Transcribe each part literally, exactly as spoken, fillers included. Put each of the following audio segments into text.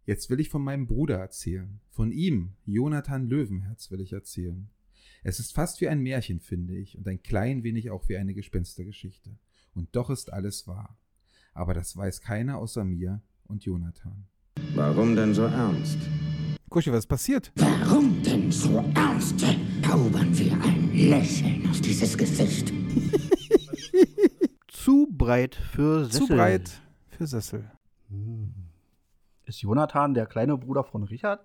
Jetzt will ich von meinem Bruder erzählen. Von ihm, Jonathan Löwenherz, will ich erzählen. Es ist fast wie ein Märchen, finde ich, und ein klein wenig auch wie eine Gespenstergeschichte. Und doch ist alles wahr. Aber das weiß keiner außer mir und Jonathan. Warum denn so ernst? Kuschi, was ist passiert? Warum denn so ernst? Zaubern wir ein Lächeln auf dieses Gesicht. Zu breit für Sessel. Zu breit für Sessel. Hm. Ist Jonathan der kleine Bruder von Richard?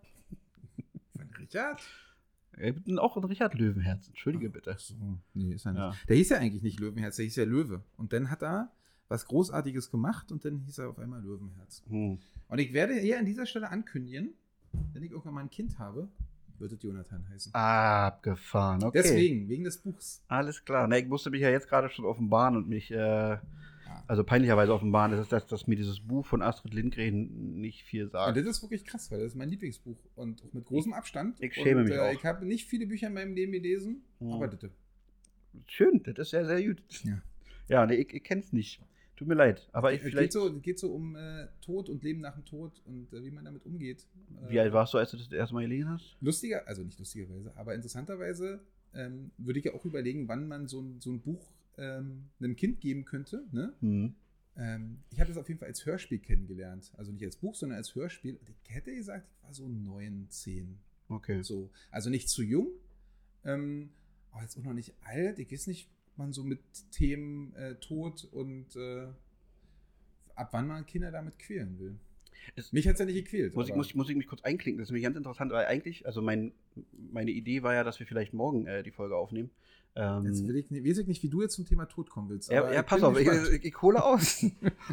Von Richard? Er gibt auch ein Richard Löwenherz. Entschuldige bitte. Ach so, nee, ist er nicht. Ja. Der hieß ja eigentlich nicht Löwenherz, der hieß ja Löwe. Und dann hat er was Großartiges gemacht und dann hieß er auf einmal Löwenherz. Hm. Und ich werde hier an dieser Stelle ankündigen, wenn ich irgendwann mal ein Kind habe, wird es Jonathan heißen. Abgefahren, okay. Deswegen, wegen des Buchs. Alles klar. Na, ich musste mich ja jetzt gerade schon offenbaren und mich, äh, also peinlicherweise offenbaren, dass, dass, dass mir dieses Buch von Astrid Lindgren nicht viel sagt. Und das ist wirklich krass, weil das ist mein Lieblingsbuch. Und auch mit großem Abstand. Ich schäme und, mich äh, auch. Ich habe nicht viele Bücher in meinem Leben gelesen, Hm. aber das. Schön, das ist ja sehr gut. Ja. Ja, nee, ich, ich kenn's nicht. Tut mir leid. Aber ich Es vielleicht. geht so, es geht so um äh, Tod und Leben nach dem Tod und äh, wie man damit umgeht. Äh, Wie alt warst du, als du das erste Mal gelesen hast? Lustiger, also nicht lustigerweise, aber interessanterweise ähm, würde ich ja auch überlegen, wann man so ein, so ein Buch ähm, einem Kind geben könnte. Ne? Hm. Ähm, ich habe das auf jeden Fall als Hörspiel kennengelernt. Also nicht als Buch, sondern als Hörspiel. Und ich hätte gesagt, ich war so neun, zehn. Okay. So. Also nicht zu jung, ähm, aber jetzt auch noch nicht alt. Ich weiß nicht, ob man so mit Themen äh, Tod und äh, ab wann man Kinder damit quälen will. Es- Mich hat es ja nicht gequält. Muss ich, aber- muss, ich, muss ich mich kurz einklinken? Das ist nämlich ganz interessant, weil eigentlich, also mein, meine Idee war ja, dass wir vielleicht morgen äh, die Folge aufnehmen. Ähm, Jetzt will ich, nicht, weiß ich nicht, wie du jetzt zum Thema Tod kommen willst. ja, aber ja, ich pass bin auf, ich, gespannt. ich, ich hole aus.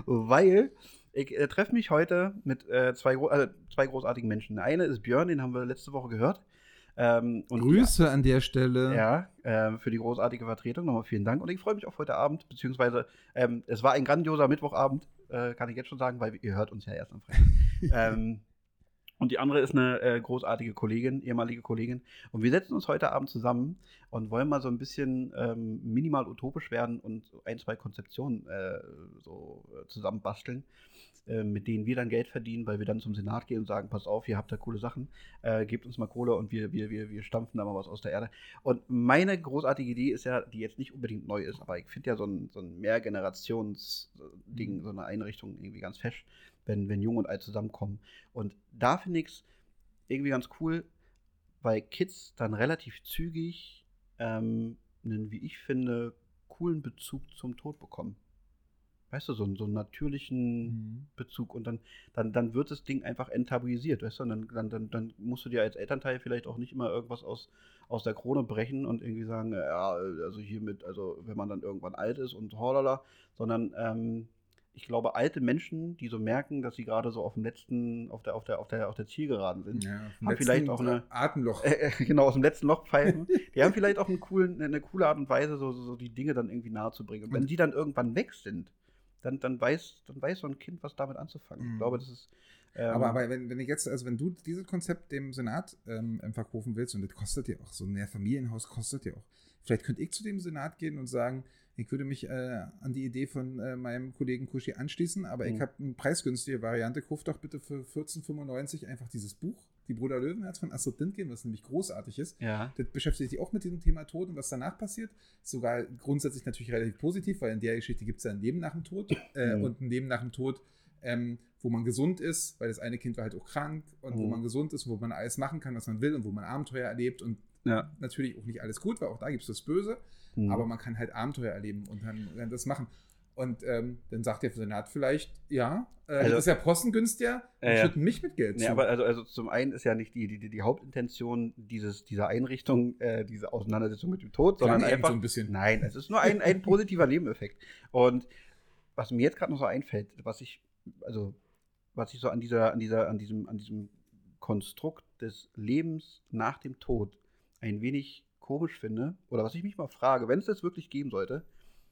Weil ich äh, treffe mich heute mit äh, zwei, gro- äh, zwei großartigen Menschen. Der eine ist Björn, den haben wir letzte Woche gehört. Ähm, und Grüße an der Stelle. Ja, äh, für die großartige Vertretung. Nochmal vielen Dank. Und ich freue mich auf heute Abend, beziehungsweise ähm, es war ein grandioser Mittwochabend, äh, kann ich jetzt schon sagen, weil ihr hört uns ja erst am Freitag. ähm, und die andere ist eine äh, großartige Kollegin, ehemalige Kollegin. Und wir setzen uns heute Abend zusammen und wollen mal so ein bisschen ähm, minimal utopisch werden und so ein, zwei Konzeptionen äh, so äh, zusammenbasteln, äh, mit denen wir dann Geld verdienen, weil wir dann zum Senat gehen und sagen, pass auf, ihr habt da coole Sachen, äh, gebt uns mal Kohle und wir, wir, wir, wir stampfen da mal was aus der Erde. Und meine großartige Idee ist ja, die jetzt nicht unbedingt neu ist, aber ich finde ja so ein, so ein Mehrgenerations-Ding, so eine Einrichtung irgendwie ganz fesch, wenn, wenn Jung und Alt zusammenkommen. Und da finde ich es irgendwie ganz cool, weil Kids dann relativ zügig ähm, einen, wie ich finde, coolen Bezug zum Tod bekommen. Weißt du, so, einen- so einen natürlichen Mhm. Bezug. Und dann, dann, dann wird das Ding einfach enttabuisiert, weißt du? Und dann, dann, dann, dann musst du dir als Elternteil vielleicht auch nicht immer irgendwas aus, aus der Krone brechen und irgendwie sagen, ja, also hiermit, also wenn man dann irgendwann alt ist und holala, sondern ähm, ich glaube, alte Menschen, die so merken, dass sie gerade so auf dem letzten, auf der, auf der, auf der, auf der Zielgeraden sind, Ja, haben letzten vielleicht auch eine- Atemloch. äh, äh, genau, aus dem letzten Loch pfeifen, die haben vielleicht auch einen coolen, eine coole Art und Weise, so, so, so die Dinge dann irgendwie nahe zu bringen. Und wenn Und- die dann irgendwann weg sind, dann, dann, weiß, dann weiß so ein Kind, was damit anzufangen. Mhm. Ich glaube, das ist. Ähm, Aber, aber wenn, wenn ich jetzt, also wenn du dieses Konzept dem Senat ähm, verkaufen willst, und das kostet ja auch, so ein Mehrfamilienhaus kostet ja auch. Vielleicht könnte ich zu dem Senat gehen und sagen, ich würde mich äh, an die Idee von äh, meinem Kollegen Kuschi anschließen, aber Mhm. ich habe eine preisgünstige Variante. Kauf doch bitte für vierzehn fünfundneunzig einfach dieses Buch, Die Brüder Löwenherz von Astrid Lindgren, was nämlich großartig ist. ja. Das beschäftigt sich auch mit diesem Thema Tod und was danach passiert. Sogar grundsätzlich natürlich relativ positiv, weil in der Geschichte gibt es ja ein Leben nach dem Tod äh, Mhm. und ein Leben nach dem Tod, ähm, wo man gesund ist, weil das eine Kind war halt auch krank und wo Mhm. man gesund ist, wo man alles machen kann, was man will und wo man Abenteuer erlebt und Ja. natürlich auch nicht alles gut, weil auch da gibt es das Böse, Mhm. aber man kann halt Abenteuer erleben und dann, dann das machen. Und ähm, dann sagt der Senat vielleicht, ja, äh, Also- das ist ja postengünstiger, Ja, und ja. schütten mich mit Geld Nee, zu. aber also, also zum einen ist ja nicht die, die, die Hauptintention dieses, dieser Einrichtung, äh, diese Auseinandersetzung mit dem Tod, sondern Klang eben einfach. so ein bisschen. Nein, es ist nur ein, ein positiver Nebeneffekt. Und was mir jetzt gerade noch so einfällt, was ich, also, was ich so an dieser, an dieser, an diesem, an diesem Konstrukt des Lebens nach dem Tod ein wenig komisch finde, oder was ich mich mal frage, wenn es das wirklich geben sollte,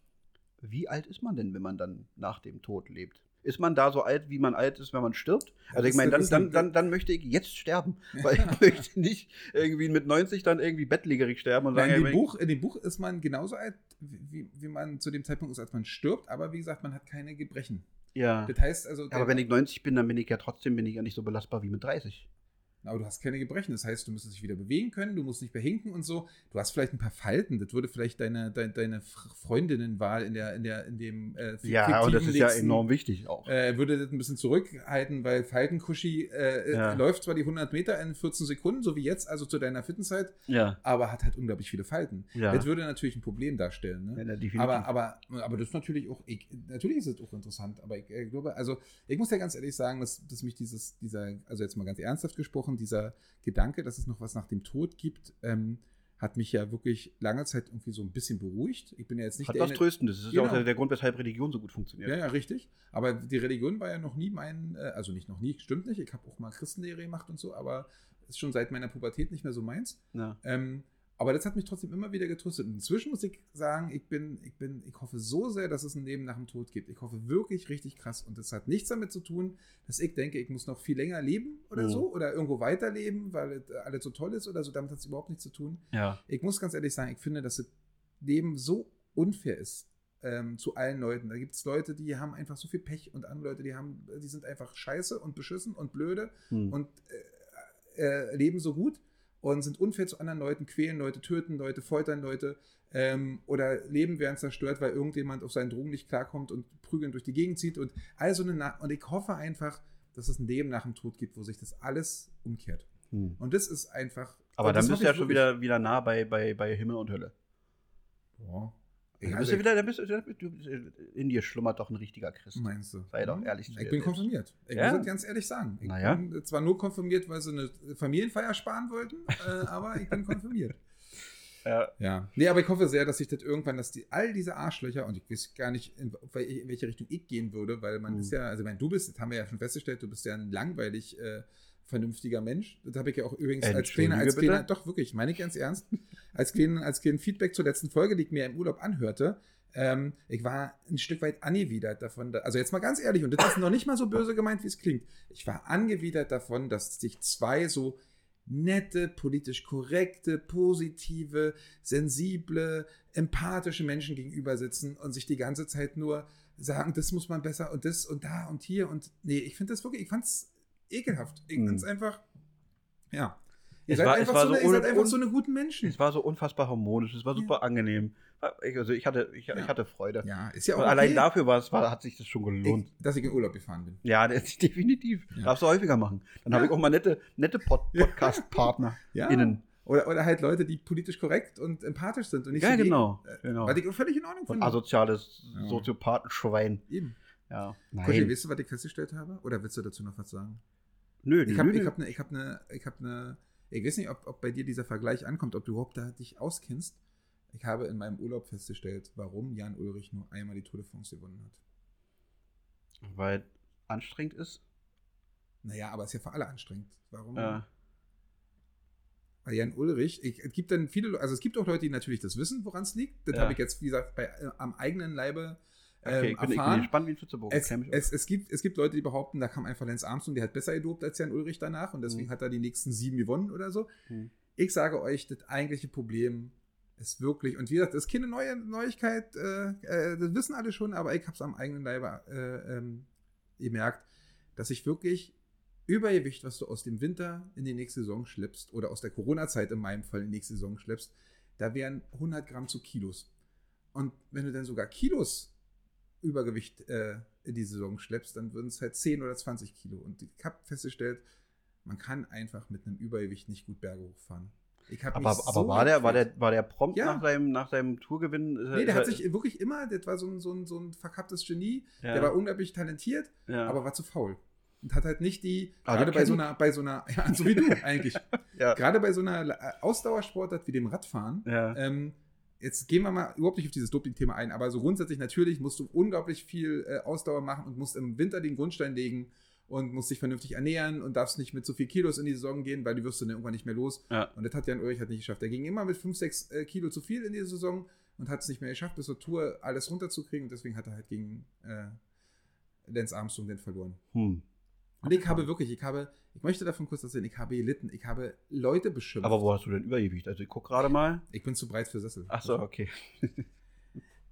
wie alt ist man denn, wenn man dann nach dem Tod lebt? Ist man da so alt, wie man alt ist, wenn man stirbt? Also das ich meine, ist- dann, das ist dann, ein- dann, dann möchte ich jetzt sterben, weil ich möchte nicht irgendwie mit neunzig dann irgendwie bettlägerig sterben und sagen, Nein, in, ja, dem Buch, in dem Buch ist man genauso alt, wie, wie man zu dem Zeitpunkt ist, als man stirbt, aber wie gesagt, man hat keine Gebrechen. Ja. Das heißt also. Aber wenn ich neunzig bin, dann bin ich ja trotzdem bin ich ja nicht so belastbar wie mit dreißig. Aber du hast keine Gebrechen. Das heißt, du müsstest dich wieder bewegen können, du musst nicht mehr hinken und so. Du hast vielleicht ein paar Falten. Das würde vielleicht deine, deine, deine Freundinnenwahl in, der, in, der, in dem äh, Ja, und das ist ja enorm wichtig auch. Äh, würde das ein bisschen zurückhalten, weil Faltenkuschi äh, Ja. läuft zwar die hundert Meter in vierzehn Sekunden, so wie jetzt, also zu deiner Fitnesszeit, Ja. aber hat halt unglaublich viele Falten. Ja. Das würde natürlich ein Problem darstellen. Ne? Ja, definitiv. aber, aber, aber das ist natürlich auch, ich, natürlich ist es auch interessant, aber ich, ich glaube, also ich muss ja ganz ehrlich sagen, dass, dass mich dieses, dieser, also jetzt mal ganz ernsthaft gesprochen, dieser Gedanke, dass es noch was nach dem Tod gibt, ähm, hat mich ja wirklich lange Zeit irgendwie so ein bisschen beruhigt. Ich bin ja jetzt nicht Hat der was Tröstendes. Das ist Genau. ja auch der, der Grund, weshalb Religion so gut funktioniert. Ja, ja, richtig. Aber die Religion war ja noch nie mein, äh, also nicht noch nie, stimmt nicht. Ich habe auch mal Christenlehre gemacht und so, aber ist schon seit meiner Pubertät nicht mehr so meins. Ja. Ähm, aber das hat mich trotzdem immer wieder getröstet. Und inzwischen muss ich sagen, ich bin, ich bin, ich hoffe so sehr, dass es ein Leben nach dem Tod gibt. Ich hoffe wirklich richtig krass. Und das hat nichts damit zu tun, dass ich denke, ich muss noch viel länger leben oder Mhm. so oder irgendwo weiterleben, weil es alles so toll ist oder so. Damit hat es überhaupt nichts zu tun. Ja. Ich muss ganz ehrlich sagen, ich finde, dass das Leben so unfair ist ähm, zu allen Leuten. Da gibt es Leute, die haben einfach so viel Pech und andere Leute, die haben, die sind einfach scheiße und beschissen und blöde Hm. und äh, äh, leben so gut und sind unfair zu anderen Leuten, quälen Leute, töten Leute, foltern Leute ähm, oder Leben werden zerstört, weil irgendjemand auf seinen Drogen nicht klarkommt und prügeln durch die Gegend zieht und all so eine Na- und ich hoffe einfach, dass es ein Leben nach dem Tod gibt, wo sich das alles umkehrt. Hm. Und das ist einfach. Aber und dann das bist hoffe du ja ich schon wirklich. wieder, wieder nah bei, bei, bei Himmel und Hölle. Boah. Dann Ja, bist also du wieder, dann bist du, du, in dir schlummert doch ein richtiger Christ. Meinst du? Sei doch ehrlich zu Ich dir bin selbst. konfirmiert. Ich Ja? muss das ganz ehrlich sagen. Ich Naja. bin zwar nur konfirmiert, weil sie eine Familienfeier sparen wollten, äh, aber ich bin konfirmiert. Ja. Ja. Nee, aber ich hoffe sehr, dass sich das irgendwann, dass die all diese Arschlöcher, und ich weiß gar nicht, in, in welche Richtung ich gehen würde, weil man Mhm. ist ja, also ich meine, du bist, das haben wir ja schon festgestellt, du bist ja ein langweilig äh, vernünftiger Mensch. Das habe ich ja auch übrigens als kleiner, als Entschuldige kleiner, bitte? doch wirklich, meine ich ganz ernst, als kleinen, als kleinen Feedback zur letzten Folge, die ich mir im Urlaub anhörte, ähm, ich war ein Stück weit angewidert davon, da, also jetzt mal ganz ehrlich, und das ist noch nicht mal so böse gemeint, wie es klingt. Ich war angewidert davon, dass sich zwei so nette, politisch korrekte, positive, sensible, empathische Menschen gegenüber sitzen und sich die ganze Zeit nur sagen, das muss man besser und das und da und hier und nee, ich finde das wirklich, ich fand's ekelhaft. Ich Mhm. fand's einfach, ja. Ihr Es seid war- es einfach, war so, so eine, ihr seid un- einfach un- so eine guten Menschen. Es war so unfassbar harmonisch, es war super Ja. angenehm. Ich, also ich hatte, ich, Ja. ich hatte Freude. Ja, ist ja auch Und okay, allein dafür war es, war, hat sich das schon gelohnt. ich, dass ich in Urlaub gefahren bin. Ja, das ist definitiv. Ja. Darfst du häufiger machen. Dann Ja. habe ich auch mal nette, nette Pod Podcast-Partner Ja. innen. Oder, oder halt Leute, die politisch korrekt und empathisch sind und nicht Ja, so genau. Äh, genau. Was ich auch völlig in Ordnung Und finde. asoziales Ja. Soziopathenschwein. Eben. Ja. Kuschi, Nein. weißt du, was ich festgestellt habe? Oder willst du dazu noch was sagen? Nö, Ich nö, habe nö. ich hab eine, ich habe eine, ich habe eine, ich weiß nicht, ob, ob bei dir dieser Vergleich ankommt, ob du überhaupt da dich auskennst. Ich habe in meinem Urlaub festgestellt, warum Jan Ulrich nur einmal die Tour de France gewonnen hat. Weil anstrengend ist. Naja, aber es ist ja für alle anstrengend. Warum? Ja. Weil Jan Ulrich, ich, es gibt dann viele, Le- also es gibt auch Leute, die natürlich das wissen, woran es liegt. Das Ja. habe ich jetzt, wie gesagt, bei, äh, am eigenen Leibe ähm, Okay, ich bin, ich bin erfahren. gespannt wie ein Pfützeburg. Es, es, es, gibt, es gibt Leute, die behaupten, da kam einfach Lance Armstrong, der hat besser gedopt als Jan Ulrich danach und deswegen Mhm. hat er die nächsten sieben gewonnen oder so. Hm. Ich sage euch, das eigentliche Problem ist wirklich, und wie gesagt, das ist keine neue Neuigkeit, äh, äh, das wissen alle schon, aber ich habe es am eigenen Leibe äh, ähm, gemerkt, dass ich wirklich Übergewicht, was du aus dem Winter in die nächste Saison schleppst, oder aus der Corona-Zeit in meinem Fall in die nächste Saison schleppst, da wären hundert Gramm zu Kilos. Und wenn du dann sogar Kilos Übergewicht äh, in die Saison schleppst, dann würden es halt zehn oder zwanzig Kilo. Und ich habe festgestellt, man kann einfach mit einem Übergewicht nicht gut Berge hochfahren. Ich hab Aber, mich aber so war, der, war, gequält. der, war der prompt Ja. nach, seinem, nach seinem Tourgewinn? äh, Nee, der hat ist er- sich wirklich immer, das war so ein, so ein, so ein verkapptes Genie, Ja. der war unglaublich talentiert, ja. aber war zu faul. Und hat halt nicht die, Ah, gerade den bei kenn so ich. einer, bei so einer, ja, so wie du eigentlich, ja. gerade bei so einer äh, Ausdauersportart wie dem Radfahren, Ja. ähm, jetzt gehen wir mal überhaupt nicht auf dieses Doping-Thema ein, aber so grundsätzlich natürlich musst du unglaublich viel äh, Ausdauer machen und musst im Winter den Grundstein legen und musst dich vernünftig ernähren und darfst nicht mit so viel Kilos in die Saison gehen, weil die wirst du dann irgendwann nicht mehr los. Ja. Und das hat Jan Ulrich halt nicht geschafft. Der ging immer mit fünf, sechs äh, Kilo zu viel in die Saison und hat es nicht mehr geschafft, bis zur Tour alles runterzukriegen und deswegen hat er halt gegen äh, Lance Armstrong den verloren. Hm. Und ich habe wirklich, ich habe, ich möchte davon kurz erzählen, ich habe gelitten, ich habe Leute beschimpft. Aber wo hast du denn Übergewicht? Also ich guck gerade mal. Ich bin zu breit für Sessel. Ach so, okay.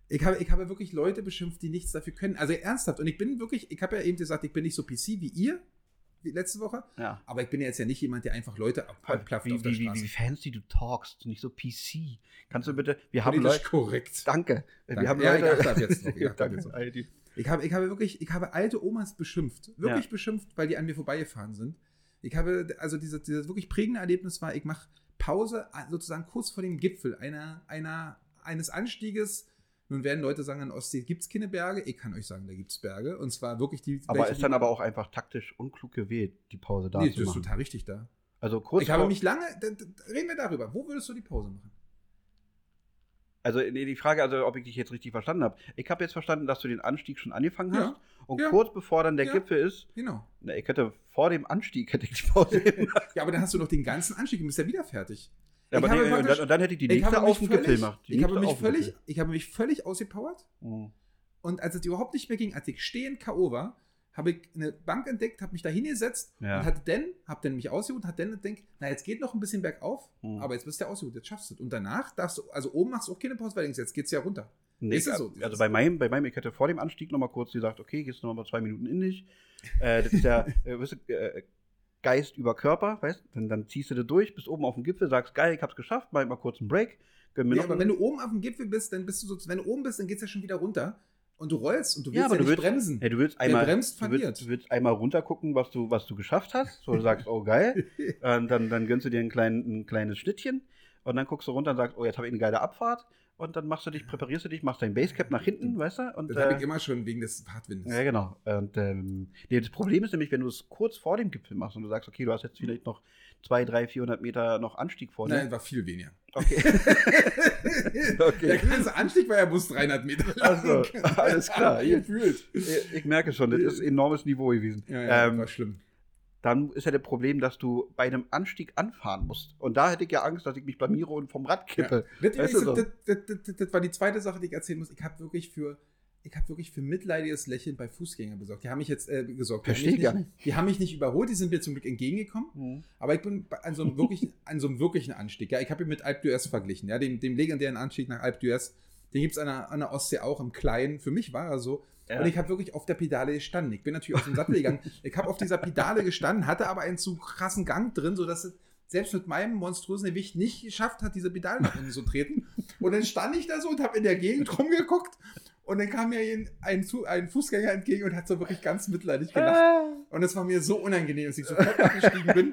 Ich habe, ich habe wirklich Leute beschimpft, die nichts dafür können. Also ernsthaft. Und ich bin wirklich, ich habe ja eben gesagt, ich bin nicht so P C wie ihr, wie letzte Woche. Ja. Aber ich bin jetzt ja nicht jemand, der einfach Leute abklafft Wie, auf der wie, wie, Straße. wie fancy du talkst, nicht so P C. Kannst du bitte, wir haben Politisch Leute, korrekt. danke. Danke. Wir haben Ja, Leute, ich achte ab jetzt drauf, ich achte ab Danke. jetzt drauf. All die- Ich habe, ich habe wirklich, ich habe alte Omas beschimpft. Wirklich Ja. beschimpft, weil die an mir vorbeigefahren sind. Ich habe, also dieses, dieses wirklich prägende Erlebnis war, ich mache Pause sozusagen kurz vor dem Gipfel einer, einer, eines Anstieges. Nun werden Leute sagen, an Ostsee gibt es keine Berge. Ich kann euch sagen, da gibt es Berge. Und zwar wirklich die. Aber welche, ist dann aber auch einfach taktisch unklug gewählt, die Pause da Nee, zu das ist machen. total richtig da. Also kurz Ich habe vor- mich lange, da, da, reden wir darüber. Wo würdest du die Pause machen? Also nee, die Frage, also ob ich dich jetzt richtig verstanden habe. Ich habe jetzt verstanden, dass du den Anstieg schon angefangen Ja. hast. Und Ja. kurz bevor dann der Ja. Gipfel ist, Genau. na, ich hätte vor dem Anstieg hätte ich die Pause gemacht. Ja, aber dann hast du noch den ganzen Anstieg und bist ja wieder fertig. Ja, aber Ich habe nee, und, praktisch- dann, und dann hätte ich die Ich nächste habe mich auf dem Gipfel völlig, gemacht. Die ich habe nächste mich auf dem völlig, Gipfel. ich habe mich völlig ausgepowert. Mhm. Und als es überhaupt nicht mehr ging, als ich stehend K O war, habe ich eine Bank entdeckt, habe mich da hingesetzt Ja. und hatte dann, habe dann mich ausgeruht und hatte dann gedacht, na, jetzt geht noch ein bisschen bergauf, Mhm. aber jetzt bist du ja ausgeruht, jetzt schaffst du es. Und danach darfst du, also oben machst du auch keine Pause, weil du denkst, jetzt geht's ja runter. Nee, Ist es so? also bei meinem, bei meinem, ich hätte vor dem Anstieg noch mal kurz gesagt, okay, gehst du noch mal zwei Minuten in dich. Äh, das ist ja, äh, weißt du, äh, Geist über Körper, weißt du? Dann, dann ziehst du das durch, bist oben auf dem Gipfel, sagst, geil, ich hab's geschafft, mach mal kurz einen Break. Gönn mir Nee, noch aber einen- wenn du oben auf dem Gipfel bist, dann bist du so, wenn du oben bist, dann geht's ja schon wieder runter und du rollst und du willst Ja, ja, aber du nicht willst- bremsen. Ja, du willst Wer einmal, bremst, du verliert. willst, du willst einmal runtergucken, was du, was du geschafft hast. So, du sagst, oh geil. Und dann, dann gönnst du dir ein, klein, ein kleines Schnittchen. Und dann guckst du runter und sagst, oh, jetzt habe ich eine geile Abfahrt. Und dann machst du dich, präparierst du dich, machst dein Basecap nach hinten, weißt du? Und, Das habe äh, ich immer schon wegen des Fahrtwindes. ja, genau. Und ähm, nee, das Problem ist nämlich, wenn du es kurz vor dem Gipfel machst und du sagst, okay, du hast jetzt vielleicht noch zweihundert, dreihundert, vierhundert Meter noch Anstieg vor dir. Nein, war viel weniger. Okay. Okay. Der ganze Anstieg war ja bloß dreihundert Meter lang. Ach so, alles klar. Gefühlt. Ich, ich merke schon, das ist ein enormes Niveau gewesen. Ja, ja, ähm, war schlimm. dann ist ja das Problem, dass du bei einem Anstieg anfahren musst. Und da hätte ich ja Angst, dass ich mich blamiere und vom Rad kippe. Ja. Das, Weißt du das, so? das, das, das, das war die zweite Sache, die ich erzählen muss. Ich habe wirklich für ich habe wirklich für mitleidiges Lächeln bei Fußgängern besorgt. Die haben mich jetzt äh, gesorgt. Die haben Verstehe mich gar nicht, die haben mich nicht überholt, die sind mir zum Glück entgegengekommen. Mhm. Aber ich bin bei- an so einem wirklichen, an so einem wirklichen Anstieg. Ja, ich habe ihn mit Alpe d'Huez verglichen. Ja, dem, dem legendären Anstieg nach Alpe d'Huez. Den gibt es an, der- an der Ostsee auch im Kleinen. Für mich war er so. Ja. Und ich habe wirklich auf der Pedale gestanden. Ich bin natürlich aus dem Sattel gegangen. Ich habe auf dieser Pedale gestanden, hatte aber einen zu krassen Gang drin, sodass es selbst mit meinem monströsen Gewicht nicht geschafft hat, diese Pedale nach unten zu treten. Und dann stand ich da so und habe in der Gegend rumgeguckt. Und dann kam mir ein, ein, Fu- ein Fußgänger entgegen und hat so wirklich ganz mitleidig gelacht. Und es war mir so unangenehm, dass ich sofort abgestiegen bin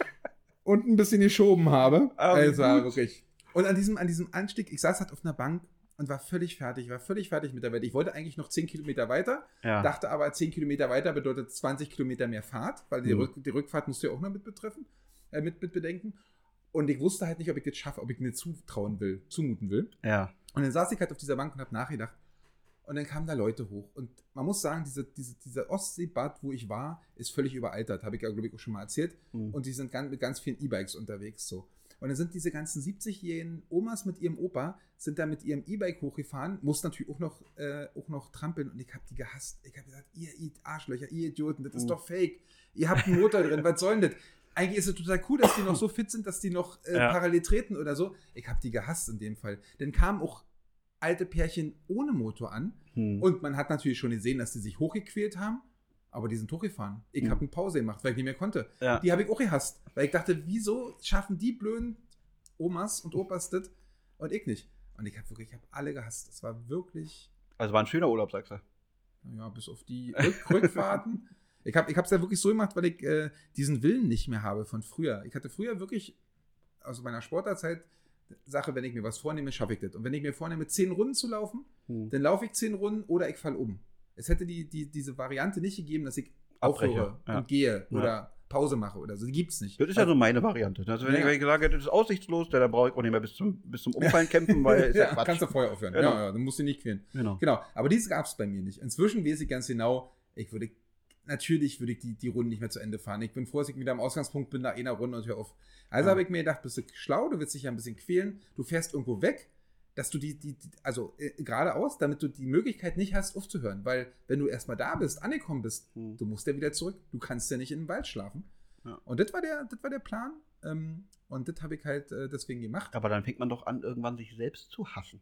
und ein bisschen geschoben habe. Ah, wie Also gut. wirklich. Und an diesem, an diesem Anstieg, ich saß halt auf einer Bank und war völlig fertig, war völlig fertig mit der Welt. Ich wollte eigentlich noch zehn Kilometer weiter, Ja. dachte aber, zehn Kilometer weiter bedeutet zwanzig Kilometer mehr Fahrt, weil die, Mhm. Rück, die Rückfahrt musst du ja auch noch mit betreffen, äh, mit, mit bedenken. Und ich wusste halt nicht, ob ich das schaffe, ob ich mir zutrauen will, zumuten will. ja. Und dann saß ich halt auf dieser Bank und habe nachgedacht. Und dann kamen da Leute hoch. Und man muss sagen, diese, diese, dieser Ostseebad, wo ich war, ist völlig überaltert. Habe ich ja, glaube ich, auch schon mal erzählt. Mhm. Und die sind ganz, mit ganz vielen E-Bikes unterwegs. So. Und dann sind diese ganzen siebzigjährigen Omas mit ihrem Opa, sind da mit ihrem E-Bike hochgefahren, mussten natürlich auch noch, äh, auch noch trampeln. Und ich habe die gehasst. Ich habe gesagt, ihr Arschlöcher, ihr Idioten, das ist Mhm. doch fake. Ihr habt einen Motor drin, was soll denn das? Eigentlich ist es total cool, dass die noch so fit sind, dass die noch äh, Ja. parallel treten oder so. Ich habe die gehasst in dem Fall. Dann kamen auch alte Pärchen ohne Motor an. Hm. Und man hat natürlich schon gesehen, dass die sich hochgequält haben, aber die sind hochgefahren. Ich Mhm. habe eine Pause gemacht, weil ich nicht mehr konnte. Ja. Die habe ich auch gehasst, weil ich dachte, wieso schaffen die blöden Omas und Opas das und ich nicht? Und ich habe wirklich, ich habe alle gehasst. Es war wirklich, Also war ein schöner Urlaub, sagst du. naja, bis auf die Rück Rückfahrten. Ich habe es ja wirklich so gemacht, weil ich äh, diesen Willen nicht mehr habe von früher. Ich hatte früher wirklich aus meiner Sportlerzeit Sache, wenn ich mir was vornehme, schaffe ich das. Und wenn ich mir vornehme, zehn Runden zu laufen, Hm. dann laufe ich zehn Runden oder ich falle um. Es hätte die, die, diese Variante nicht gegeben, dass ich Abbreche, aufhöre ja. und gehe Ja. oder Pause mache oder so. Die gibt es nicht. Das ist ja so meine Variante. Also wenn, Ja. ich, wenn ich sage, das ist aussichtslos, dann brauche ich auch nicht mehr bis zum, bis zum Umfallen kämpfen, weil ist ja, ja, Quatsch. kannst du vorher aufhören. Genau. Ja, ja, dann musst du nicht quälen. Genau. Genau, aber dies gab es bei mir nicht. Inzwischen weiß ich ganz genau, ich würde, natürlich würde ich die, die Runden nicht mehr zu Ende fahren. Ich bin froh, dass ich wieder am Ausgangspunkt bin, nach einer Runde und hör auf. Also Ja. habe ich mir gedacht, bist du schlau, du willst dich ja ein bisschen quälen, du fährst irgendwo weg, dass du die, die, die also äh, geradeaus, damit du die Möglichkeit nicht hast, aufzuhören. Weil wenn du erstmal da bist, angekommen bist, Hm. du musst ja wieder zurück. Du kannst ja nicht in den Wald schlafen. Ja. Und das war der, das war der Plan. Ähm, und das habe ich halt äh, deswegen gemacht. Aber dann fängt man doch an, irgendwann sich selbst zu hassen.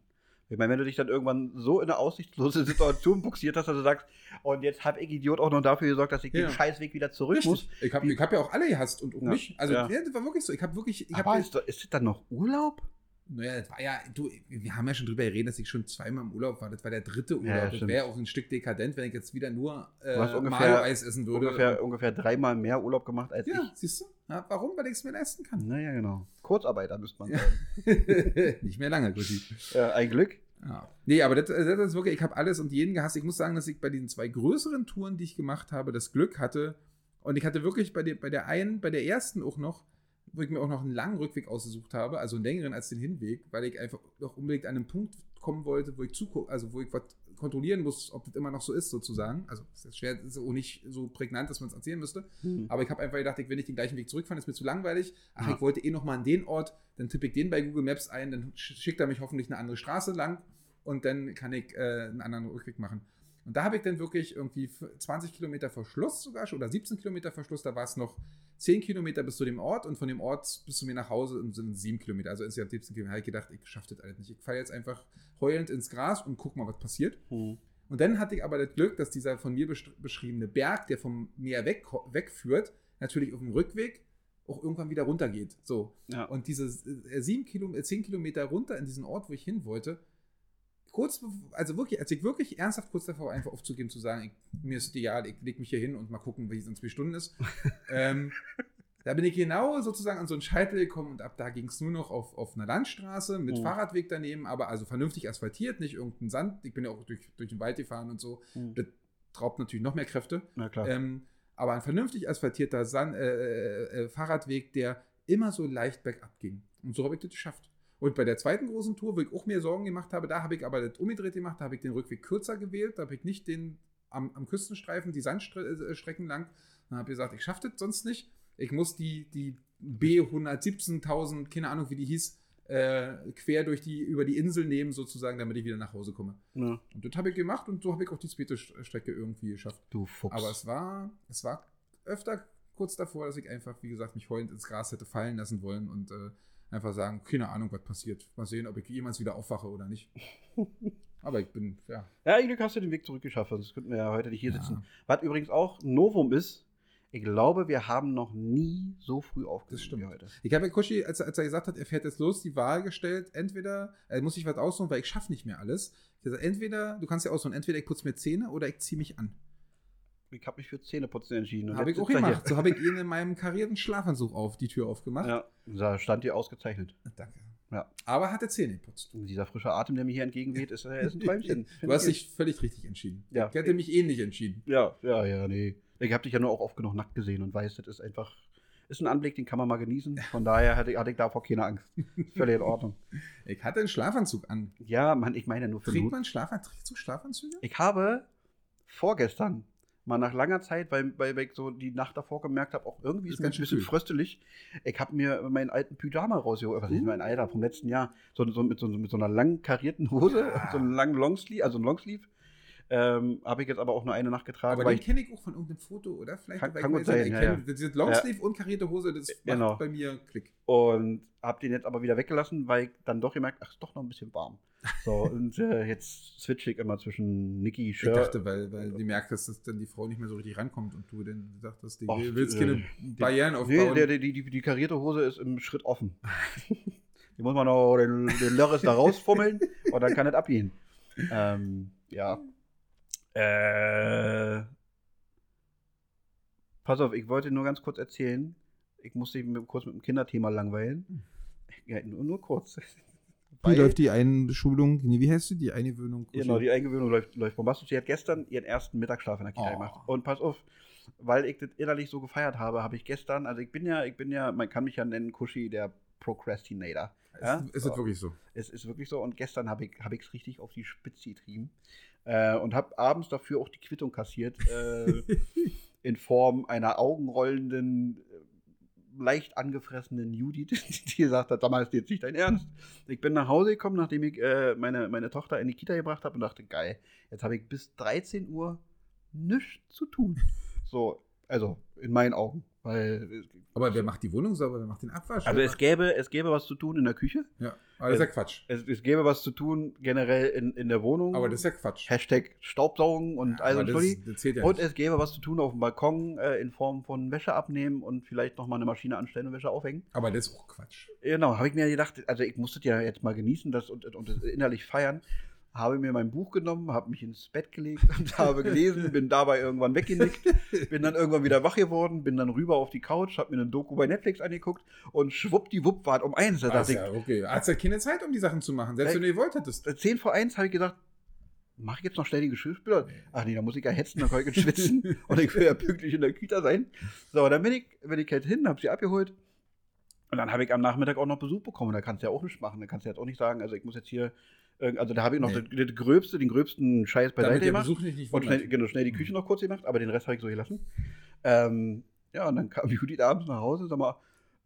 Ich meine, wenn du dich dann irgendwann so in eine aussichtslose Situation buxiert hast, dass du sagst, und jetzt habe ich Idiot auch noch dafür gesorgt, dass ich Ja. den Scheißweg wieder zurück Richtig. muss. Ich habe hab ja auch alle gehasst und auch Ja. mich. Also, Ja. ja, das war wirklich so. Ich habe wirklich. Ich hab Aber ist, ist das dann noch Urlaub? Naja, das war ja, du, wir haben ja schon drüber geredet, dass ich schon zweimal im Urlaub war. Das war der dritte Urlaub. Ja, das stimmt. wäre auch ein Stück dekadent, wenn ich jetzt wieder nur äh, Du hast ungefähr- Mayo-Eis essen würde. Ungefähr, ungefähr dreimal mehr Urlaub gemacht als Ja, siehst du? Ja, warum? Weil ich es mir leisten ich. kann. Naja, genau. Kurzarbeiter müsste man Ja. sagen. Nicht mehr lange, Gutti. Ja, ein Glück. Ja. Nee, aber das, das ist wirklich, ich habe alles und jeden gehasst. Ich muss sagen, dass ich bei diesen zwei größeren Touren, die ich gemacht habe, das Glück hatte. Und ich hatte wirklich bei der, bei der einen, bei der ersten auch noch, wo ich mir auch noch einen langen Rückweg ausgesucht habe, also einen längeren als den Hinweg, weil ich einfach noch unbedingt an einen Punkt kommen wollte, wo ich zugucke, also wo ich was kontrollieren muss, ob das immer noch so ist, sozusagen. Also das ist schwer, das ist auch nicht so prägnant, dass man es erzählen müsste. Hm. Aber ich habe einfach gedacht, ich will nicht den gleichen Weg zurückfahren, ist mir zu langweilig. Ach, Ja. ich wollte eh noch mal an den Ort, dann tippe ich den bei Google Maps ein, dann sch- schickt er mich hoffentlich eine andere Straße lang und dann kann ich äh, einen anderen Rückweg machen. Und da habe ich dann wirklich irgendwie zwanzig Kilometer Verschluss sogar schon, oder siebzehn Kilometer Verschluss, da war es noch zehn Kilometer bis zu dem Ort und von dem Ort bis zu mir nach Hause sind sieben Kilometer, also insgesamt siebzehn Kilometer. Da habe ich gedacht, ich schaffe das alles nicht. Ich falle jetzt einfach heulend ins Gras und guck mal, was passiert. Hm. Und dann hatte ich aber das Glück, dass dieser von mir besch- beschriebene Berg, der vom Meer weg, wegführt, natürlich auf dem Rückweg auch irgendwann wieder runtergeht. So. Ja. Und diese äh, sieben Kilo, äh, zehn Kilometer runter in diesen Ort, wo ich hin wollte, kurz, bev- also wirklich, als ich wirklich ernsthaft kurz davor war, einfach aufzugeben, zu sagen, ich, mir ist egal, ich leg mich hier hin und mal gucken, wie es in zwei Stunden ist. ähm, da bin ich genau sozusagen an so einen Scheitel gekommen und ab da ging es nur noch auf, auf einer Landstraße mit Mhm. Fahrradweg daneben, aber also vernünftig asphaltiert, nicht irgendein Sand. Ich bin ja auch durch, durch den Wald gefahren und so. Hm. Das raubt natürlich noch mehr Kräfte. Na klar. Ähm, aber ein vernünftig asphaltierter San äh, äh, äh, Fahrradweg, der immer so leicht bergab ging. Und so habe ich das geschafft. Und bei der zweiten großen Tour, wo ich auch mehr Sorgen gemacht habe, da habe ich aber das umgedreht gemacht, da habe ich den Rückweg kürzer gewählt, da habe ich nicht den am, am Küstenstreifen, die Sandstrecken lang. Dann habe ich gesagt, ich schaffe das sonst nicht. Ich muss die, die B hundertsiebzehntausend, keine Ahnung wie die hieß, äh, quer durch die, über die Insel nehmen sozusagen, damit ich wieder nach Hause komme. Ja. Und das habe ich gemacht und so habe ich auch die zweite Strecke irgendwie geschafft. Du Fuchs. Aber es war, es war öfter kurz davor, dass ich einfach, wie gesagt, mich heulend ins Gras hätte fallen lassen wollen und äh, einfach sagen, keine Ahnung, was passiert. Mal sehen, ob ich jemals wieder aufwache oder nicht. Aber ich bin, ja. Ja, eigentlich hast du den Weg zurückgeschafft, sonst könnten wir ja heute nicht hier Ja. sitzen. Was übrigens auch ein Novum ist, ich glaube, wir haben noch nie so früh aufgenommen Das stimmt. wie heute. Ich habe ja Kushi, als, er- als er gesagt hat, er fährt jetzt los, die Wahl gestellt, entweder, er muss sich was aussuchen, weil ich schaffe nicht mehr alles. Ich habe gesagt, entweder, du kannst ja aussuchen, entweder ich putze mir Zähne oder ich ziehe mich an. Ich habe mich für Zähneputzen entschieden. und Habe ich jetzt auch sitzt er gemacht. So habe ich ihn in meinem karierten Schlafanzug auf, die Tür aufgemacht. hier. Ja, da stand dir ausgezeichnet. Danke. Ja. Aber hat er Zähne geputzt. Und dieser frische Atem, der mir hier entgegenweht, ist, äh, ist ein Träumchen. Du hast dich völlig richtig entschieden. Ja. Ich hätte mich ähnlich entschieden. Ja, ja, ja, nee. Ich habe dich ja nur auch oft genug nackt gesehen und weiß, das ist einfach, ist ein Anblick, den kann man mal genießen. Von daher hatte, hatte ich davor keine Angst. Völlig in Ordnung. Ich hatte einen Schlafanzug an. Ja, Mann, ich meine nur für Trägt Not. man Schlafanzug? Trägst du Schlafanzüge? Ich habe vorgestern mal nach langer Zeit, weil, weil ich so die Nacht davor gemerkt habe, auch irgendwie Das ist ist mir ein ganz schön bisschen kühl. fröstelig. Ich habe mir meinen alten Pyjama rausgeholt, was ist Uh. mein Alter, vom letzten Jahr, so, so, mit, so, mit so einer lang karierten Hose, Ja. so einem langen Longsleeve, also ein Longsleeve. Ähm, habe ich jetzt aber auch nur eine Nacht getragen. Aber weil den kenne ich auch von irgendeinem Foto, oder? Vielleicht Kann- weil kann ich gut weiß nicht, sein, ich ja, kenn- ja. Diese Longsleeve und karierte Hose, das macht Genau. bei mir Klick. Und habe den jetzt aber wieder weggelassen, weil ich dann doch gemerkt, ach, ist doch noch ein bisschen warm. So, und äh, jetzt switche ich immer zwischen Niki, Ich Shirt. dachte, weil, weil die merkt, dass das dann die Frau nicht mehr so richtig rankommt und du dann sagtest, du Ach, willst äh, keine Barrieren Nee, aufbauen. der, der, die, die, die karierte Hose ist im Schritt offen. Die muss man noch den, den Lörres da rausfummeln und dann kann es abgehen. Ähm, ja. Äh, pass auf, ich wollte nur ganz kurz erzählen. Ich musste mich mit, kurz mit dem Kinderthema langweilen. Ja, nur, nur kurz. Wie läuft die Einschulung? Nee, wie heißt die? Die Eingewöhnung? Genau, die Eingewöhnung läuft, läuft bombastisch. Sie hat gestern ihren ersten Mittagsschlaf in der Kita Oh. gemacht. Und pass auf, weil ich das innerlich so gefeiert habe, habe ich gestern, also ich bin ja, ich bin ja, man kann mich ja nennen, Kushi, der Procrastinator. Ja? Ist, ist es wirklich so? Es ist wirklich so. Und gestern habe ich es hab ich's richtig auf die Spitze getrieben. Äh, und habe abends dafür auch die Quittung kassiert. Äh, in Form einer augenrollenden, äh, leicht angefressenen Judith, die gesagt hat, sag mal, ist jetzt nicht dein Ernst. Ich bin nach Hause gekommen, nachdem ich äh, meine, meine Tochter in die Kita gebracht habe und dachte, geil, jetzt habe ich bis dreizehn Uhr nichts zu tun. So, also in meinen Augen. Weil, Aber wer macht die Wohnung sauber, wer macht den Abwasch? also es gäbe, es gäbe was zu tun in der Küche. Ja, aber das ist ja Quatsch. Es, es gäbe was zu tun generell in, in der Wohnung. Aber das ist ja Quatsch. Hashtag Staubsaugen und Ja, also aber das, das zählt ja Und nicht. es gäbe was zu tun auf dem Balkon äh, in Form von Wäsche abnehmen und vielleicht nochmal eine Maschine anstellen und Wäsche aufhängen. Aber das ist auch Quatsch. Genau, habe ich mir gedacht, also ich musste ja jetzt mal genießen das und, und das innerlich feiern. Habe mir mein Buch genommen, habe mich ins Bett gelegt und habe gelesen, bin dabei irgendwann weggenickt, bin dann irgendwann wieder wach geworden, bin dann rüber auf die Couch, habe mir eine Doku bei Netflix angeguckt und schwuppdiwupp war es um eins. Da Das dachte ist ja okay. Hast ja keine Zeit, um die Sachen zu machen, selbst Äh, wenn du die wollt hättest. ich, zehn vor eins habe ich gedacht, mach ich jetzt noch schnell die Geschirrspüler? Ach nee, da muss ich ja hetzen, da kann ich jetzt schwitzen und ich will ja pünktlich in der Kita sein. So, dann bin ich, bin ich halt hin, habe sie abgeholt. Und dann habe ich am Nachmittag auch noch Besuch bekommen. Da kannst du ja auch nichts machen. Da kannst du jetzt auch nicht sagen, also ich muss jetzt hier, äh, also da habe ich noch Nee. das, das gröbste, den gröbsten Scheiß beiseite Damit der gemacht. Besuch nicht, nicht Und schnell, wundert. genau, schnell die Küche noch kurz gemacht, aber den Rest habe ich so gelassen. Ähm, ja, und dann kam Judith abends nach Hause, sag mal,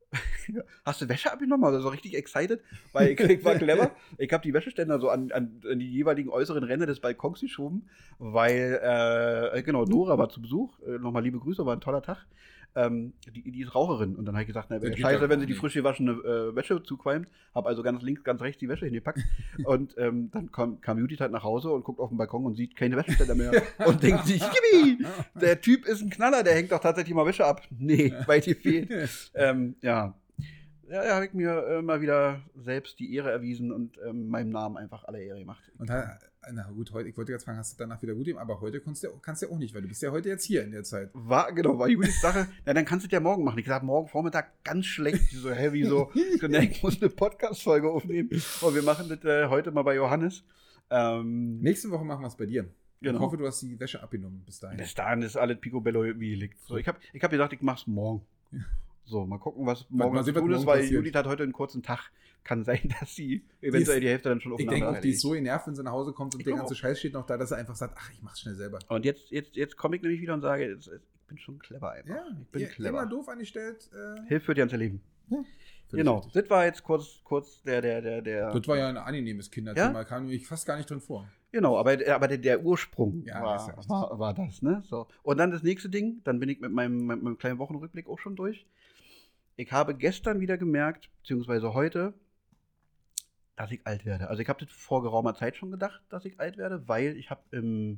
hast du Wäsche abgenommen? Also so richtig excited, weil ich, ich war clever. Ich habe die Wäscheständer so an, an, an die jeweiligen äußeren Ränder des Balkons geschoben, weil, äh, genau, Nora war zu Besuch. Äh, Nochmal liebe Grüße, war ein toller Tag. Ähm, die, die ist Raucherin. Und dann habe ich gesagt, na, wäre Das geht scheiße, doch wenn sie die nicht. frisch gewaschene äh, Wäsche zuqualmt. Habe also ganz links, ganz rechts die Wäsche hingepackt. Und ähm, dann kam, kam Judith halt nach Hause und guckt auf den Balkon und sieht keine Wäscheständer mehr. Und denkt sich, Yippie, der Typ ist ein Knaller, der hängt doch tatsächlich mal Wäsche ab. Nee, weil die fehlt. ähm, ja. Ja, da habe ich mir äh, mal wieder selbst die Ehre erwiesen und ähm, meinem Namen einfach alle Ehre gemacht. Und ha- na gut, heute, ich wollte jetzt fragen, hast du danach wieder gut gegeben, aber heute kannst du, kannst du ja auch nicht, weil du bist ja heute jetzt hier in der Zeit. War, genau, war Judiths Sache. Ja, dann kannst du es ja morgen machen. Ich gesagt, morgen Vormittag ganz schlecht, so heavy, so, so ne, ich muss eine Podcast-Folge aufnehmen. Und wir machen das äh, heute mal bei Johannes. Ähm, Nächste Woche machen wir es bei dir. Genau. Ich hoffe, du hast die Wäsche abgenommen bis dahin. bis dahin ist alles picobello wie liegt. So, ich habe ich hab gedacht, ich mach's morgen. So, mal gucken, was morgen mal zu sehen, was tun ist, morgen weil passiert. Judith hat heute einen kurzen Tag. Kann sein, dass sie eventuell die, Hälfte dann schon Ich aufeinander denke auch, die ist erledigt. so genervt, wenn sie nach Hause kommt und Ich der glaub ganze auch. Scheiß steht noch da, dass er einfach sagt, ach, ich mach's schnell selber. Und jetzt, jetzt, jetzt komme ich nämlich wieder und sage, jetzt, ich bin schon clever einfach. Ja, ich bin ihr- clever. immer doof angestellt. Äh, Hilft für dir ans Leben. völlig Genau. richtig. Das war jetzt kurz, kurz der, der, der, der. Das war ja ein angenehmes Kinderzimmer, kam nämlich fast gar nicht drin vor. Genau, aber, aber der, der Ursprung Ja, ist ja war, richtig. war, war das, ne? So. Und dann das nächste Ding, dann bin ich mit meinem, mit meinem kleinen Wochenrückblick auch schon durch. Ich habe gestern wieder gemerkt, beziehungsweise heute, dass ich alt werde. Also ich habe das vor geraumer Zeit schon gedacht, dass ich alt werde, weil ich habe im,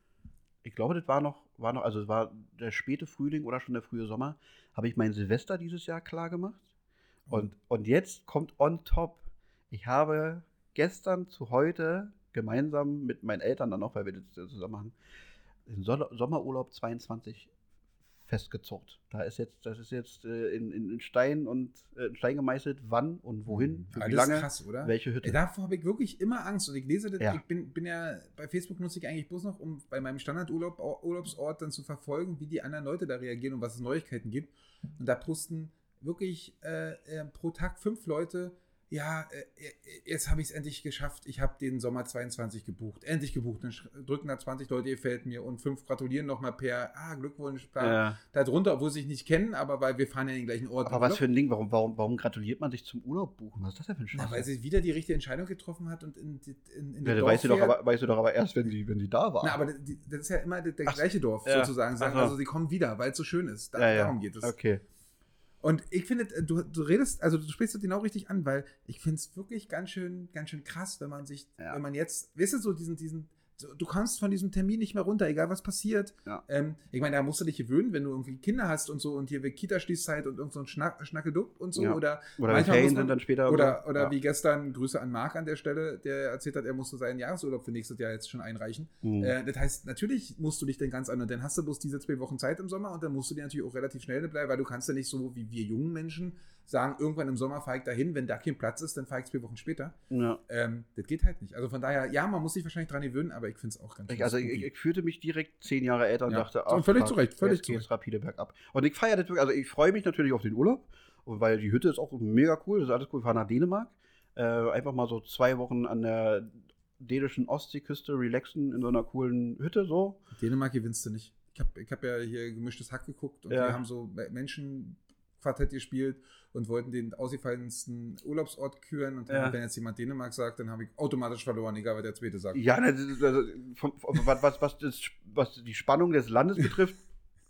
ich glaube, das war noch, war noch, also es war der späte Frühling oder schon der frühe Sommer, habe ich mein Silvester dieses Jahr klar gemacht. Und, und jetzt kommt on top, ich habe gestern zu heute gemeinsam mit meinen Eltern dann noch, weil wir das zusammen machen, den Son- Sommerurlaub zweiundzwanzig festgezurrt. Da ist jetzt, das ist jetzt äh, in, in in Stein und äh, in Stein gemeißelt, wann und wohin, für Ah, wie das ist lange, krass, oder? welche Hütte. Ey, davor habe ich wirklich immer Angst und ich lese das, Ja. ich bin, bin ja, bei Facebook nutze ich eigentlich bloß noch, um bei meinem Standardurlaub Urlaubsort dann zu verfolgen, wie die anderen Leute da reagieren und was es Neuigkeiten gibt. Und da posten wirklich äh, äh, pro Tag fünf Leute, ja, äh, jetzt habe ich es endlich geschafft, ich habe den Sommer zweiundzwanzig gebucht, endlich gebucht, dann sch- drücken da zwanzig Leute, gefällt mir und fünf gratulieren nochmal per, ah, Glückwunsch, bla, Ja. da drunter, obwohl sie sich nicht kennen, aber weil wir fahren ja in den gleichen Ort. Aber was für ein Ding, warum, warum, warum gratuliert man sich zum Urlaub buchen? Was ist das denn für ein Na, Scheiß? weil sie wieder die richtige Entscheidung getroffen hat und in, in, in ja, das das weißt du, doch fährt. aber, weißt du doch aber erst, wenn sie, wenn sie da war. Na, aber die, das ist ja immer der, der Ach, gleiche Dorf, ja. sozusagen. Ach so. Also sie kommen wieder, weil es so schön ist. Da, ja, ja. Darum geht es. Okay. Und ich finde, du, du redest, also du sprichst das genau richtig an, weil ich finde es wirklich ganz schön, ganz schön krass, wenn man sich, Ja. wenn man jetzt, weißt du, so diesen, diesen, so, du kommst von diesem Termin nicht mehr runter, egal was passiert. Ja. Ähm, ich meine, da musst du dich gewöhnen, wenn du irgendwie Kinder hast und so und hier Kita Schließzeit und irgend so ein Schnack, Schnackelduck und so. Ja. Oder, Oder manchmal Ferien muss man- sind dann später. Oder, so. oder ja. wie gestern, Grüße an Marc an der Stelle, der erzählt hat, er musste seinen Jahresurlaub für nächstes Jahr jetzt schon einreichen. Mhm. Äh, das heißt, natürlich musst du dich dann ganz an und dann hast du bloß diese zwei Wochen Zeit im Sommer und dann musst du dir natürlich auch relativ schnell bleiben, weil du kannst ja nicht so wie wir jungen Menschen sagen, irgendwann im Sommer fahre ich dahin, wenn da kein Platz ist, dann fahre ich zwei Wochen später. Ja. Ähm, das geht halt nicht. Also von daher, ja, man muss sich wahrscheinlich dran gewöhnen, aber ich finde es auch ganz Ich, also ich, spooky. ich fühlte mich direkt zehn Jahre älter und Ja. dachte, Und völlig krass, zu Recht, völlig jetzt zu geht's Recht. rapide bergab. Und ich feiere das wirklich, also ich freue mich natürlich auf den Urlaub, weil die Hütte ist auch mega cool, das ist alles cool. Wir fahren nach Dänemark, äh, einfach mal so zwei Wochen an der dänischen Ostseeküste relaxen in so einer coolen Hütte, so. Dänemark gewinnst du nicht. Ich habe ich hab ja hier gemischtes Hack geguckt und Ja. wir haben so Menschenquartett gespielt und wollten den ausgefallensten Urlaubsort küren. Und Ja. wenn jetzt jemand Dänemark sagt, dann habe ich automatisch verloren, egal was der Zweite sagt. Ja, das ist, also, vom, vom, was, was, was, das, was die Spannung des Landes betrifft,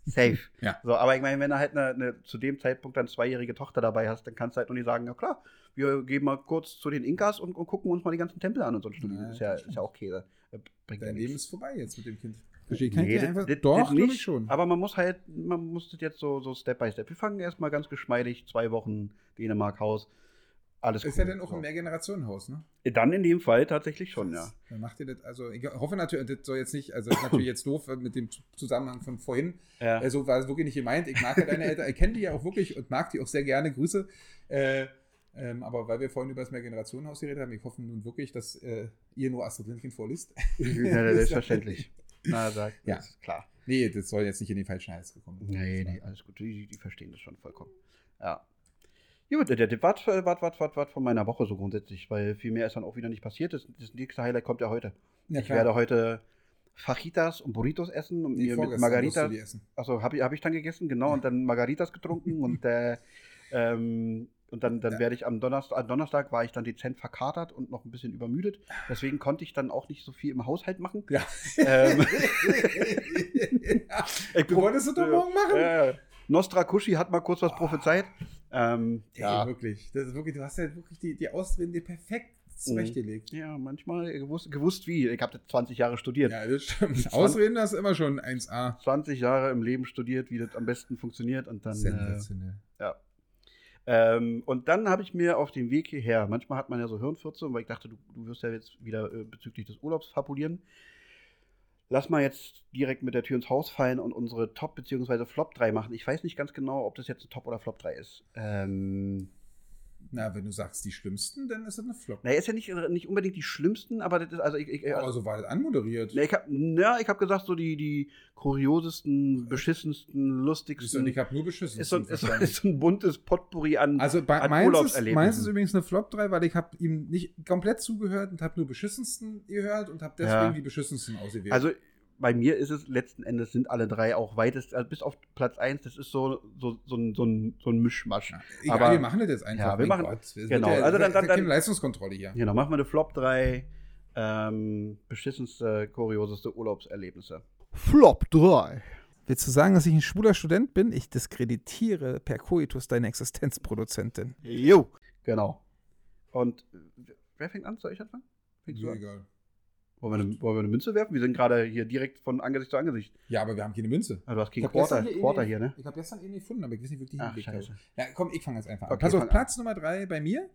Safe. Ja. So, aber ich meine, wenn du halt eine, eine, zu dem Zeitpunkt dann zweijährige Tochter dabei hast, dann kannst du halt noch nicht sagen, ja klar, wir gehen mal kurz zu den Inkas und, und gucken uns mal die ganzen Tempel an und so. Ja, ist, ja, das ist ja okay. Das bringt ja Dein nichts. Leben ist vorbei jetzt mit dem Kind. Nee, Kann ich dir das- einfach, das- doch, das glaub ich nicht, schon. aber man muss halt, man muss das jetzt so, so Step by Step. Wir fangen erstmal ganz geschmeidig, zwei Wochen Dänemark, Haus, alles Ist cool. ja dann auch so. ein Mehrgenerationenhaus, ne? Dann in dem Fall tatsächlich schon, ja. Dann macht ihr das, also ich hoffe natürlich, das soll jetzt nicht, also ist natürlich jetzt doof mit dem Zusammenhang von vorhin. Ja. Also war es wirklich nicht gemeint. Ich mag ja deine Eltern, ich kenne die ja auch wirklich und mag die auch sehr gerne. Grüße. Äh, ähm, aber weil wir vorhin über das Mehrgenerationenhaus geredet haben, ich hoffe nun wirklich, dass äh, ihr nur Astrid Lindgren vorliest. Ja, das ist verständlich. Na, sag, Ja. das ist klar. Nee, das soll jetzt nicht in den falschen Hals gekommen. Nee, nee, alles gut. Die, die verstehen das schon vollkommen. Ja. Gut, der Tipp war wart, wart, wart, wart von meiner Woche so grundsätzlich, weil viel mehr ist dann auch wieder nicht passiert. Das, das nächste Highlight kommt ja heute. Ja, Ich klar. werde heute Fajitas und Burritos essen und Nee, mir mit vorgestern Margarita. musst du die essen. Achso, habe ich, hab ich dann gegessen, genau, und dann Margaritas getrunken und äh, ähm, und dann, dann Ja. werde ich am Donnerstag, am Donnerstag war ich dann dezent verkatert und noch ein bisschen übermüdet. Deswegen konnte ich dann auch nicht so viel im Haushalt machen. Ja. Ähm, Du wolltest es doch morgen machen? Äh, Nostra Kushi hat mal kurz was prophezeit. Ähm, Ja, ja. wirklich. Das ist wirklich. Du hast ja wirklich die, die Ausreden dir perfekt zurechtgelegt. Ja, manchmal gewusst, gewusst wie. Ich habe das zwanzig Jahre studiert. Ja, das stimmt. Ausreden hast du immer schon eins A. zwanzig Jahre im Leben studiert, wie das am besten funktioniert. Und dann, äh, Sensationell. ja. Ähm, und dann habe ich mir auf dem Weg hierher, manchmal hat man ja so Hirnfurze, weil ich dachte, du, du wirst ja jetzt wieder äh, bezüglich des Urlaubs fabulieren. Lass mal jetzt direkt mit der Tür ins Haus fallen und unsere Top- bzw. Flop drei machen. Ich weiß nicht ganz genau, ob das jetzt ein Top- oder Flop drei ist. Ähm, Na, wenn du sagst die schlimmsten, dann ist das eine Flop. naja, ist ja nicht, nicht unbedingt die schlimmsten, aber das ist, also ich, ich, Aber so war das anmoderiert. ne, ich habe ja, ich hab gesagt, so die, die kuriosesten, beschissensten, Siehst du, lustigsten. und ich habe nur beschissen. ist so, ein- ist, so, ist so ein buntes Potpourri an, Also bei, an meins, ist, Urlaubserlebnissen. meins ist übrigens eine Flop drei, weil ich habe ihm nicht komplett zugehört und habe nur beschissensten gehört und habe deswegen Ja. die beschissensten ausgewählt. Also bei mir ist es letzten Endes sind alle drei auch weitest, also bis auf Platz eins, das ist so, so, so, ein, so, ein, so ein Mischmasch. ja, egal, aber- wir machen das jetzt einfach. Ja, wir mein machen- Gott. Es wird genau, Ja, also dann- es ist ja dann- keine dann- Leistungskontrolle hier. Genau, machen wir eine Flop drei, ähm, beschissenste, kurioseste Urlaubserlebnisse. Flop drei. Willst du sagen, dass ich ein schwuler Student bin? Ich diskreditiere per Coitus deine Existenzproduzentin. Jo. Genau. Und äh, wer fängt an? Soll ich anfangen? Fängst du an? egal. Wollen wir, eine, wollen wir eine Münze werfen? Wir sind gerade hier direkt von Angesicht zu Angesicht. Ja, aber wir haben keine Münze. Also du hast Ich King hab Quarter, gestern hier Quarter eh- hier, ne? Ich habe gestern ihn gefunden, aber ich weiß nicht, wie ich die Ach, hingelegt habe. scheiße. Ja, komm, ich fange jetzt einfach an. Okay, Pass auf, fang an. Platz Nummer drei bei mir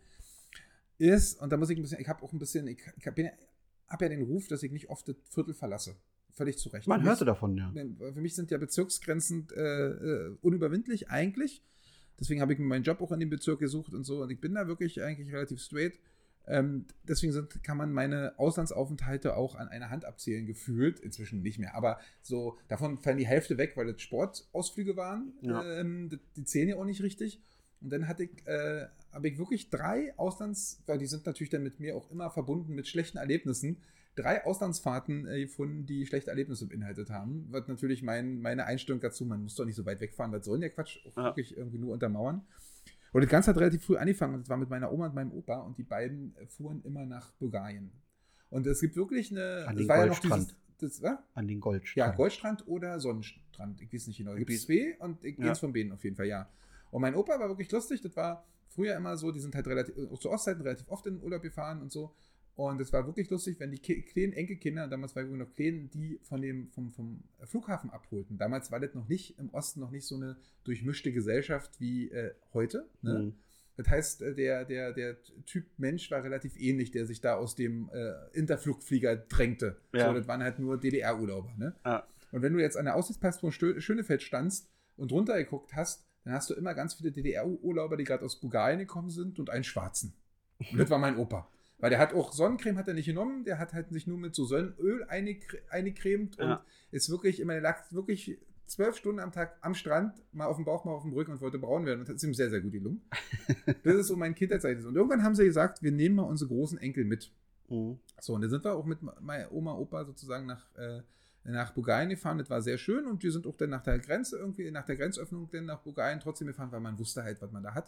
ist, und da muss ich ein bisschen, ich habe auch ein bisschen, ich, ich habe ja, hab ja den Ruf, dass ich nicht oft das Viertel verlasse. Völlig zu Recht. Man Für mich- hörte davon, ja. Für mich sind ja Bezirksgrenzen äh, äh, unüberwindlich eigentlich. Deswegen habe ich mir meinen Job auch in dem Bezirk gesucht und so. Und ich bin da wirklich eigentlich relativ straight. Ähm, deswegen sind, kann man meine Auslandsaufenthalte auch an einer Hand abzählen, gefühlt. Inzwischen nicht mehr. Aber so, davon fallen die Hälfte weg, weil das Sportausflüge waren. Ja. Ähm, die, die zählen ja auch nicht richtig. Und dann hatte ich, äh, habe ich wirklich drei Auslands, weil die sind natürlich dann mit mir auch immer verbunden mit schlechten Erlebnissen, drei Auslandsfahrten äh, gefunden, die schlechte Erlebnisse beinhaltet haben. Wird natürlich mein, meine Einstellung dazu, man muss doch nicht so weit wegfahren, was soll denn der Quatsch auch Ja. wirklich irgendwie nur untermauern. Und das Ganze hat relativ früh angefangen. Das war mit meiner Oma und meinem Opa und die beiden äh, fuhren immer nach Bulgarien. Und es gibt wirklich eine. An das den war ja noch Goldstrand. dieses, das, was? An den Goldstrand. Ja, Goldstrand oder Sonnenstrand. Ich weiß nicht genau. Es gibt zwei und ich, Ja. eins von beiden auf jeden Fall, ja. Und mein Opa war wirklich lustig. Das war früher immer so, die sind halt relativ, auch zu Ostzeiten relativ oft in den Urlaub gefahren und so. Und es war wirklich lustig, wenn die Ki- kleinen Enkelkinder, damals war ich noch klein, die von dem, vom, vom Flughafen abholten. Damals war das noch nicht, im Osten noch nicht so eine durchmischte Gesellschaft wie äh, heute. Ne? Mhm. Das heißt, äh, der, der, der Typ Mensch war relativ ähnlich, der sich da aus dem äh, Interflugflieger drängte. Ja. So, das waren halt nur D D R-Urlauber. Ne? Ja. Und wenn du jetzt an der Aussichtspasstur Stö- Schönefeld standst und runtergeguckt hast, dann hast du immer ganz viele D D R-Urlauber, die gerade aus Bulgarien gekommen sind und einen Schwarzen. Und das war mein Opa. Weil der hat auch Sonnencreme hat er nicht genommen, der hat halt sich nur mit so Sonnenöl eingecre- eingecremt und Ja. ist wirklich immer, der lag wirklich zwölf Stunden am Tag am Strand, mal auf dem Bauch, mal auf dem Rücken und wollte braun werden. Und das ist ihm sehr, sehr gut gelungen. Das ist so mein Kindheitszeit. Und irgendwann haben sie gesagt, wir nehmen mal unsere großen Enkel mit. Mhm. So, und dann sind wir auch mit meiner Oma, Opa sozusagen nach, äh, nach Bulgarien gefahren. Das war sehr schön und wir sind auch dann nach der Grenze irgendwie, nach der Grenzöffnung dann nach Bulgarien trotzdem gefahren, weil man wusste halt, was man da hat.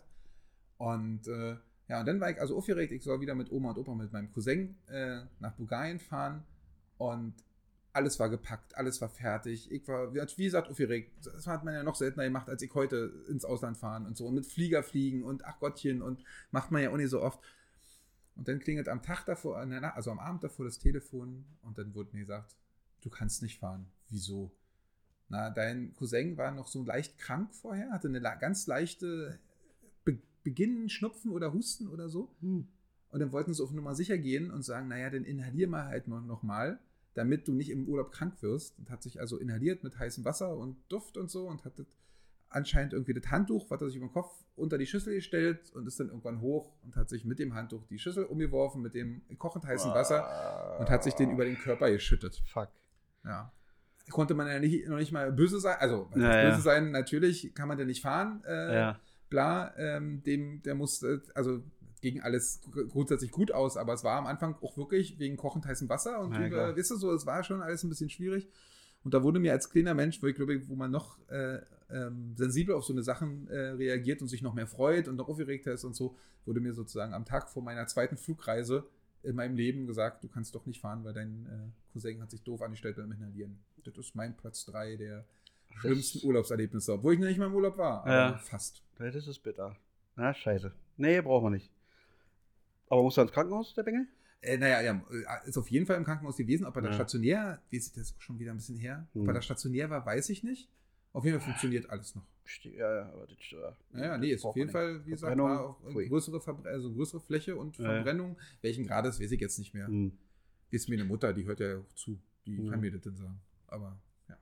Und äh, ja, und dann war ich also aufgeregt, ich soll wieder mit Oma und Opa, mit meinem Cousin äh, nach Bulgarien fahren und alles war gepackt, alles war fertig. Ich war, wie gesagt, aufgeregt. Das hat man ja noch seltener gemacht, als ich heute ins Ausland fahren und so. Und mit Flieger fliegen und ach Gottchen und macht man ja auch nicht so oft. Und dann klingelt am Tag davor, also am Abend davor das Telefon und dann wurde mir gesagt, du kannst nicht fahren. Wieso? Na, dein Cousin war noch so leicht krank vorher, hatte eine ganz leichte Be- Beginn, Schnupfen oder Husten oder so. Hm. Und dann wollten sie auf Nummer sicher gehen und sagen, naja, dann inhalier mal halt noch, noch mal, damit du nicht im Urlaub krank wirst. Und hat sich also inhaliert mit heißem Wasser und Duft und so und hat das anscheinend irgendwie das Handtuch, was er sich über den Kopf unter die Schüssel gestellt und ist dann irgendwann hoch und hat sich mit dem Handtuch die Schüssel umgeworfen mit dem kochend heißen Wasser und hat sich den über den Körper geschüttet. Fuck. Ja. Konnte man ja nicht, noch nicht mal böse sein, also ja, böse ja. sein, natürlich kann man ja nicht fahren, äh, ja. bla, ähm, dem, der musste, also ging alles grundsätzlich gut aus, aber es war am Anfang auch wirklich wegen kochend heißem Wasser und ja, über, weißt du so, es war schon alles ein bisschen schwierig. Und da wurde mir als kleiner Mensch, wo ich glaube, wo man noch äh, ähm, sensibel auf so eine Sachen äh, reagiert und sich noch mehr freut und noch aufgeregter ist und so, wurde mir sozusagen am Tag vor meiner zweiten Flugreise in meinem Leben gesagt, du kannst doch nicht fahren, weil dein äh, Cousin hat sich doof angestellt beim Inhalieren. Das ist mein Platz drei der das schlimmsten Urlaubserlebnisse, obwohl ich nicht mal im Urlaub war, aber ja. fast. Das ist bitter. Na, scheiße. Nee, brauchen wir nicht. Aber musst du ins Krankenhaus, der Bengel? Äh, naja, ja, ist auf jeden Fall im Krankenhaus gewesen. Ob er ja. da stationär, wie ist das schon wieder ein bisschen her, hm. ob er da stationär war, weiß ich nicht. Auf jeden Fall funktioniert alles noch. Ja, ja, aber das ja. Naja, nee, ist auf jeden Fall, wie gesagt, war auch größere, Verbre- also größere Fläche und Verbrennung. Ja. Welchen Grades, weiß ich jetzt nicht mehr. Hm. Ist mir eine Mutter, die hört ja auch zu. Die hm. kann mir das denn sagen. Aber, ja.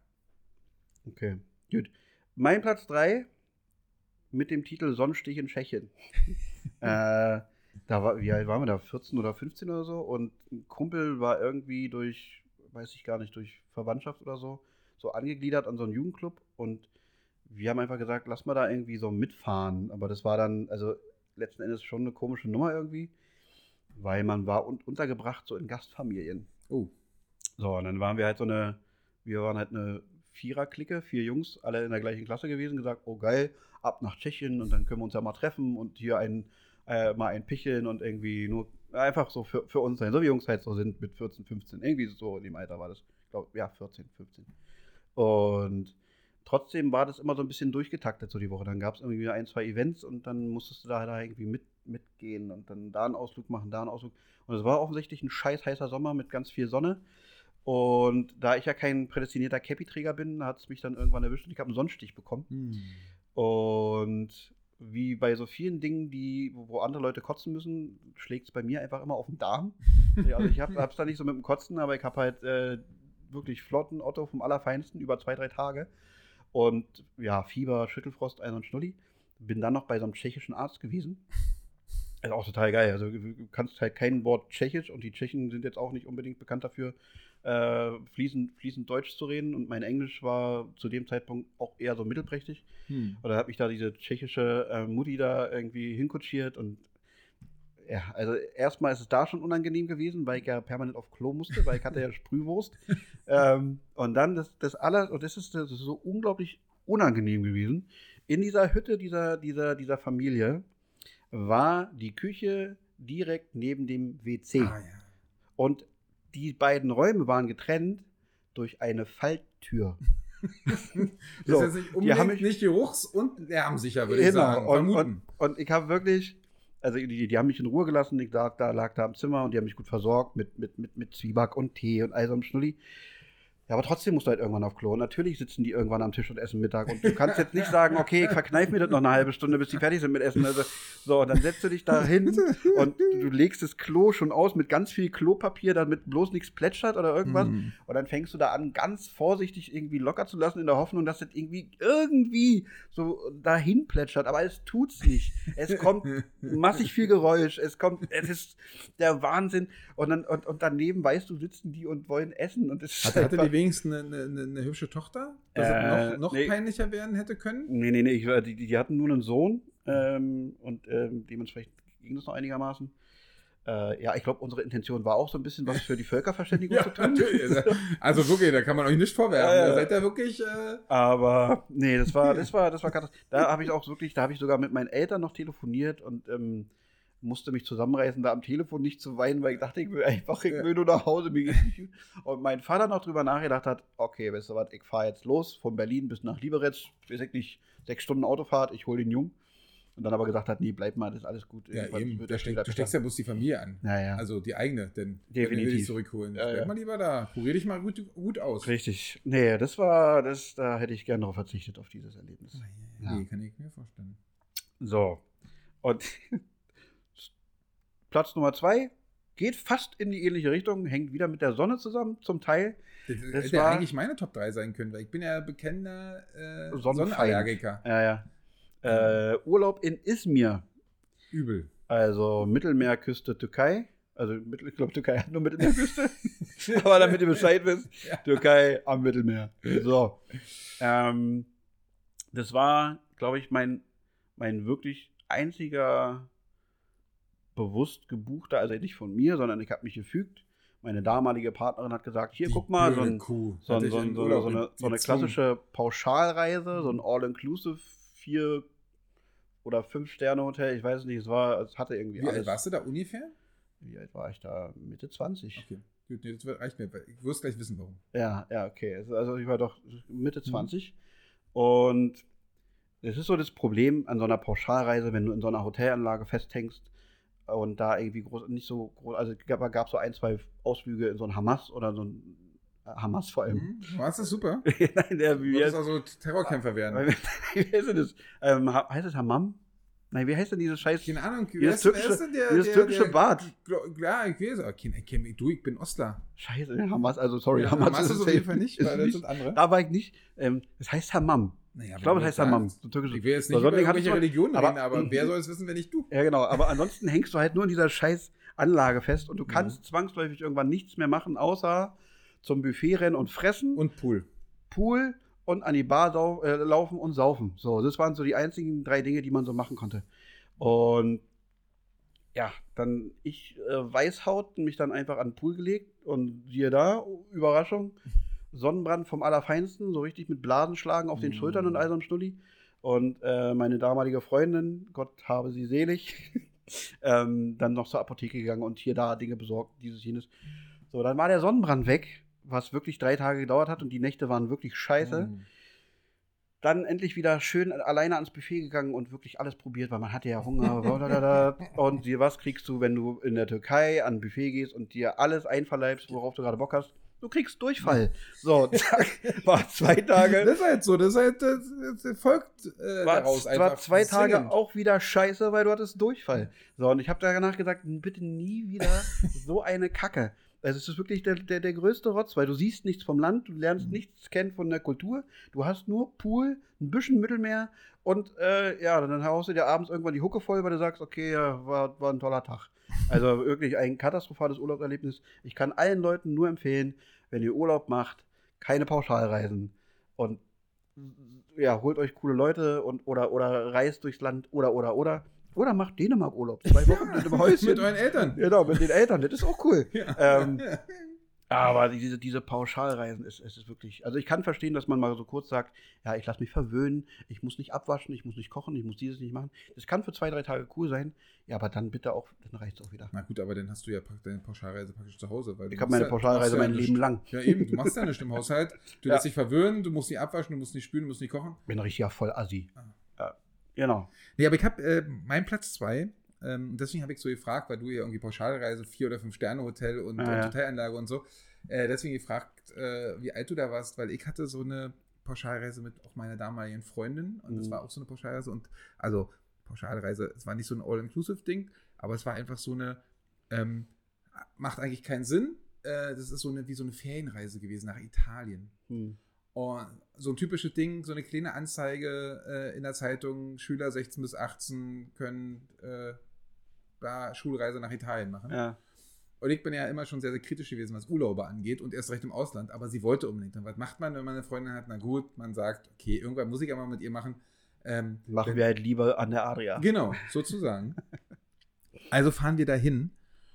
Okay, gut. Mein Platz drei mit dem Titel Sonnenstich in Tschechien. äh, Da war, wie alt waren wir da? vierzehn oder fünfzehn oder so? Und ein Kumpel war irgendwie durch, weiß ich gar nicht, durch Verwandtschaft oder so, so angegliedert an so einen Jugendclub. Und wir haben einfach gesagt, lass mal da irgendwie so mitfahren. Aber das war dann, also letzten Endes schon eine komische Nummer irgendwie, weil man war un- untergebracht so in Gastfamilien. Oh. So, und dann waren wir halt so eine, wir waren halt eine Vierer-Clique, vier Jungs, alle in der gleichen Klasse gewesen, gesagt, oh geil, ab nach Tschechien und dann können wir uns ja mal treffen und hier ein Äh, mal ein Picheln und irgendwie nur einfach so für, für uns sein, so wie Jungs halt so sind mit vierzehn, fünfzehn, irgendwie so in dem Alter war das, ich glaube, ja, vierzehn, fünfzehn. Und trotzdem war das immer so ein bisschen durchgetaktet so die Woche. Dann gab es irgendwie ein, zwei Events und dann musstest du da, da irgendwie mit, mitgehen und dann da einen Ausflug machen, da einen Ausflug. Und es war offensichtlich ein scheiß heißer Sommer mit ganz viel Sonne. Und da ich ja kein prädestinierter Cappy-Träger bin, hat es mich dann irgendwann erwischt und ich habe einen Sonnenstich bekommen. Hm. Und wie bei so vielen Dingen, die, wo, wo andere Leute kotzen müssen, schlägt es bei mir einfach immer auf den Darm. Ja, also ich hab, hab's da nicht so mit dem Kotzen, aber ich habe halt äh, wirklich flotten Otto vom Allerfeinsten über zwei, drei Tage. Und ja, Fieber, Schüttelfrost, ein und Schnulli. Bin dann noch bei so einem tschechischen Arzt gewesen. Ist auch total geil. Also du kannst halt kein Wort Tschechisch und die Tschechen sind jetzt auch nicht unbedingt bekannt dafür, äh, fließend, fließend Deutsch zu reden. Und mein Englisch war zu dem Zeitpunkt auch eher so mittelprächtig. Hm. Und da habe ich da diese tschechische äh, Mutti da irgendwie hinkutschiert. Und ja, also erstmal ist es da schon unangenehm gewesen, weil ich ja permanent auf Klo musste, weil ich hatte ja Sprühwurst. ähm, und dann das, das aller, und das ist, das ist so unglaublich unangenehm gewesen. In dieser Hütte dieser, dieser, dieser Familie war die Küche direkt neben dem W C. Ah, ja. Und die beiden Räume waren getrennt durch eine Falltür. Das so, ist jetzt nicht unbedingt haben mich, nicht geruchs- und lärmsicher, würde ich sagen. Und, und, und ich habe wirklich, also die, die haben mich in Ruhe gelassen, ich lag da, lag da im Zimmer und die haben mich gut versorgt mit, mit, mit, mit Zwieback und Tee und all so einem Schnulli. Ja, aber trotzdem musst du halt irgendwann auf Klo. Und natürlich sitzen die irgendwann am Tisch und essen Mittag. Und du kannst jetzt nicht sagen, okay, ich verkneife mir das noch eine halbe Stunde, bis die fertig sind mit Essen. Also, so, dann setzt du dich da hin und du legst das Klo schon aus mit ganz viel Klopapier, damit bloß nichts plätschert oder irgendwas. Mm. Und dann fängst du da an, ganz vorsichtig irgendwie locker zu lassen, in der Hoffnung, dass das irgendwie, irgendwie so dahin plätschert. Aber es tut's nicht. Es kommt massig viel Geräusch. Es kommt, es ist der Wahnsinn. Und, dann, und, und daneben, weißt du, sitzen die und wollen essen. Und es hatte, hatte die wenigstens eine, eine, eine hübsche Tochter, dass äh, es noch, noch nee. peinlicher werden hätte können? Nee, nee, nee, ich, die, die hatten nur einen Sohn ähm, und ähm, dementsprechend ging das noch einigermaßen. Äh, ja, ich glaube, unsere Intention war auch so ein bisschen was für die Völkerverständigung ja, zu tun. Also wirklich, da kann man euch nicht vorwerfen. Äh, da seid ihr wirklich... Äh aber nee, das war, das war, das war katastrophal. Da habe ich auch wirklich, da habe ich sogar mit meinen Eltern noch telefoniert und ähm, musste mich zusammenreißen, da am Telefon nicht zu weinen, weil ich dachte, ich will einfach, ich will nur nach Hause, mir geht's nicht gut. Und mein Vater noch drüber nachgedacht hat, okay, weißt du was, ich fahre jetzt los von Berlin bis nach Liberec, weiß ich nicht, sechs Stunden Autofahrt, ich hole den Jungen. Und dann aber gesagt hat, nee, bleib mal, das ist alles gut. Ja, Irgendwann eben. wird Da das steck, wieder du steckst ja bloß die Familie an. Ja, ja. Also die eigene, denn Definitiv. wenn wir dich zurückholen. Ja, Bleib ja. mal lieber da. Kurier dich mal gut, gut aus. Richtig. Nee, das war, das, da hätte ich gerne darauf verzichtet, auf dieses Erlebnis. Ja. Nee, kann ich mir vorstellen. So. Und Platz Nummer zwei geht fast in die ähnliche Richtung, hängt wieder mit der Sonne zusammen, zum Teil. Das, Das das hätte war- eigentlich meine Top drei sein können, weil ich bin ja bekennender äh, Sonnenfeind. Sonnenallergiker. Ja, ja. Äh, Urlaub in Izmir, Übel. also Mittelmeerküste Türkei. Also, Mittel- ich glaube, Türkei hat nur Mittelmeerküste. Aber damit ihr Bescheid wisst, Ja. Türkei am Mittelmeer. So. Ähm, das war, glaube ich, mein, mein wirklich einziger bewusst gebuchter, also nicht von mir, sondern ich habe mich gefügt. Meine damalige Partnerin hat gesagt, hier, Die guck mal, so, blöde ein, Kuh. so, Hat ein, dich so, in ein, so, Urlaub so, eine, so eine gezwungen. klassische Pauschalreise, so ein All-Inclusive, vier oder fünf Sterne Hotel, ich weiß es nicht, es war, es hatte irgendwie Wie alt alles. warst du da ungefähr? Wie alt war ich da? Mitte zwanzig. Okay, gut, nee, das reicht mir. weil Ich wirst gleich wissen, warum. Ja, ja, okay. Also- Also ich war doch Mitte Mhm. zwanzig. Und es ist so das Problem an so einer Pauschalreise, wenn du in so einer Hotelanlage festhängst und da irgendwie groß, nicht so groß, also es gab, gab so ein, zwei Ausflüge in so ein Hamas oder so ein äh, Hamas vor allem. Mhm. Du machst das super. Nein, der, Du wie wolltest heißt, also Terrorkämpfer werden. wie heißt denn das? Ähm, ha- heißt es Hammam? Nein, wie heißt denn dieses Scheiß? Keine Ahnung. Dieses wer ist- wer ist türkische- denn der- dieses der- türkische der- Bad. Gl- Ja, ich weiß. Okay, ich kenn mich- du, ich bin Ostler. Scheiße, Hamas, also sorry, Ja, Hamas, Hamas ist es auf jeden Fall nicht, ist weil das nicht- sind andere. Da war ich nicht. Ähm, das heißt Hammam. Naja, Ich glaube, wenn das du heißt Hammam. sagst. So türkisch. Ich will jetzt So, nicht über sonst hattest irgendwelche du- Religionen aber- reden, aber wer soll es wissen, wenn nicht du? Ja, genau. Aber ansonsten hängst du halt nur in dieser scheiß Anlage fest und du kannst Mhm. zwangsläufig irgendwann nichts mehr machen, außer zum Buffet rennen und fressen, Und Pool. Pool und an die Bar sau äh, laufen und saufen. So, das waren so die einzigen drei Dinge, die man so machen konnte. Und ja, dann ich äh, Weißhaut, mich dann einfach an den Pool gelegt und siehe da, Überraschung, Sonnenbrand vom Allerfeinsten, so richtig mit Blasenschlagen auf den Mm. Schultern und all so einem Schnulli. Und äh, meine damalige Freundin, Gott habe sie selig, ähm, dann noch zur Apotheke gegangen und hier da Dinge besorgt, dieses, jenes. So, dann war der Sonnenbrand weg, was wirklich drei Tage gedauert hat und die Nächte waren wirklich scheiße. Mhm. Dann endlich wieder schön alleine ans Buffet gegangen und wirklich alles probiert, weil man hatte ja Hunger. blablabla. Und dir was kriegst du, wenn du in der Türkei an ein Buffet gehst und dir alles einverleibst, worauf du gerade Bock hast? Du kriegst Durchfall. So, zack, war zwei Tage. Das ist halt so, das ist halt, das, das folgt äh, War, daraus war einfach. zwei Tage zwingend. auch wieder scheiße, weil du hattest Durchfall. So, und ich habe danach gesagt, bitte nie wieder so eine Kacke. Also es ist wirklich der, der, der größte Rotz, weil du siehst nichts vom Land, du lernst Mhm. nichts kennen von der Kultur. Du hast nur Pool, ein bisschen Mittelmeer und äh, ja, dann haust du dir abends irgendwann die Hucke voll, weil du sagst, okay, ja, war, war ein toller Tag. Also wirklich ein katastrophales Urlaubserlebnis. Ich kann allen Leuten nur empfehlen, wenn ihr Urlaub macht, keine Pauschalreisen und ja, holt euch coole Leute und oder oder reist durchs Land oder oder oder oder macht Dänemark Urlaub. Zwei Wochen in einem Häuschen. Mit euren Eltern. Genau, mit den Eltern, das ist auch cool. Ja. Ähm, aber diese, diese Pauschalreisen ist, ist, ist wirklich, also ich kann verstehen, dass man mal so kurz sagt, ja, ich lasse mich verwöhnen, ich muss nicht abwaschen, ich muss nicht kochen, ich muss dieses nicht machen. Das kann für zwei, drei Tage cool sein, ja, aber dann bitte auch, dann reicht es auch wieder. Na gut, aber dann hast du ja pra- deine Pauschalreise praktisch zu Hause. Weil du Ich habe machst meine ja- Pauschalreise du machst mein ja Leben nichts. lang. Ja, eben, du machst ja nichts im Haushalt. Du Ja. lässt dich verwöhnen, du musst nicht abwaschen, du musst nicht spülen, du musst nicht kochen. Bin richtig voll assi. Ah. Ja, genau. Nee, aber ich habe äh, mein Platz zwei, ähm, deswegen habe ich so gefragt, weil du ja irgendwie Pauschalreise, vier oder fünf Sterne Hotel und, Ah, und ja. Hotelanlage und so, äh, deswegen gefragt, äh, wie alt du da warst, weil ich hatte so eine Pauschalreise mit auch meiner damaligen Freundin und das Mhm. war auch so eine Pauschalreise und also Pauschalreise, es war nicht so ein All-Inclusive-Ding, aber es war einfach so eine, ähm, macht eigentlich keinen Sinn, äh, das ist so eine, wie so eine Ferienreise gewesen nach Italien. Hm. Und so ein typisches Ding, so eine kleine Anzeige äh, in der Zeitung, Schüler sechzehn bis achtzehn können äh, da Schulreise nach Italien machen. Ja. Und ich bin ja immer schon sehr, sehr kritisch gewesen, was Urlaube angeht und erst recht im Ausland, aber sie wollte unbedingt. Und was macht man, wenn man eine Freundin hat? Na gut, man sagt, okay, irgendwann muss ich ja mal mit ihr machen. Ähm, Machen wir halt lieber an der Adria. Genau, sozusagen. Also fahren wir dahin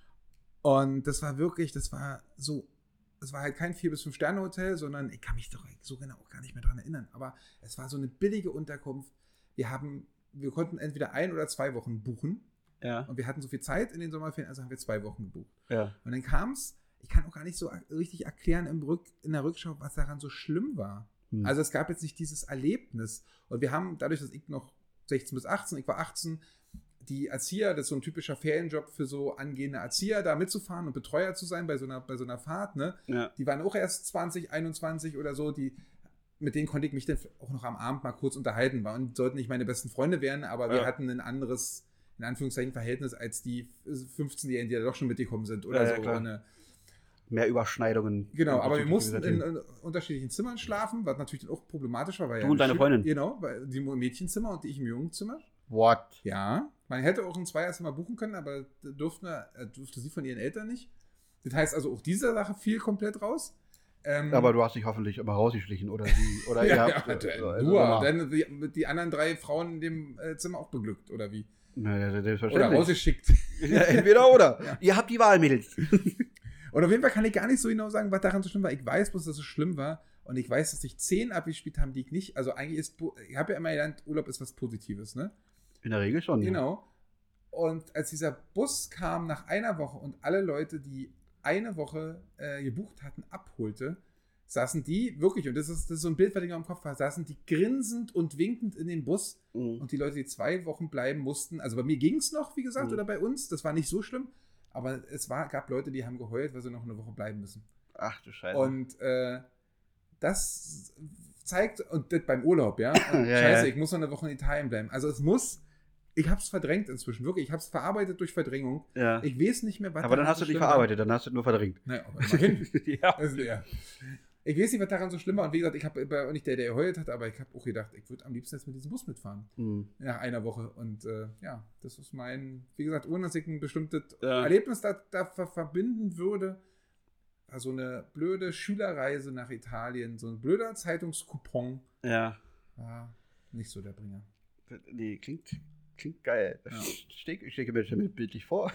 und das war wirklich, das war so, es war halt kein vier bis fünf Sterne Hotel, sondern ich kann mich doch so genau auch gar nicht mehr dran erinnern, aber es war so eine billige Unterkunft. Wir haben, wir konnten entweder ein oder zwei Wochen buchen Ja. Und wir hatten so viel Zeit in den Sommerferien, also haben wir zwei Wochen gebucht. Ja. Und dann kam es, ich kann auch gar nicht so richtig erklären im Rück, in der Rückschau, was daran so schlimm war. Hm. Also es gab jetzt nicht dieses Erlebnis. Und wir haben, dadurch, dass ich noch sechzehn bis achtzehn, ich war achtzehn, die Erzieher, das ist so ein typischer Ferienjob für so angehende Erzieher, da mitzufahren und Betreuer zu sein bei so einer, bei so einer Fahrt, ne? Ja. Die waren auch erst zwanzig, einundzwanzig oder so, die, mit denen konnte ich mich dann auch noch am Abend mal kurz unterhalten, und sollten nicht meine besten Freunde werden, aber wir ja. hatten ein anderes, in Anführungszeichen, Verhältnis als die fünfzehnjährigen, die da doch schon mitgekommen sind oder ja, so. Ja, eine, mehr Überschneidungen. Genau, aber wir mussten in, in unterschiedlichen Zimmern schlafen, was natürlich dann auch problematisch war. Weil du ja und deine Freundin? Genau, weil die im Mädchenzimmer und ich im Jungenzimmer. What? Ja, man hätte auch ein Zweierzimmer buchen können, aber durfte, durfte sie von ihren Eltern nicht. Das heißt also, auch diese Sache fiel komplett raus. Ähm, aber du hast dich hoffentlich immer rausgeschlichen, oder sie? Oder ja, ihr ja, habt, äh, also nur, dann die, die anderen drei Frauen in dem äh, Zimmer auch beglückt, oder wie? Naja, Oder selbstverständlich. rausgeschickt. Ja, entweder oder. Ja. Ihr habt die Wahl, Mädels. Und auf jeden Fall kann ich gar nicht so genau sagen, was daran so schlimm war. Ich weiß bloß, dass es schlimm war. Und ich weiß, dass sich zehn abgespielt haben, die ich nicht. Also eigentlich ist, ich habe ja immer gelernt, Urlaub ist was Positives, ne? In der Regel schon. Genau. Und als dieser Bus kam nach einer Woche und alle Leute, die eine Woche äh, gebucht hatten, abholte, saßen die wirklich, und das ist, das ist so ein Bild, was ich noch im Kopf habe, saßen die grinsend und winkend in dem Bus. Mhm. Und die Leute, die zwei Wochen bleiben mussten, also bei mir ging es noch, wie gesagt, mhm. oder bei uns, das war nicht so schlimm. Aber es war, gab Leute, die haben geheult, weil sie noch eine Woche bleiben müssen. Ach du Scheiße. Und äh, das zeigt, und das beim Urlaub, ja, und ja Scheiße, ja. ich muss noch eine Woche in Italien bleiben. Also es muss, ich habe es verdrängt inzwischen, wirklich. Ich habe es verarbeitet durch Verdrängung. Ja. Ich weiß nicht mehr, was aber dann hast du dich verarbeitet, dann hast du nur verdrängt. Naja, aber immerhin. ja. Also, ja. Ich weiß nicht, was daran so schlimm war. Und wie gesagt, ich habe nicht der, der geheult hat, aber ich habe auch gedacht, ich würde am liebsten jetzt mit diesem Bus mitfahren. Mhm. Nach einer Woche. Und äh, ja, das ist mein, wie gesagt, ohne dass ich ein bestimmtes ja. Erlebnis da, da verbinden würde. Also eine blöde Schülerreise nach Italien, so ein blöder Zeitungskupon. Ja. War nicht so der Bringer. Nee, klingt, klingt geil. Ja. Ich stecke mir das bildlich vor.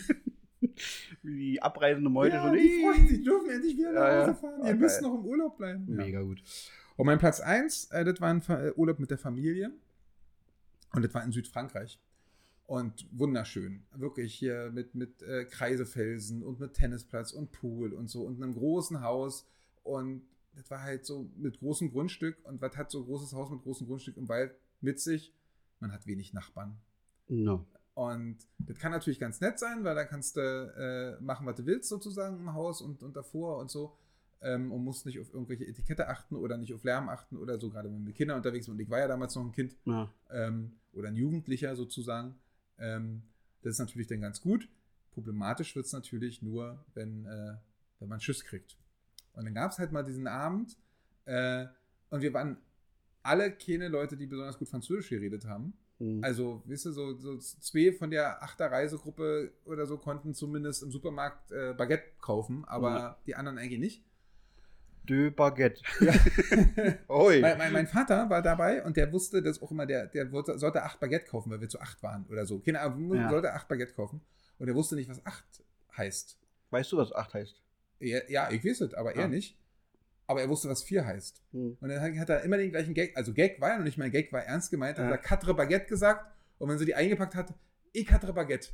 Wie die abreisende Meute. Ja, so, die freuen sich, dürfen endlich wieder nach Hause fahren. Ja, Ihr okay. müsst noch im Urlaub bleiben. Mega ja. gut. Und mein Platz eins, äh, das war ein Ver- Urlaub mit der Familie. Und das war in Südfrankreich. Und wunderschön. Wirklich hier mit, mit äh, Kreisefelsen und mit Tennisplatz und Pool und so und einem großen Haus. Und das war halt so mit großem Grundstück. Und was hat so ein großes Haus mit großem Grundstück im Wald mit sich? Man hat wenig Nachbarn. No. Und das kann natürlich ganz nett sein, weil da kannst du äh, machen, was du willst sozusagen im Haus und, und davor und so. Ähm, und musst nicht auf irgendwelche Etikette achten oder nicht auf Lärm achten oder so, gerade wenn wir mit Kindern unterwegs sind. Und ich war ja damals noch ein Kind ja. ähm, oder ein Jugendlicher sozusagen. Ähm, das ist natürlich dann ganz gut. Problematisch wird es natürlich nur, wenn, äh, wenn man Schiss kriegt. Und dann gab es halt mal diesen Abend äh, und wir waren alle keine Leute, die besonders gut Französisch geredet haben. Mhm. Also, weißt du, so, so zwei von der Achter-Reisegruppe oder so konnten zumindest im Supermarkt äh, Baguette kaufen, aber mhm. die anderen eigentlich nicht. De Baguette. Ja. mein, mein, mein Vater war dabei und der wusste, dass auch immer, der, der wollte, sollte acht Baguette kaufen, weil wir zu acht waren oder so. Keine Ahnung, ja. sollte acht Baguette kaufen. Und er wusste nicht, was acht heißt. Weißt du, was acht heißt? Ja, ja ich weiß es, aber ja. er nicht. Aber er wusste, was vier heißt. Hm. Und dann hat er immer den gleichen Gag, also Gag war ja noch nicht mal ein Gag, war ernst gemeint, ja. hat er quatre Baguette gesagt und wenn sie die eingepackt hat, ich quatre Baguette.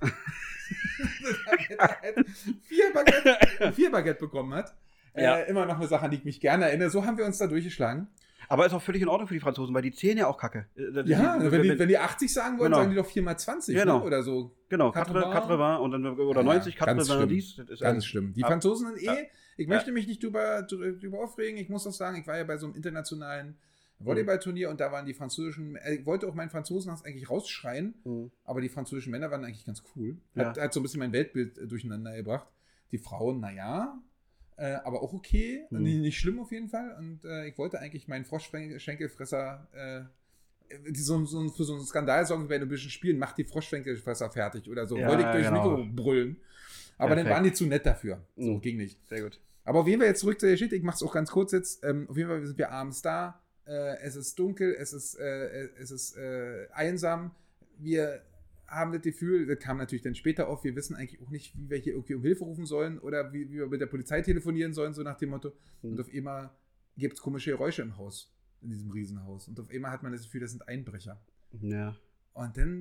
vier Baguette. Vier Baguette bekommen hat. Ja. Äh, immer noch eine Sache, an die ich mich gerne erinnere. So haben wir uns da durchgeschlagen. Aber ist auch völlig in Ordnung für die Franzosen, weil die zählen ja auch kacke. Das ja, die, wenn, die, wenn die achtzig sagen wollen, genau. sagen die doch vier mal zwanzig genau. ne? oder so. Genau, quatre-vingts und dann, oder ja, neunzig, quatre-vingts dies. Das ist ganz schlimm. Die Franzosen sind eh, ja. ich möchte mich nicht drüber, drüber aufregen, ich muss das sagen, ich war ja bei so einem internationalen Volleyballturnier und da waren die französischen, ich wollte auch meinen Franzosenhass eigentlich rausschreien, mhm. aber die französischen Männer waren eigentlich ganz cool. Hat, ja. hat so ein bisschen mein Weltbild durcheinander gebracht. Die Frauen, naja, äh, aber auch okay, mhm. nicht, nicht schlimm auf jeden Fall. Und äh, ich wollte eigentlich meinen Froschschenkelfresser äh, so, so, für so einen Skandal sorgen wie bei einem bisschen Spielen, macht die Froschschenkelfresser fertig oder so. Ja, wollte ich durchs genau. Mikro brüllen. Aber Perfekt. Dann waren die zu nett dafür. So, mhm. ging nicht. Sehr gut. Aber auf jeden Fall jetzt zurück zur Geschichte. Ich mache es auch ganz kurz jetzt. Ähm, auf jeden Fall sind wir abends da. Äh, es ist dunkel, es ist, äh, es ist äh, einsam. Wir haben das Gefühl, das kam natürlich dann später auf, wir wissen eigentlich auch nicht, wie wir hier irgendwie um Hilfe rufen sollen oder wie, wie wir mit der Polizei telefonieren sollen, so nach dem Motto. Mhm. Und auf einmal gibt es komische Geräusche im Haus, in diesem Riesenhaus. Und auf einmal hat man das Gefühl, das sind Einbrecher. Ja. Und dann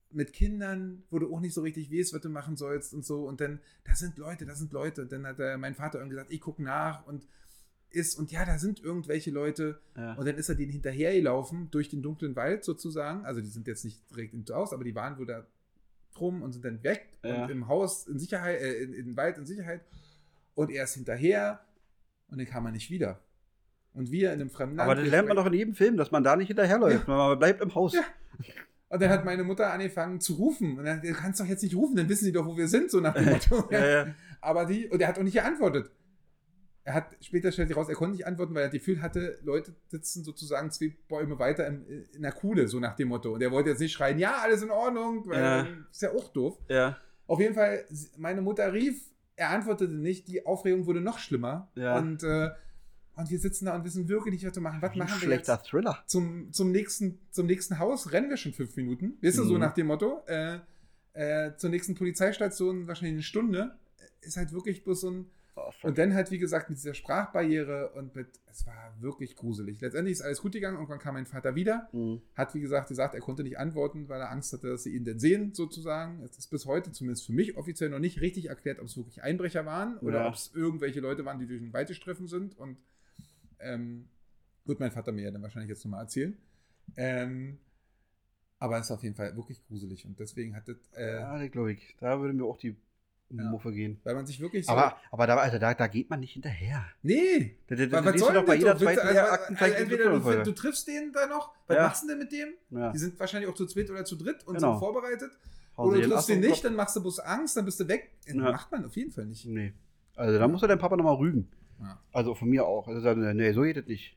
mit Kindern, wo du auch nicht so richtig weißt, was du machen sollst und so. Und dann, da sind Leute, da sind Leute. Und dann hat äh, mein Vater irgendwie gesagt, ich gucke nach und ist, und ja, da sind irgendwelche Leute. Ja. Und dann ist er denen hinterhergelaufen durch den dunklen Wald sozusagen. Also die sind jetzt nicht direkt ins Haus, aber die waren wohl da drum und sind dann weg Ja. und im Haus in Sicherheit, äh, in, in den Wald in Sicherheit. Und er ist hinterher und dann kam er nicht wieder. Und wir in einem fremden Land. Aber das lernt man doch in jedem Film, dass man da nicht hinterherläuft. Ja. Man bleibt im Haus. Ja. Und dann hat meine Mutter angefangen zu rufen. Und dann, du kannst doch jetzt nicht rufen, dann wissen die doch, wo wir sind, so nach dem Motto. Ja, ja. Aber die, und er hat auch nicht geantwortet. Er hat, später stellt sich raus, er konnte nicht antworten, weil er das Gefühl hatte, Leute sitzen sozusagen zwei Bäume weiter in, in der Kuhle, so nach dem Motto. Und er wollte jetzt nicht schreien, ja, alles in Ordnung, weil Ja. ist ja auch doof. Ja. Auf jeden Fall, meine Mutter rief, er antwortete nicht, die Aufregung wurde noch schlimmer. Ja. Und, äh, und wir sitzen da und wissen wirklich nicht, was wir machen. Was Wie machen wir schlechter jetzt? Thriller. Zum, zum, nächsten, zum nächsten Haus rennen wir schon fünf Minuten. Weißt du, so Mhm. nach dem Motto. Äh, äh, zur nächsten Polizeistation wahrscheinlich eine Stunde. Ist halt wirklich bloß so ein. Oh, fuck. Und dann halt, wie gesagt, mit dieser Sprachbarriere und mit. Es war wirklich gruselig. Letztendlich ist alles gut gegangen. Irgendwann kam mein Vater wieder. Mhm. Hat, wie gesagt, gesagt, er konnte nicht antworten, weil er Angst hatte, dass sie ihn denn sehen, sozusagen. Es ist bis heute, zumindest für mich, offiziell noch nicht richtig erklärt, ob es wirklich Einbrecher waren oder Ja. ob es irgendwelche Leute waren, die durch den Wald gestreffen sind. Und ähm, wird mein Vater mir ja dann wahrscheinlich jetzt nochmal erzählen. Ähm, aber es ist auf jeden Fall wirklich gruselig. Und deswegen hat das, äh, Ja, das glaube ich. Da würde mir auch die Ja. Muffe gehen. weil man sich wirklich so. Aber, aber da, also da, da geht man nicht hinterher. nee! Das, das, Was, das was liest soll du doch bei denn jeder das? Willst du- zweiten also, Aktenzeichen also, entweder du, Folge. du triffst den da noch, was Ja. machst du denn mit dem? Ja. Die sind wahrscheinlich auch zu zweit oder zu dritt und Genau. sind vorbereitet. Hauen Oder sie du den triffst Ast auf den den nicht, Kopf. dann machst du bloß Angst, dann bist du weg. Ja. Macht man auf jeden Fall nicht. Nee. Also da muss er dein Papa nochmal rügen. Ja. Also von mir auch. Also sagen, nee, so geht das nicht.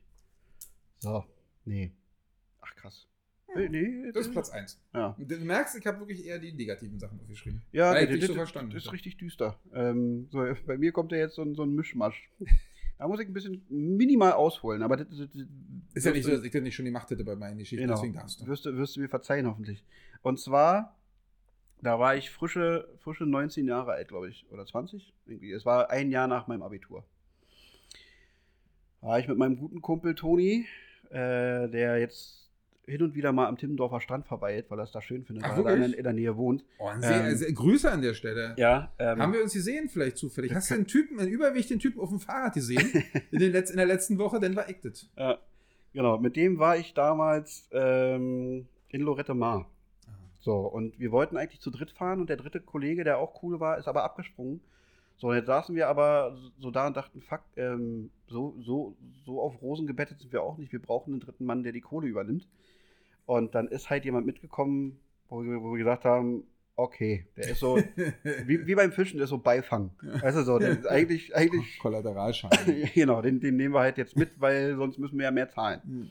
So, nee. Ach krass. Nee, nee, Das ist Platz eins. Ja. Und du merkst, ich habe wirklich eher die negativen Sachen aufgeschrieben. Ja, Weil nee, ich dich das, so das, verstanden das ist hätte. richtig düster. Ähm, so, bei mir kommt ja jetzt so ein, so ein Mischmasch. Da muss ich ein bisschen minimal ausholen, aber das, das, das Ist ja nicht so, dass ich das nicht schon gemacht hätte bei meinen Geschichten, Genau. deswegen darfst du. Wirst du, wirst du mir verzeihen, hoffentlich. Und zwar, da war ich frische, frische neunzehn Jahre alt, glaube ich. Oder zwanzig? Irgendwie. Es war ein Jahr nach meinem Abitur. Da war ich mit meinem guten Kumpel Toni, äh, der jetzt hin und wieder mal am Timmendorfer Strand verweilt, weil er es da schön findet, Ach, weil er da in, wirklich? in der Nähe wohnt. Oh, ein sehr, Ähm, sehr, Grüße an der Stelle. Ja, ähm, Haben wir uns gesehen vielleicht zufällig? Hast du einen Typen, einen überwichtigen Typen auf dem Fahrrad gesehen? in, den Letz-, in der letzten Woche, dann war ich das. Ja, genau. Mit dem war ich damals ähm, in Lorette Mar. So, und wir wollten eigentlich zu dritt fahren und der dritte Kollege, der auch cool war, ist aber abgesprungen. So, und jetzt saßen wir aber so da und dachten, fuck, ähm, so, so, so auf Rosen gebettet sind wir auch nicht. Wir brauchen einen dritten Mann, der die Kohle übernimmt. Und dann ist halt jemand mitgekommen, wo wir, wo wir gesagt haben, okay, der ist so, wie, wie beim Fischen, der ist so Beifang. Weißt du so, der ist eigentlich, eigentlich, Kollateralschaden. genau, den, den nehmen wir halt jetzt mit, weil sonst müssen wir ja mehr zahlen. Hm.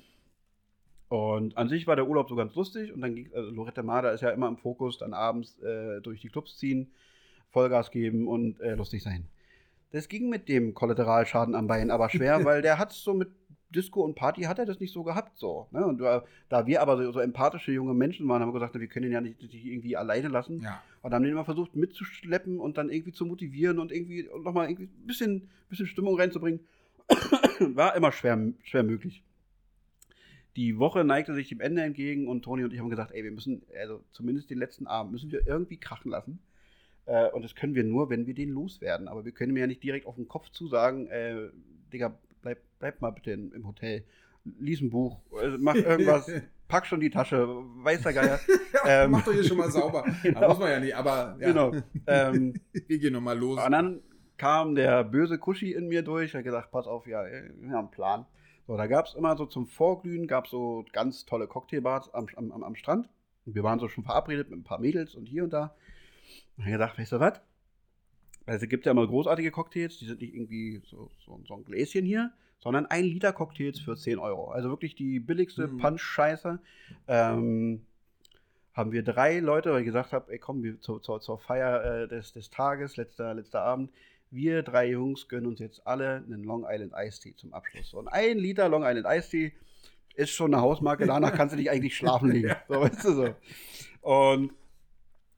Und an sich war der Urlaub so ganz lustig und dann ging, also Lorette Mar, da ist ja immer im Fokus, dann abends äh, durch die Clubs ziehen, Vollgas geben und äh, lustig sein. Das ging mit dem Kollateralschaden am Bein aber schwer, weil der hat so mit Disco und Party hat er das nicht so gehabt, so. Ne? Und da, da wir aber so, so empathische junge Menschen waren, haben wir gesagt, wir können ihn ja nicht, nicht irgendwie alleine lassen. Ja. Und haben den immer versucht mitzuschleppen und dann irgendwie zu motivieren und irgendwie nochmal irgendwie ein bisschen, bisschen Stimmung reinzubringen. War immer schwer, schwer möglich. Die Woche neigte sich dem Ende entgegen und Toni und ich haben gesagt, ey, wir müssen, also zumindest den letzten Abend, müssen wir irgendwie krachen lassen. Äh, und das können wir nur, wenn wir den loswerden. Aber wir können mir ja nicht direkt auf den Kopf zusagen, äh, Digga, bleib, bleib mal bitte in, im Hotel. Lies ein Buch, äh, mach irgendwas, pack schon die Tasche, weiß der Geier. Ja, Ähm, mach doch hier schon mal sauber. Genau. Da muss man ja nicht, aber ja. Genau. Ähm, Wir gehen nochmal los. Und dann kam der böse Kuschi in mir durch. Er hat gesagt, pass auf, ja, wir haben einen Plan. So, da gab es immer so zum Vorglühen, gab es so ganz tolle Cocktailbars am, am, am Strand. Und wir waren so schon verabredet mit ein paar Mädels und hier und da. Und er hat gesagt, weißt du was? Also es gibt ja immer großartige Cocktails, die sind nicht irgendwie so, so, so ein Gläschen hier, sondern ein Liter Cocktails für zehn Euro. Also wirklich die billigste Mhm. Punch-Scheiße. Ähm, haben wir drei Leute, weil ich gesagt habe, ey komm, wir zur, zur, zur Feier äh, des, des Tages, letzter, letzter Abend, wir drei Jungs gönnen uns jetzt alle einen Long Island Iced Tea zum Abschluss. Und ein Liter Long Island Iced Tea ist schon eine Hausmarke, danach kannst du dich eigentlich schlafen legen. So, weißt du so. Und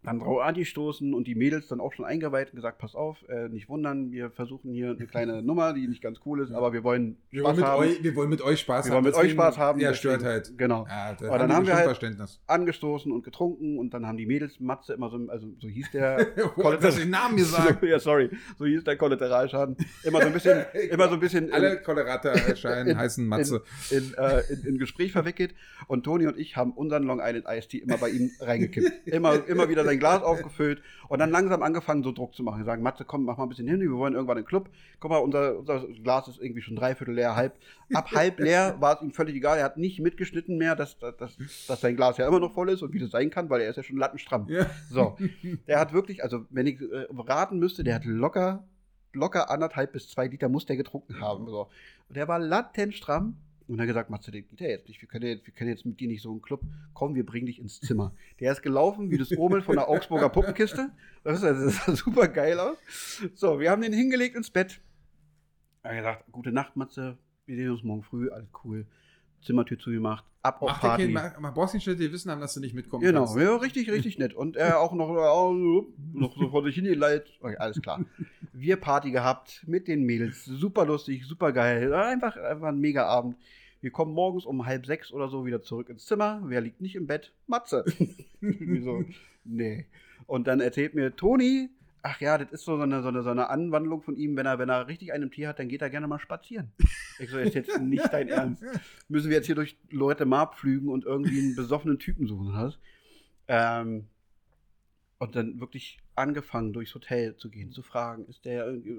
dann drauf angestoßen und die Mädels dann auch schon eingeweiht und gesagt, pass auf, äh, nicht wundern, wir versuchen hier eine kleine Nummer, die nicht ganz cool ist, aber wir wollen Wir Spaß wollen, mit haben. euch, wir wollen mit euch Spaß Wir haben. wollen mit euch deswegen- Spaß haben. Ja, deswegen- stört halt. Genau. Ja, da Aber dann die haben wir schon halt Verständnis. angestoßen und getrunken und dann haben die Mädels Matze immer so, also so hieß der Boah, du hast den Namen gesagt. So, ja, sorry, so hieß der Kollateralschaden. Immer so ein bisschen, immer so ein bisschen in- Alle Koleraterscheinen heißen Matze. in, in, äh, in, in Gespräch verwickelt und Toni und ich haben unseren Long Island Iced Tea immer bei ihm reingekippt. Immer, immer wieder sein Glas aufgefüllt und dann langsam angefangen, so Druck zu machen. Wir sagen, Matze, komm, mach mal ein bisschen hin, wir wollen irgendwann in den Club. Guck mal, unser, unser Glas ist irgendwie schon dreiviertel leer, halb. Ab halb leer war es ihm völlig egal. Er hat nicht mitgeschnitten mehr, dass, dass, dass sein Glas ja immer noch voll ist und wie das sein kann, weil er ist ja schon lattenstramm. Ja. So, der hat wirklich, also wenn ich äh, raten müsste, der hat locker, locker anderthalb bis zwei Liter muss der getrunken haben. So. Und der war lattenstramm. Und dann gesagt, Matze, das geht ja jetzt nicht. Wir können jetzt, wir können jetzt mit dir nicht so einen Club. Komm, wir bringen dich ins Zimmer. Der ist gelaufen wie das Urmel von der Augsburger Puppenkiste. Das, ist, das sah super geil aus. So, wir haben den hingelegt ins Bett. Er hat gesagt, gute Nacht, Matze. Wir sehen uns morgen früh. Alles cool. Zimmertür zugemacht. Ab auf Mach dir Party. kein, mach, mach brauchst nicht, die wissen haben, dass du nicht mitkommen Genau, kannst. ja, richtig, richtig nett. Und er auch noch, äh, noch so vor sich hingeleitet. Okay, alles klar. Wir Party gehabt mit den Mädels. Super lustig, super geil. Einfach, einfach ein mega Abend. Wir kommen morgens um halb sechs oder so wieder zurück ins Zimmer. Wer liegt nicht im Bett? Matze. Wieso? Nee. Und dann erzählt mir Toni, ach ja, das ist so eine, so, eine, so eine Anwandlung von ihm, wenn er, wenn er richtig einen im Tee hat, dann geht er gerne mal spazieren. Ich so, ist jetzt nicht dein Ernst. Müssen wir jetzt hier durch Lorette Mar pflügen und irgendwie einen besoffenen Typen suchen hast? Ähm, und dann wirklich angefangen, durchs Hotel zu gehen, zu fragen, ist der irgendwie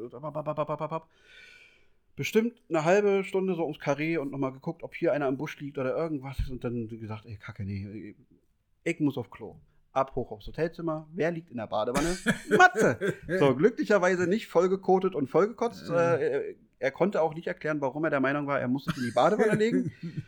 bestimmt eine halbe Stunde so ums Karree und nochmal geguckt, ob hier einer im Busch liegt oder irgendwas und dann gesagt, ey, kacke, nee, ich muss auf Klo. Ab hoch aufs Hotelzimmer. Wer liegt in der Badewanne? Matze! So, glücklicherweise nicht vollgekotet und vollgekotzt. Äh, er konnte auch nicht erklären, warum er der Meinung war, er muss sich in die Badewanne legen.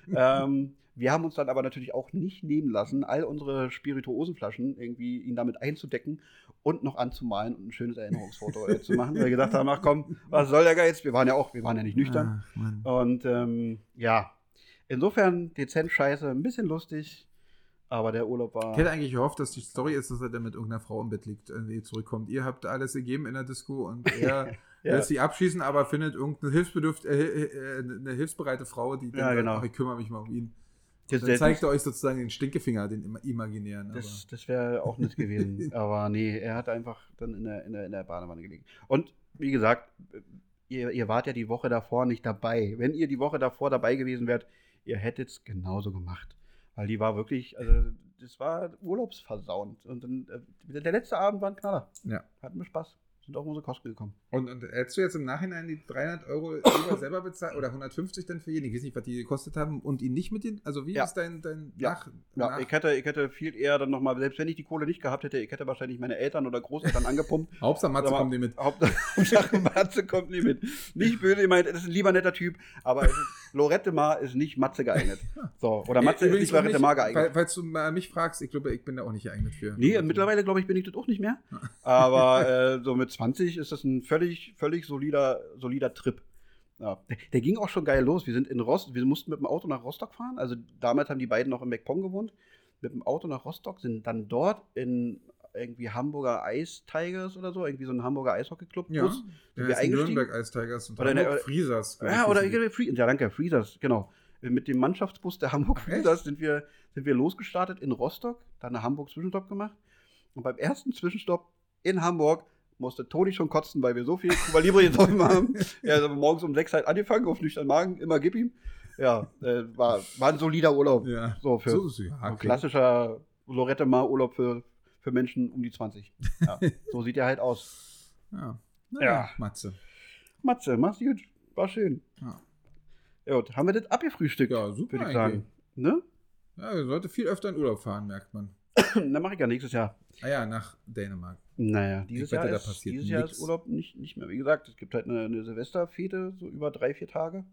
ähm, wir haben uns dann aber natürlich auch nicht nehmen lassen, all unsere Spirituosenflaschen irgendwie ihn damit einzudecken und noch anzumalen und ein schönes Erinnerungsfoto äh, zu machen, weil wir gesagt haben, ach komm, was soll der Geiz? Wir waren ja auch, wir waren ja nicht nüchtern. Ach, Mann. Und ähm, ja, insofern dezent scheiße, ein bisschen lustig. Aber der Urlaub war. Ich hätte eigentlich gehofft, dass die Story ist, dass er dann mit irgendeiner Frau im Bett liegt, irgendwie zurückkommt. Ihr habt alles gegeben in der Disco und er Ja. lässt sie abschießen, aber findet irgendeine Hilfsbedürft, äh, äh, eine hilfsbereite Frau, die dann Ja, sagt, genau. ach, ich kümmere mich mal um ihn. Das, Dann das, zeigt er euch sozusagen den Stinkefinger, den im- imaginären. Aber das, das wäre auch nicht gewesen. Aber nee, er hat einfach dann in der, in der, in der Badewanne gelegen. Und wie gesagt, ihr, ihr wart ja die Woche davor nicht dabei. Wenn ihr die Woche davor dabei gewesen wärt, ihr hättet es genauso gemacht. Weil die war wirklich, also das war urlaubsversauend. Und dann, äh, der letzte Abend war ein Knaller. Ja. Hatten wir Spaß. Sind auch unsere Kosten gekommen. Und, und hättest du jetzt im Nachhinein die dreihundert Euro lieber selber bezahlt oder hundertfünfzig dann für jeden? Ich weiß nicht, was die gekostet haben und ihn nicht mit den, also wie Ja. ist dein, dein Ja. Nach, Ja, nach ich hätte, ich hätte viel eher dann nochmal, selbst wenn ich die Kohle nicht gehabt hätte, ich hätte wahrscheinlich meine Eltern oder Großeltern angepumpt. Hauptsache Matze Sag mal, kommt die mit. Hauptsache Matze kommt nie mit. Nicht böse, ich meine, das ist ein lieber netter Typ, aber es ist, Lorette Mar ist nicht Matze geeignet. So, oder Matze ist Übrigens nicht Lorette auch Mar Weil, geeignet. falls du mal mich fragst, ich glaube, ich bin da auch nicht geeignet für. Nee, mittlerweile glaube ich, bin ich das auch nicht mehr. Aber äh, so mit zwanzig ist das ein völlig, völlig solider, solider Trip. Ja. Der, der ging auch schon geil los. Wir sind in Rost, wir mussten mit dem Auto nach Rostock fahren. Also damals haben die beiden noch in MacPom gewohnt. Mit dem Auto nach Rostock, sind dann dort in irgendwie Hamburger Ice Tigers oder so, irgendwie so ein Hamburger Eishockey-Club. Ja, Bus. der wir ist in eingestiegen? Nürnberg Ice Tigers und Oder in der- Hamburg Friesers. glaub ich, Ja, oder hießen die. Free, ja, danke, Freezers, genau. Mit dem Mannschaftsbus der Hamburg Ach, echt? Freezers sind wir, sind wir losgestartet in Rostock, dann einen Hamburg-Zwischenstopp gemacht. Und beim ersten Zwischenstopp in Hamburg musste Toni schon kotzen, weil wir so viel Cuba Libre getroffen haben. Er hat morgens um sechs halt angefangen, auf nüchtern Magen, immer gib ihm. Ja, äh, war, war ein solider Urlaub. Ja, So, für so ist ja, so okay. klassischer Lorette Mar Urlaub für, für Menschen um die zwanzig. Ja, so sieht er halt aus. Ja. Ja. Ja, Matze. Matze, mach's gut. War schön. Ja. Ja, gut, haben wir das abgefrühstückt, Ja, super würde ich eigentlich. sagen. Ne? Ja, er sollte viel öfter in Urlaub fahren, merkt man. Dann mache ich ja nächstes Jahr. Ah ja, nach Dänemark. Naja, dieses, Ich wette, Jahr, da ist, passiert dieses Jahr nix. ist Urlaub nicht, nicht mehr. Wie gesagt, es gibt halt eine, eine Silvesterfete, so über drei, vier Tage.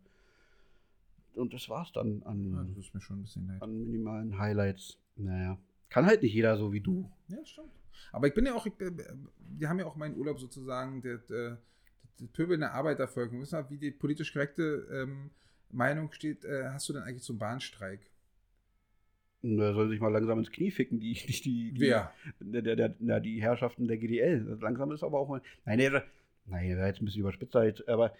Und das war's dann Ja, an, das ist mir schon ein bisschen leid. an minimalen Highlights. Naja, kann halt nicht jeder so wie du. Ja, stimmt. Aber ich bin ja auch, ich, äh, wir haben ja auch meinen Urlaub sozusagen, der, der, der pöbelnde Arbeitervölkerung. Wissen wir, wie die politisch korrekte ähm, Meinung steht, äh, hast du denn eigentlich zum Bahnstreik? Da sollen sich mal langsam ins Knie ficken, die, die, die, die, Wer? Der, der, der, na, die Herrschaften der G D L. Das langsam ist aber auch mal. Nein, der, nein, der war jetzt ein bisschen überspitzt, halt, aber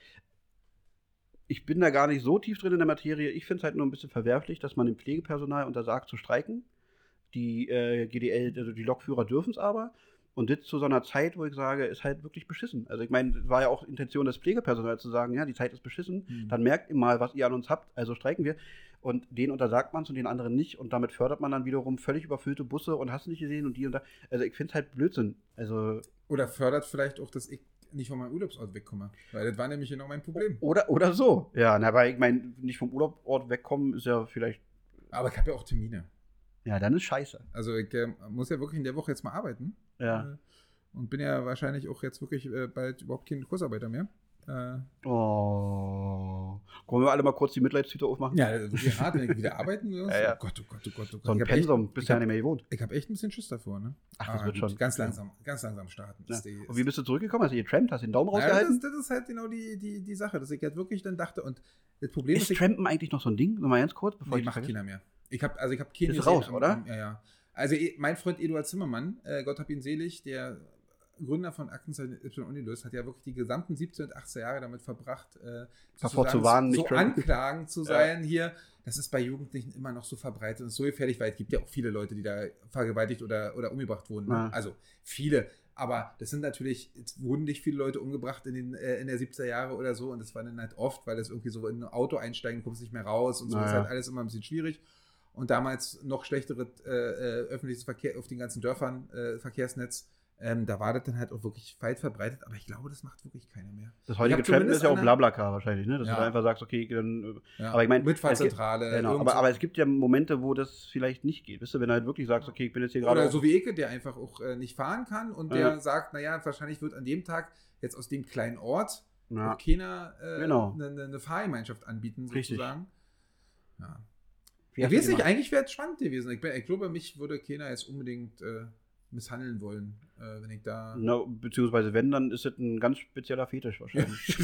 ich bin da gar nicht so tief drin in der Materie. Ich finde es halt nur ein bisschen verwerflich, dass man dem Pflegepersonal untersagt zu streiken. Die äh, G D L, also die Lokführer dürfen es aber. Und das zu so einer Zeit, wo ich sage, ist halt wirklich beschissen. Also ich meine, es war ja auch Intention des Pflegepersonals zu sagen, ja, die Zeit ist beschissen, mhm. dann merkt ihr mal, was ihr an uns habt, also streiken wir. Und denen untersagt man es und den anderen nicht. Und damit fördert man dann wiederum völlig überfüllte Busse und hast du nicht gesehen und die und da. Also ich finde es halt Blödsinn. Also Oder fördert vielleicht auch, dass ich nicht von meinem Urlaubsort wegkomme. Weil das war nämlich genau mein Problem. Oder, oder so. Ja, na, aber ich meine, nicht vom Urlaubsort wegkommen ist ja vielleicht. Aber ich habe ja auch Termine. Ja, dann ist scheiße. Also ich äh, muss ja wirklich in der Woche jetzt mal arbeiten. Ja. Äh, und bin ja wahrscheinlich auch jetzt wirklich äh, bald überhaupt kein Kursarbeiter mehr. Äh, oh. Wollen wir alle mal kurz die Mitleidstüte aufmachen? Ja, das ist wirklich hart, wenn ich wieder arbeiten muss. Ja, ja. Oh Gott, oh Gott, oh Gott, oh Gott. So ein Ich hab Pensum, echt- bist ich ja hab- nicht mehr gewohnt. Ich habe echt ein bisschen Schiss davor, ne? Ach, das Aber wird gut, schon. Ganz langsam, ganz langsam starten. Ja. Ist die- Und wie bist du zurückgekommen? Hast du getrampt? Hast du den Daumen Naja, das, rausgehalten? ist, das ist halt genau die, die, die Sache, dass ich halt wirklich dann dachte, und das Problem ist, Ist ich, Trampen eigentlich noch so ein Ding? Nur mal ganz kurz, bevor nee, ich macht vergesse. keiner mehr. Ich habe also ich habe keinen Ist gesehen raus, am- oder? am- Ja, ja. Also eh, mein Freund Eduard Zimmermann, äh, Gott hab ihn selig, der Gründer von Aktenzeichen Y Unilöst, hat ja wirklich die gesamten siebzehn und achtziger Jahre damit verbracht, äh, Davor sozusagen zu warnen, so nicht trampen. Anklagen zu sein hier. Das ist bei Jugendlichen immer noch so verbreitet und so gefährlich, weil es gibt ja auch viele Leute, die da vergewaltigt oder, oder umgebracht wurden. Ne? Ja. Also viele. Aber das sind natürlich, es wurden nicht viele Leute umgebracht in, den, äh, in der siebziger Jahre oder so, und das war dann halt oft, weil das irgendwie so in ein Auto einsteigen, kommst nicht mehr raus und so, Naja. ist halt alles immer ein bisschen schwierig. Und damals noch schlechtere äh, äh, öffentliches Verkehr auf den ganzen Dörfern, äh, Verkehrsnetz, ähm, da war das dann halt auch wirklich weit verbreitet, aber ich glaube, das macht wirklich keiner mehr. Das Ich heutige hab Trampen zumindest ist ja auch eine- Blablacar wahrscheinlich, ne? Dass Ja. du da einfach sagst, okay, dann. Ja, Aber ich meine, Mitfahrzentrale. es gibt- Genau, irgend aber, so- aber es gibt ja Momente, wo das vielleicht nicht geht. Weißt du, wenn du halt wirklich sagst, okay, ich bin jetzt hier gerade. Oder auf- so wie Eke, der einfach auch äh, nicht fahren kann und der Ja. sagt, naja, wahrscheinlich wird an dem Tag jetzt aus dem kleinen Ort Ja. auch keiner äh, Genau. eine, eine Fahrgemeinschaft anbieten, Richtig. sozusagen. Ja. Wie Ich hast du weiß die nicht, gemacht? eigentlich wäre es spannend gewesen. Ich, bin, ich glaube, mich würde keiner jetzt unbedingt äh, misshandeln wollen, äh, wenn ich da. Na, beziehungsweise wenn, dann ist das ein ganz spezieller Fetisch wahrscheinlich.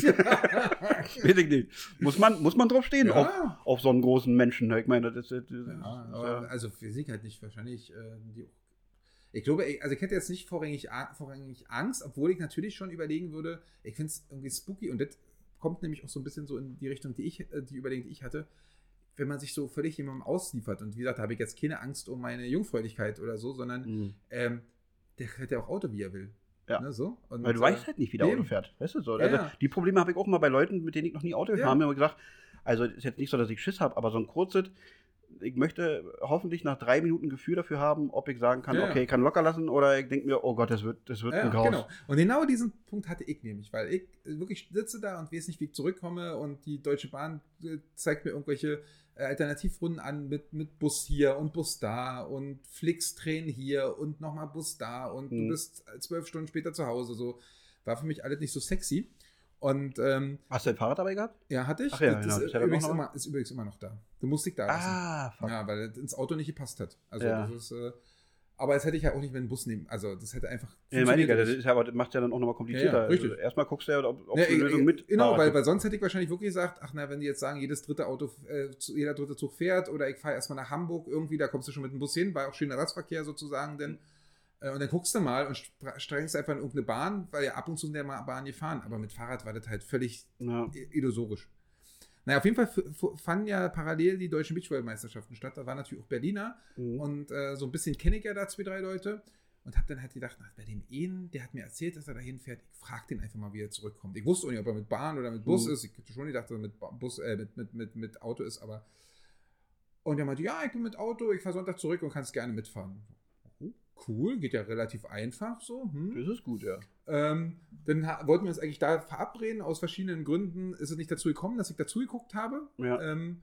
Weiß ich nicht. Muss man, muss man drauf stehen, Ja. auf, auf so einen großen Menschen. Ich meine, das, das, das, das Ja, ist aber ja- also Physik halt nicht wahrscheinlich. Äh, die, ich glaube, ich, also ich hätte jetzt nicht vorrangig, A- vorrangig Angst, obwohl ich natürlich schon überlegen würde, ich finde es irgendwie spooky, und das kommt nämlich auch so ein bisschen so in die Richtung, die ich, äh, die Überlegung, die ich hatte, wenn man sich so völlig jemandem ausliefert. Und wie gesagt, da habe ich jetzt keine Angst um meine Jungfräulichkeit oder so, sondern Mhm. ähm, der fährt ja auch Auto, wie er will. Ja. Ne, so? Und, Weil du äh, weißt halt nicht, wie der eben. Auto fährt. Weißt du so? Ja, Also, ja. die Probleme habe ich auch mal bei Leuten, mit denen ich noch nie Auto gefahren Ja. bin, habe ich gesagt, also ist jetzt nicht so, dass ich Schiss habe, aber so ein kurzes, ich möchte hoffentlich nach drei Minuten Gefühl dafür haben, ob ich sagen kann, Ja, ja. okay, ich kann locker lassen, oder ich denke mir, oh Gott, das wird, das wird Ja, ein Chaos. genau. Und genau diesen Punkt hatte ich nämlich, weil ich wirklich sitze da und weiß nicht, wie ich zurückkomme, und die Deutsche Bahn äh, zeigt mir irgendwelche äh, Alternativrunden an mit, mit Bus hier und Bus da und Flixtrain hier und nochmal Bus da und Mhm. du bist zwölf Stunden später zu Hause. So war für mich alles nicht so sexy. Und ähm, Hast du ein Fahrrad dabei gehabt? ja, hatte ich. Ach ja, das genau. ist, Ist ja dann übrigens auch noch immer, ist übrigens immer noch da. Du musst dich da lassen. Ah, fuck. Ja, weil es ins Auto nicht gepasst hat. Also Ja. das ist, äh, aber das hätte ich ja auch nicht mit dem Bus nehmen. Also das hätte einfach. Ja, meine ich, ja, das funktioniert ist ja, aber das macht ja dann auch nochmal komplizierter. Ja, ja, richtig. Also erstmal guckst du ja, ob, ob Ja, du eine ich- Lösung ich- mit Genau, Fahrrad weil, gibt. weil sonst hätte ich wahrscheinlich wirklich gesagt, ach na, wenn die jetzt sagen, jedes dritte Auto, äh, zu- jeder dritte Zug fährt, oder ich fahre erstmal nach Hamburg irgendwie, da kommst du schon mit dem Bus hin, war auch schöner Ersatzverkehr sozusagen, denn äh, und dann guckst du mal und stra- streckst einfach in irgendeine Bahn, weil ja ab und zu in der Ma- Bahn gefahren, aber mit Fahrrad war das halt völlig Ja. i- illusorisch. Naja, auf jeden Fall f- f- fanden ja parallel die deutschen Beachvolleyball-Meisterschaften statt, da waren natürlich auch Berliner, Mhm. und äh, so ein bisschen kenne ich ja da zwei, drei Leute. Und habe dann halt gedacht, na, bei dem einen, der hat mir erzählt, dass er da hinfährt. Ich frage den einfach mal, wie er zurückkommt. Ich wusste auch nicht, ob er mit Bahn oder mit Bus Mhm. ist. Ich hätte schon gedacht, dass er mit Ba- Bus, äh, mit, mit, mit, mit Auto ist, aber. Und er meinte, ja, ich bin mit Auto, ich fahre Sonntag zurück und kannst gerne mitfahren. Oh, cool, geht ja relativ einfach so. Hm. Das ist gut, ja. Ähm, dann ha- wollten wir uns eigentlich da verabreden. Aus verschiedenen Gründen ist es nicht dazu gekommen, dass ich dazu geguckt habe. Ja. Ähm,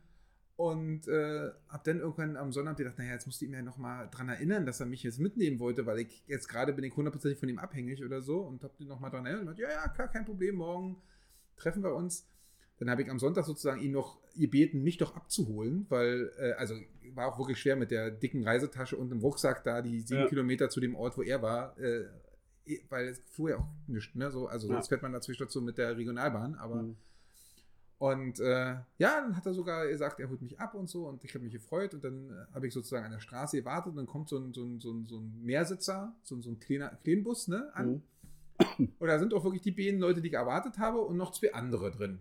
und äh, habe dann irgendwann am Sonnabend gedacht, naja, jetzt musste ich mir noch mal dran erinnern, dass er mich jetzt mitnehmen wollte, weil ich jetzt gerade bin ich hundertprozentig von ihm abhängig oder so, und habe ihn noch mal dran erinnert und meinte, ja, ja, klar, kein Problem, morgen treffen wir uns. Dann habe ich am Sonntag sozusagen ihn noch gebeten, mich doch abzuholen, weil, äh, also war auch wirklich schwer mit der dicken Reisetasche und dem Rucksack da, die sieben Ja. Kilometer zu dem Ort, wo er war, äh, weil es fuhr ja auch nichts, ne, so, also Ja. sonst fährt man da Zwischenstation mit der Regionalbahn, aber Mhm. Und äh, ja, dann hat er sogar gesagt, er holt mich ab und so und ich habe mich gefreut und dann äh, habe ich sozusagen an der Straße gewartet und dann kommt so ein, so ein, so ein, so ein Mehrsitzer, so ein, so ein kleiner Kleinbus, ne, an. Mhm. Und da sind auch wirklich die beiden Leute, die ich erwartet habe und noch zwei andere drin.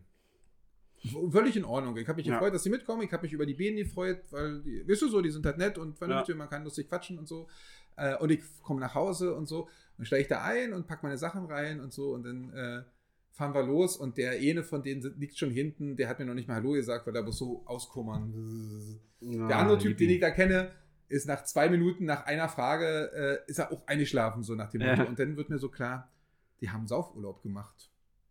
Völlig in Ordnung. Ich habe mich ja. gefreut, dass sie mitkommen. Ich habe mich über die Beenen gefreut, weil, die, weißt du so, die sind halt nett und vernünftig ja. und man kann lustig quatschen und so. Äh, und ich komme nach Hause und so und steige ich da ein und packe meine Sachen rein und so und dann äh, fahren wir los und der eine von denen liegt schon hinten, der hat mir noch nicht mal Hallo gesagt, weil er muss so auskummern. Ja, der andere Typ, den ich da kenne, ist nach zwei Minuten, nach einer Frage, äh, ist er auch eingeschlafen, so nach dem Motto. Ja. Und dann wird mir so klar, die haben Saufurlaub gemacht.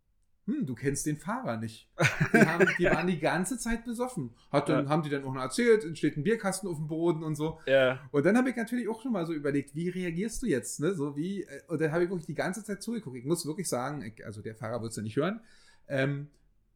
Hm, du kennst den Fahrer nicht. Die, haben, die waren die ganze Zeit besoffen. Hat dann, ja. Haben die dann auch noch erzählt, es steht ein Bierkasten auf dem Boden und so. Ja. Und dann habe ich natürlich auch schon mal so überlegt, wie reagierst du jetzt? Ne? So wie, und dann habe ich wirklich die ganze Zeit zugeguckt. Ich muss wirklich sagen, ich, also der Fahrer wird es ja nicht hören, ähm,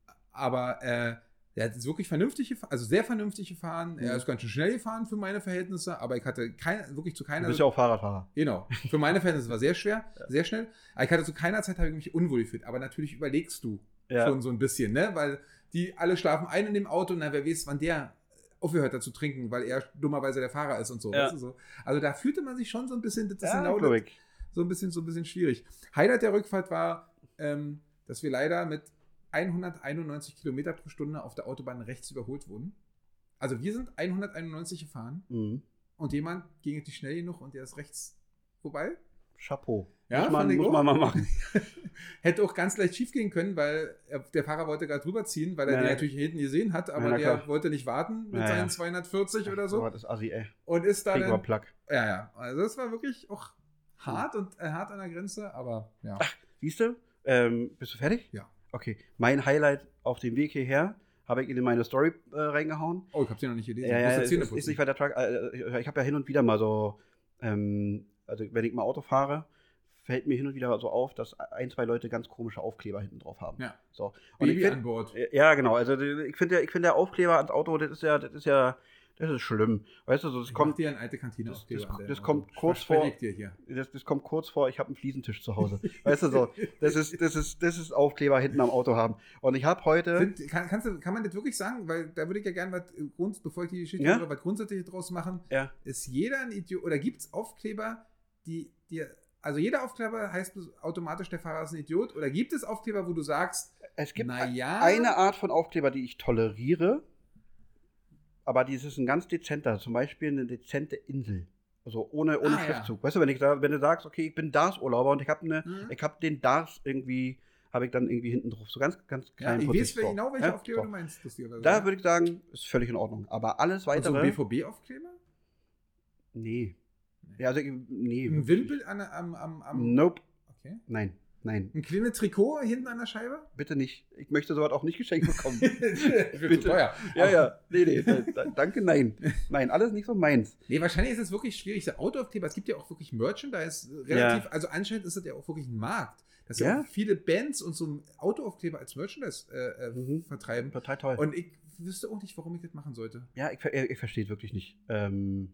aber äh, der hat wirklich vernünftig gefahren, also sehr vernünftig gefahren. Mhm. Er ist ganz schön schnell gefahren für meine Verhältnisse, aber ich hatte kein, wirklich zu keiner... Du bist ja auch Fahrradfahrer. Genau. Für meine Verhältnisse war es sehr schwer, ja. sehr schnell. Aber ich hatte zu keiner Zeit, habe ich mich unwohl gefühlt. Aber natürlich überlegst du ja. schon so ein bisschen, ne? Weil die alle schlafen ein in dem Auto und dann wer weiß, wann der aufgehört hat zu trinken, weil er dummerweise der Fahrer ist und so. Ja. Weißt du, so. Also da fühlte man sich schon so ein bisschen, das ist ja, genau das, so ein bisschen, so ein bisschen schwierig. Highlight der Rückfahrt war, ähm, dass wir leider mit hunderteinundneunzig Kilometer pro Stunde auf der Autobahn rechts überholt wurden. Also wir sind hunderteinundneunzig gefahren mhm. und jemand ging nicht schnell genug und der ist rechts vorbei. Chapeau. Ja, muss man, muss man mal machen. Hätte auch ganz leicht schief gehen können, weil er, der Fahrer wollte gerade drüber ziehen, weil er ja, den natürlich hinten gesehen hat, aber ja, der wollte nicht warten mit ja, seinen ja. zweihundertvierzig Ach, oder so. Oh, das ist assi, ey. Und ist da dann, Plug. Ja, ja. Also das war wirklich auch hart mhm. und äh, hart an der Grenze, aber ja. Ach, siehst du? Ähm, bist du fertig? Ja. Okay, mein Highlight auf dem Weg hierher habe ich in meine Story äh, reingehauen. Oh, ich habe sie noch nicht gelesen. Ja, ja, ist, ist nicht weiter Truck. Äh, ich habe ja hin und wieder mal so, ähm, also wenn ich mal Auto fahre, fällt mir hin und wieder so auf, dass ein, zwei Leute ganz komische Aufkleber hinten drauf haben. Ja. So. Und Baby ich find, an Bord. Ja, genau. Also ich finde der, ich find der Aufkleber ans Auto, das ist ja, das ist ja, das ist schlimm. Weißt du, so, das ich kommt dir eine alte Kantine das, Aufkleber das, an das kommt kurz vor. Dir hier. Das, das kommt kurz vor. Ich habe einen Fliesentisch zu Hause. Weißt du so, das ist, das ist, das ist Aufkleber hinten am Auto haben. Und ich habe heute. Sind, kann, kannst du, kann man das wirklich sagen? Weil da würde ich ja gerne was, bevor ich die Geschichte ja? höre, was grundsätzlich draus machen. Ja. Ist jeder ein Idiot oder gibt es Aufkleber, die dir. Also jeder Aufkleber heißt automatisch, der Fahrer ist ein Idiot? Oder gibt es Aufkleber, wo du sagst, es gibt na ja, eine Art von Aufkleber, die ich toleriere, aber dies ist ein ganz dezenter, zum Beispiel eine dezente Insel. Also ohne, ohne ah, Schriftzug. Ja. Weißt du, wenn, ich da, wenn du sagst, okay, ich bin Dars-Urlauber und ich habe ne, mhm. ich hab den Dars irgendwie, habe ich dann irgendwie hinten drauf. So ganz, ganz klein. Ja, ich weiß so. genau, welche ja? Aufkleber so. du meinst. Das hier, da würde ich sagen, ist völlig in Ordnung. Aber alles weitere. Und so B V B-Aufkleber? Nee. Ja, also, nee. Ein Wimpel an, am, am, am. Nope. Okay. Nein, nein. Ein kleines Trikot hinten an der Scheibe? Bitte nicht. Ich möchte sowas auch nicht geschenkt bekommen. Bitte. Teuer. Ja, ja. Nee, nee. Danke, nein. Nein, alles nicht so meins. Nee, wahrscheinlich ist es wirklich schwierig. So Autoaufkleber, es gibt ja auch wirklich Merchandise. Relativ, ja. Also anscheinend ist das ja auch wirklich ein Markt. Dass ja, ja viele Bands und so Autoaufkleber als Merchandise äh, mhm. vertreiben. Total toll. Und ich wüsste auch nicht, warum ich das machen sollte. Ja, ich, ich, ich verstehe es wirklich nicht. Ähm.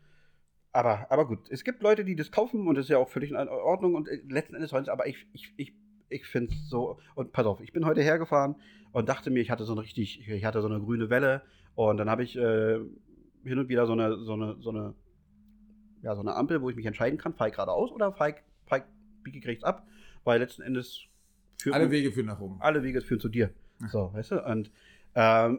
Aber, aber gut, es gibt Leute, die das kaufen und das ist ja auch völlig in Ordnung und letzten Endes wollen es, aber ich, ich, ich, ich finde es so, und pass auf, ich bin heute hergefahren und dachte mir, ich hatte so eine richtig, ich hatte so eine grüne Welle und dann habe ich äh, hin und wieder so eine, so eine, so eine, ja, so eine Ampel, wo ich mich entscheiden kann, fahre ich geradeaus oder fahre ich, fahr ich biege ich rechts ab, weil letzten Endes führen alle Wege führen nach oben. Alle Wege führen zu dir. Ja. So, weißt du, und ähm,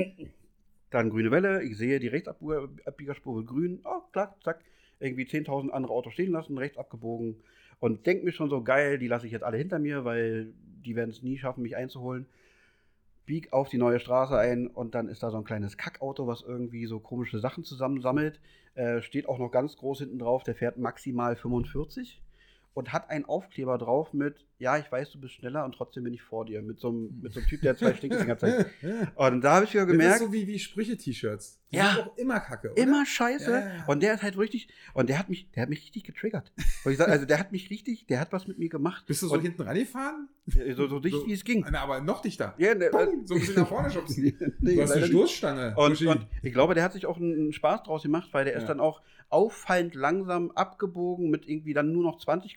dann grüne Welle, ich sehe, die Rechtsabbiegerspur wird grün, oh, klack, zack, irgendwie zehntausend andere Autos stehen lassen, rechts abgebogen und denke mir schon so, geil, die lasse ich jetzt alle hinter mir, weil die werden es nie schaffen, mich einzuholen. Bieg auf die neue Straße ein und dann ist da so ein kleines Kackauto, was irgendwie so komische Sachen zusammensammelt, äh, steht auch noch ganz groß hinten drauf, der fährt maximal fünfundvierzig und hat einen Aufkleber drauf mit, ja, ich weiß, du bist schneller und trotzdem bin ich vor dir. Mit so einem, mit so einem Typ, der zwei Stinkefinger zeigt. Und da habe ich wieder gemerkt. Das ist so wie, wie Sprüche-T-Shirts. Die ja. sind auch immer kacke, oder? Immer scheiße. Ja, ja. Und der ist halt richtig, und der hat mich, der hat mich richtig getriggert. Und ich sag, also der hat mich richtig, der hat was mit mir gemacht. Bist du so und hinten rangefahren? So, so dicht, so, wie es ging. Na, aber noch dichter. Ja, ne, Boom, so ein bisschen nach vorne schubsen. Nee, du hast eine Stoßstange. Und, und ich glaube, der hat sich auch einen Spaß draus gemacht, weil der ja. ist dann auch auffallend langsam abgebogen mit irgendwie dann nur noch zwanzig Kilometer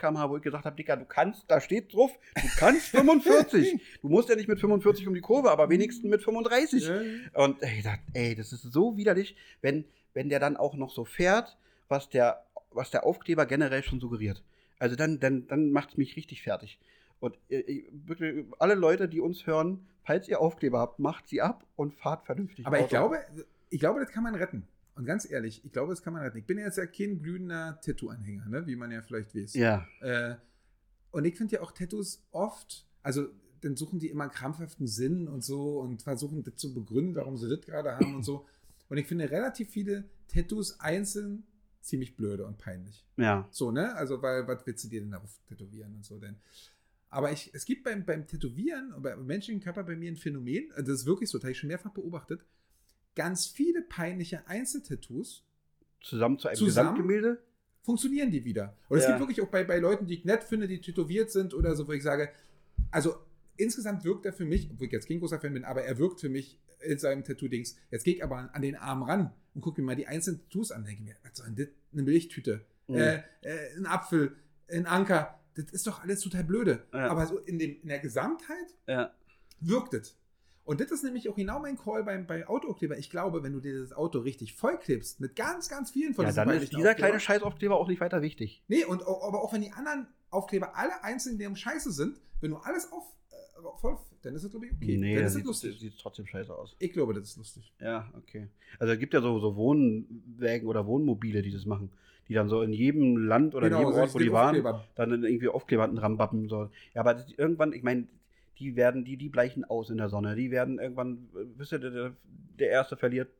Kilometer Zahl, wo ich gesagt habe, Dicker, du kannst, da steht drauf, du kannst fünfundvierzig. Du musst ja nicht mit fünfundvierzig um die Kurve, aber wenigstens mit fünfunddreißig. Ja. Und ey, das, ey, das ist so widerlich, wenn, wenn der dann auch noch so fährt, was der, was der Aufkleber generell schon suggeriert. Also dann, dann, dann macht es mich richtig fertig. Und äh, wirklich, alle Leute, die uns hören, falls ihr Aufkleber habt, macht sie ab und fahrt vernünftig. Aber Auto. ich glaube, ich glaube, das kann man retten. Und ganz ehrlich, ich glaube, das kann man retten. Ich bin ja jetzt ja kein glühender Tattoo-Anhänger, ne? Wie man ja vielleicht weiß. Ja. Äh, und ich finde ja auch Tattoos oft, also dann suchen die immer einen krampfhaften Sinn und so und versuchen das zu begründen, warum sie das gerade haben und so. Und ich finde relativ viele Tattoos einzeln ziemlich blöde und peinlich. Ja. So, ne? Also, weil, was willst du dir denn darauf tätowieren und so denn? Aber ich, es gibt beim, beim Tätowieren und beim menschlichen Körper bei mir ein Phänomen, das ist wirklich so, das habe ich schon mehrfach beobachtet, ganz viele peinliche Einzeltattoos zusammen zu einem zusammen Gesamtgemälde funktionieren die wieder. Und es ja. gibt wirklich auch bei, bei Leuten, die ich nett finde, die tätowiert sind oder so, wo ich sage, also insgesamt wirkt er für mich, obwohl ich jetzt kein großer Fan bin, aber er wirkt für mich in seinem Tattoo-Dings. Jetzt gehe ich aber an, an den Arm ran und gucke mir mal die einzelnen Tattoos an und denke mir, was soll denn das? Eine Milchtüte, mhm. äh, äh, ein Apfel, ein Anker, das ist doch alles total blöde. Ja. Aber so in, dem, in der Gesamtheit ja. wirkt es. Und das ist nämlich auch genau mein Call beim, bei Autoaufkleber. Ich glaube, wenn du dir das Auto richtig vollklebst, mit ganz, ganz vielen von ja, diesen dann ist dieser kleine Scheißaufkleber auch nicht weiter wichtig. Nee, und auch, aber auch wenn die anderen Aufkleber alle einzeln, die um Scheiße sind, wenn du alles auf, äh, voll, dann ist das, glaube ich, okay. Nee, dann das ist sieht, lustig. sieht trotzdem scheiße aus. Ich glaube, das ist lustig. Ja, okay. Also es gibt ja so, so Wohnwägen oder Wohnmobile, die das machen. Die dann so in jedem Land oder genau, in jedem so Ort, wo die waren, Aufkleber. dann irgendwie Aufkleber dran bappen sollen. Ja, aber das, irgendwann, ich meine, die werden, die, die bleichen aus in der Sonne. Die werden irgendwann, wisst ihr, der, der Erste verliert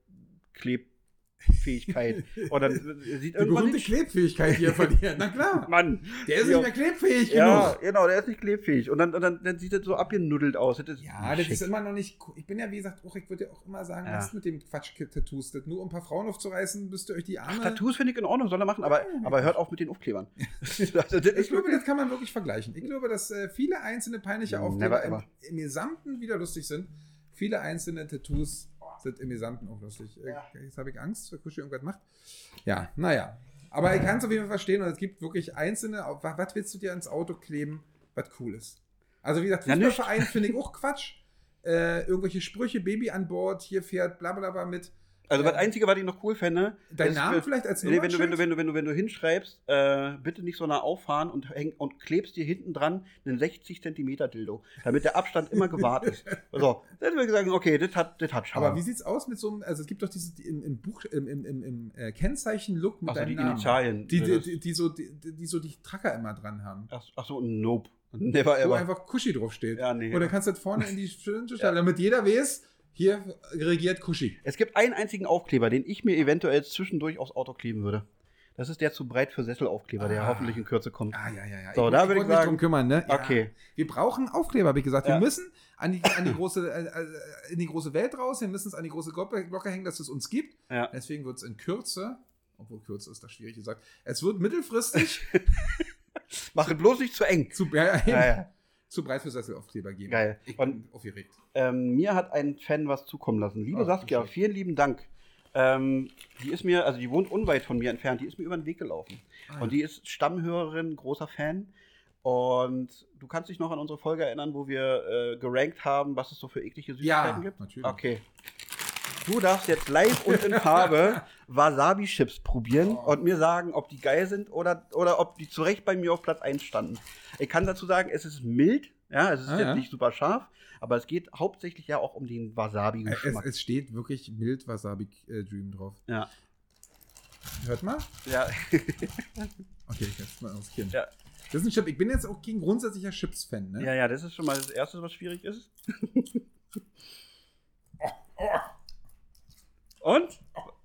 Klebfähigkeit. Und dann sieht die irgendwann berühmte Klebfähigkeit hier verlieren. Na klar. Mann. Der ist ja. nicht mehr klebfähig ja, genug. genau, der ist nicht klebfähig. Und dann, und dann, dann sieht das so abgenuddelt aus. Das ist ja, das schick. ist immer noch nicht. Ich bin ja, wie gesagt, auch, ich würde ja auch immer sagen, Ja. was mit dem Quatsch-Tattoos? Das nur um ein paar Frauen aufzureißen, müsst ihr euch die Arme. Ach, Tattoos finde ich in Ordnung, soll er machen, aber, Ja, aber hört auf mit den Aufklebern. also, Ich glaube, das kann man wirklich vergleichen. Ich glaube, dass äh, viele einzelne peinliche Aufkleber im, im Gesamten wieder lustig sind. Viele einzelne Tattoos sind im Gesamten auch lustig. Ja. Jetzt habe ich Angst, weil Kuschi irgendwas macht. Ja, naja. Aber ich kann es auf jeden Fall verstehen und es gibt wirklich einzelne, was, was willst du dir ans Auto kleben, was cool ist? Also wie gesagt, Fußballverein finde ich auch Quatsch. Äh, irgendwelche Sprüche, Baby an Bord, hier fährt blablabla mit. Also das Einzige, was ich noch cool fände, dein ist, Namen vielleicht als nee, wenn du, wenn du, wenn du, wenn du, wenn du hinschreibst, äh, bitte nicht so nah auffahren und, häng, und klebst dir hinten dran einen sechzig Zentimeter Dildo, damit der Abstand immer gewahrt ist. So, dann würde ich sagen, okay, das hat, das hat Charme. Aber wie sieht's aus mit so einem, also es gibt doch dieses im, im Buch, im, im, im, im äh, Kennzeichen-Look mit Ach so, deinem die Namen. Initialien. Die, die, die, die, so, die, die so die Tracker immer dran haben. Ach, ach so, nope. Never Wo ever. einfach Kuschi draufsteht. Ja, nee. Oder kannst du das vorne in die Stirn stellen, Ja. damit jeder weiß, hier regiert Kuschi. Es gibt einen einzigen Aufkleber, den ich mir eventuell zwischendurch aufs Auto kleben würde. Das ist der zu breit für Sesselaufkleber, der Ah. hoffentlich in Kürze kommt. Ah, ja, ja, ja. So, ich, da ich würde ich wollte mich sagen- drum kümmern, ne? Ja. Okay. Wir brauchen Aufkleber, habe ich gesagt. Ja. Wir müssen an die, an die große, äh, äh, in die große Welt raus. Wir müssen es an die große Glocke, Glocke hängen, dass es uns gibt. Ja. Deswegen wird es in Kürze, obwohl Kürze ist das schwierig gesagt, es wird mittelfristig Mach es bloß nicht zu eng. zu, ja, ja, Ja, ja. zu breit für Sesselaufkleber geben. Geil. Ich Und- bin aufgeregt. Ähm, mir hat ein Fan was zukommen lassen. Liebe Ach, Saskia, schön. vielen lieben Dank. Ähm, die ist mir, also die wohnt unweit von mir entfernt, die ist mir über den Weg gelaufen. Ah, Und die ist Stammhörerin, großer Fan. Und du kannst dich noch an unsere Folge erinnern, wo wir äh, gerankt haben, was es so für eklige Süßigkeiten Ja, gibt? natürlich. Okay. Du darfst jetzt live und in Farbe Wasabi-Chips probieren Oh. und mir sagen, ob die geil sind oder, oder ob die zu Recht bei mir auf Platz eins standen. Ich kann dazu sagen, es ist mild, ja, es ist Ah, jetzt ja. nicht super scharf, aber es geht hauptsächlich ja auch um den Es, Wasabi-Geschmack. es steht wirklich mild Wasabi äh, Dream drauf. Ja. Hört mal. Ja. Okay, ich hab's mal aufs Kinn. Ja. Das ist ein Chip. Ich bin jetzt auch kein grundsätzlicher Chips-Fan, ne? ja, ja, das ist schon mal das Erste, was schwierig ist. Und?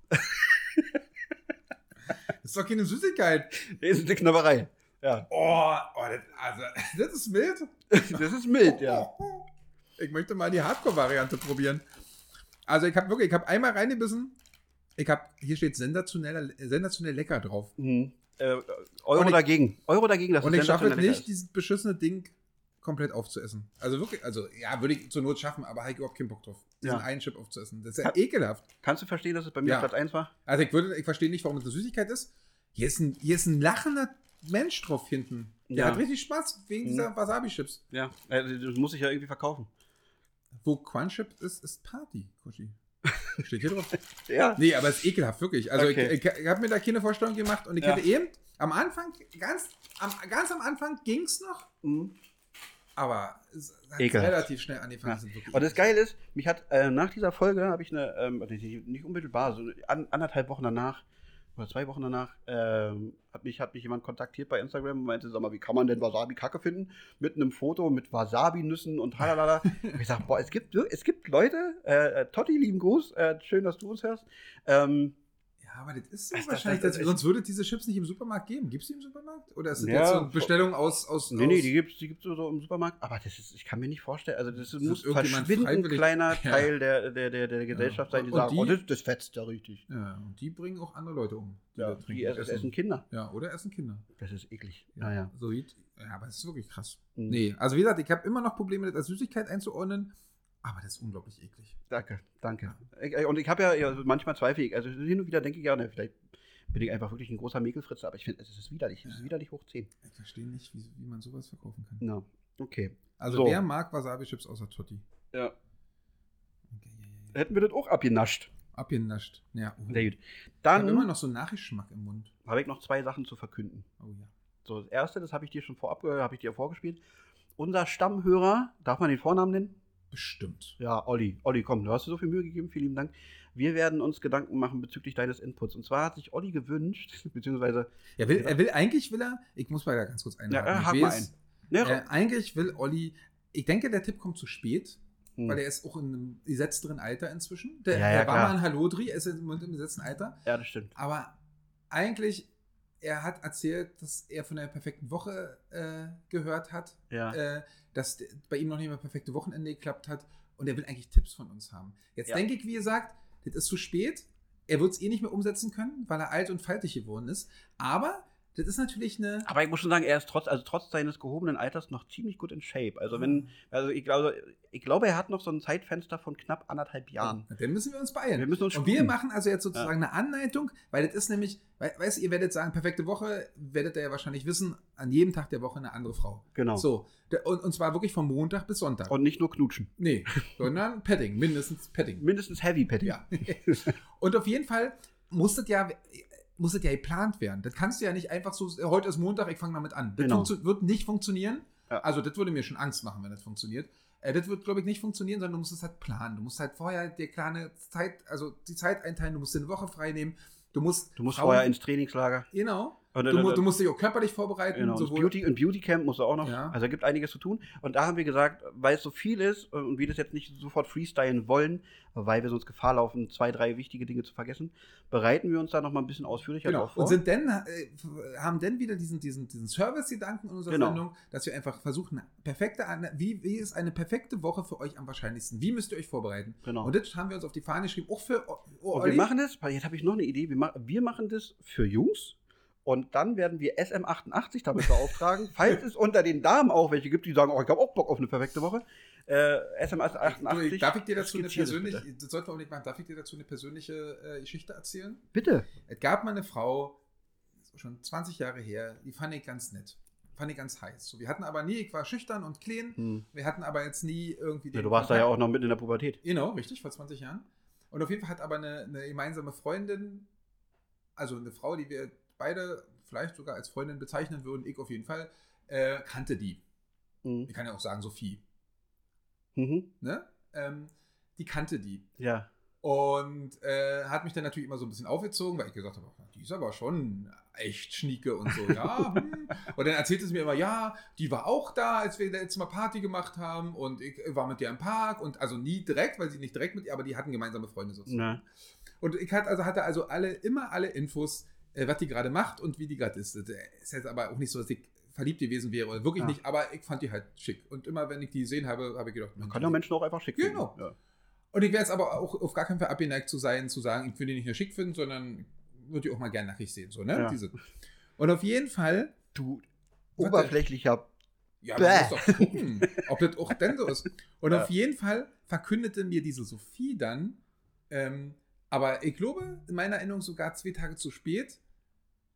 Das ist doch keine Süßigkeit. Das ist eine Knabberei. Ja. Oh, oh das, also, das ist mild. Das ist mild, ja. Ich möchte mal die Hardcore-Variante probieren. Also ich habe wirklich, ich habe einmal reingebissen. Ich habe, hier steht sensationell, sensationell lecker drauf. Mhm. Äh, Euro Und ich- dagegen. Euro dagegen, das Und ist ich schaffe es sensationell nicht, lecker dieses beschissene Ding komplett aufzuessen. Also wirklich, also ja, würde ich zur Not schaffen, aber habe ich überhaupt keinen Bock drauf, diesen Ja. einen Chip aufzuessen. Das ist ja Hat- ekelhaft. ist. Kannst du verstehen, dass es bei mir Ja. Platz eins war? Also ich würde, ich verstehe nicht, warum es eine Süßigkeit ist. Hier ist ein, hier ist ein lachender Mensch drauf hinten. Der Ja. hat richtig Spaß wegen Mhm. dieser Wasabi-Chips. Ja, also, das muss ich ja irgendwie verkaufen. Wo Crunchip ist, ist Party, Kuschi. Steht hier drauf. Ja. Nee, aber es ist ekelhaft, wirklich. Also Okay. ich, ich, ich habe mir da keine Vorstellung gemacht und ich Ja. hätte eben am Anfang, ganz am, ganz am Anfang ging es noch, Mhm. aber es hat Ekelhaft. relativ schnell angefangen. Ja. Es sind wirklich Und das eklig. Geile ist, mich hat äh, nach dieser Folge, habe ich eine, ähm, also nicht nicht unmittelbar, so an, anderthalb Wochen danach, oder zwei Wochen danach, ähm, hat, mich, hat mich jemand kontaktiert bei Instagram und meinte, sag mal, wie kann man denn Wasabi Kacke finden? Mit einem Foto mit Wasabi-Nüssen und halalala. Und ich sag, boah, es gibt, es gibt Leute, äh, Totti, lieben Gruß, äh, schön, dass du uns hörst. Ähm, Ja, aber das ist so Das- das- wahrscheinlich, das- dass, das- sonst würde es diese Chips nicht im Supermarkt geben. Gibt es die im Supermarkt? Oder ist das Ja, jetzt so eine Bestellung aus, aus, nee, nee, aus die gibt's, die gibt's so so im Supermarkt, aber das ist, ich kann mir nicht vorstellen, also das Das muss ist irgendjemand verschwindend freiwillig- kleiner Ja. Teil der, der, der, der Gesellschaft sein, die Und sagen, die- oh, das, das fetzt ja richtig. Ja, und die bringen auch andere Leute um. Ja, da die trinken, essen, essen Kinder. Ja, oder essen Kinder. Das ist eklig. Ja, ja. So sieht, ja, aber es ist wirklich krass. Mhm. Nee, also wie gesagt, ich habe immer noch Probleme, das als Süßigkeit einzuordnen, aber das ist unglaublich eklig. Danke, danke. Ich, und ich habe ja, ja manchmal Zweifel, also hin und wieder denke ich gerne, vielleicht bin ich einfach wirklich ein großer Mäkelfritze, aber ich finde, es ist widerlich. Es ist widerlich hoch zehn. Ich verstehe nicht, wie, wie man sowas verkaufen kann. Ja, okay. Also So. wer mag Wasabi-Chips außer Totti? Ja. Okay, ja, ja, ja. Hätten wir das auch abgenascht. Abgenascht. Ja, oh. Sehr gut. Ich habe Dann immer noch so einen Nachgeschmack im Mund. habe ich noch zwei Sachen zu verkünden. Oh ja. So, das erste, das habe ich dir schon vorab, äh, habe ich dir vorgespielt. Unser Stammhörer, darf man den Vornamen nennen? Bestimmt. Ja, Olli. Olli, komm, du hast dir so viel Mühe gegeben, vielen lieben Dank. Wir werden uns Gedanken machen bezüglich deines Inputs. Und zwar hat sich Olli gewünscht, beziehungsweise, Er will, er will, eigentlich will er, ich muss mal da ganz kurz einhaken. Ja, äh, Ich hak mal weiß, ne, Äh, eigentlich will Olli, ich denke, der Tipp kommt zu spät, hm, weil er ist auch in einem gesetzteren Alter inzwischen. Der, Ja, ja, er war klar. mal ein Hallodri, er ist im im gesetzten Alter. ja, das stimmt. Aber eigentlich, er hat erzählt, dass er von der perfekten Woche äh, gehört hat, Ja. äh, dass d- bei ihm noch nicht mal perfekte Wochenende geklappt hat und er will eigentlich Tipps von uns haben. Jetzt Ja. denke ich, wie gesagt, das ist zu spät. Er wird es eh nicht mehr umsetzen können, weil er alt und faltig geworden ist. Aber das ist natürlich eine. Aber ich muss schon sagen, er ist trotz, also trotz seines gehobenen Alters noch ziemlich gut in Shape. Also wenn, also ich glaube, ich glaube, er hat noch so ein Zeitfenster von knapp anderthalb Jahren. Dann müssen wir uns beeilen. Wir müssen uns und wir sputen. machen also jetzt sozusagen eine Anleitung, weil das ist nämlich, we weißt du, ihr werdet sagen, perfekte Woche, werdet ihr ja wahrscheinlich wissen, an jedem Tag der Woche eine andere Frau. Genau. So, der- und, und zwar wirklich von Montag bis Sonntag. Und nicht nur knutschen. nee, sondern Padding, mindestens Padding. Mindestens Heavy Petty. Ja. Und auf jeden Fall muss das ja, muss das ja geplant werden. Das kannst du ja nicht einfach so, heute ist Montag, ich fange damit an. Das Genau. funktio- wird nicht funktionieren. Ja. Also das würde mir schon Angst machen, wenn das funktioniert. Äh, das wird, glaube ich, nicht funktionieren, sondern du musst es halt planen. Du musst halt vorher dir kleine Zeit, also die Zeit einteilen, du musst dir eine Woche frei nehmen. Du musst, Du musst Frauen- vorher ins Trainingslager. Genau. Und, Du, mu- äh, du musst dich auch körperlich vorbereiten. Genau, das sowohl- Beauty, und Beautycamp musst du auch noch. Ja. Also es gibt einiges zu tun. Und da haben wir gesagt, weil es so viel ist und wir das jetzt nicht sofort freestylen wollen, weil wir sonst Gefahr laufen, zwei, drei wichtige Dinge zu vergessen, bereiten wir uns da noch mal ein bisschen ausführlicher Genau. drauf vor. Und sind dann, äh, haben dann wieder diesen, diesen, diesen Service-Gedanken in unserer Genau. Sendung, dass wir einfach versuchen, eine perfekte, eine- wie, wie ist eine perfekte Woche für euch am wahrscheinlichsten? Wie müsst ihr euch vorbereiten? Genau. Und das haben wir uns auf die Fahne geschrieben, auch für O- O- Und wir Olli. machen das, weil jetzt habe ich noch eine Idee, wir, ma wir machen das für Jungs und dann werden wir S M achtundachtzig damit beauftragen, falls es unter den Damen auch welche gibt, die sagen, oh, ich habe auch Bock auf eine perfekte Woche. Äh, S M achtundachtzig. Du, darf ich dir dazu eine skizzier das persönliche, bitte. das sollten wir auch nicht machen, darf ich dir dazu eine persönliche äh, Geschichte erzählen? Bitte. Es gab mal eine Frau, das ist schon zwanzig Jahre her, die fand ich ganz nett. Fand ich ganz heiß. So, wir hatten aber nie, ich war schüchtern und clean, Hm. wir hatten aber jetzt nie irgendwie Ja, du warst da ja auch noch mitten in der Pubertät. Genau, richtig, vor zwanzig Jahren. Und auf jeden Fall hat aber eine, eine gemeinsame Freundin, also eine Frau, die wir beide vielleicht sogar als Freundin bezeichnen würden, ich auf jeden Fall, äh, kannte die. Mhm. Ich kann ja auch sagen Sophie. Mhm. Ne? Ähm, die kannte die. Ja. Und äh, hat mich dann natürlich immer so ein bisschen aufgezogen, weil ich gesagt habe, die ist aber schon echt schnieke und so, ja. Hm. Und dann erzählte sie mir immer, ja, die war auch da, als wir letztes Mal Party gemacht haben und ich war mit ihr im Park und also nie direkt, weil sie nicht direkt mit ihr, aber die hatten gemeinsame Freunde sozusagen. Na. Und ich hatte also, hatte also alle, immer alle Infos, äh, was die gerade macht und wie die gerade ist. Das ist jetzt aber auch nicht so, dass ich verliebt gewesen wäre, oder wirklich Ja. nicht, aber ich fand die halt schick. Und immer, wenn ich die gesehen habe, habe ich gedacht, Man Mensch, kann ja die- Menschen auch einfach schick finden. Genau. Ja. Und ich wäre jetzt aber auch auf gar keinen Fall abgeneigt zu sein, zu sagen, ich würde die nicht nur schick finden, sondern würde die auch mal gern nackig sehen. So, ne? Ja. Diese. Und auf jeden Fall, Du Warte. oberflächlicher. ja, Bäh. man muss doch gucken, ob das auch denn so ist. Und Ja. auf jeden Fall verkündete mir diese Sophie dann, ähm, aber ich glaube, in meiner Erinnerung sogar zwei Tage zu spät,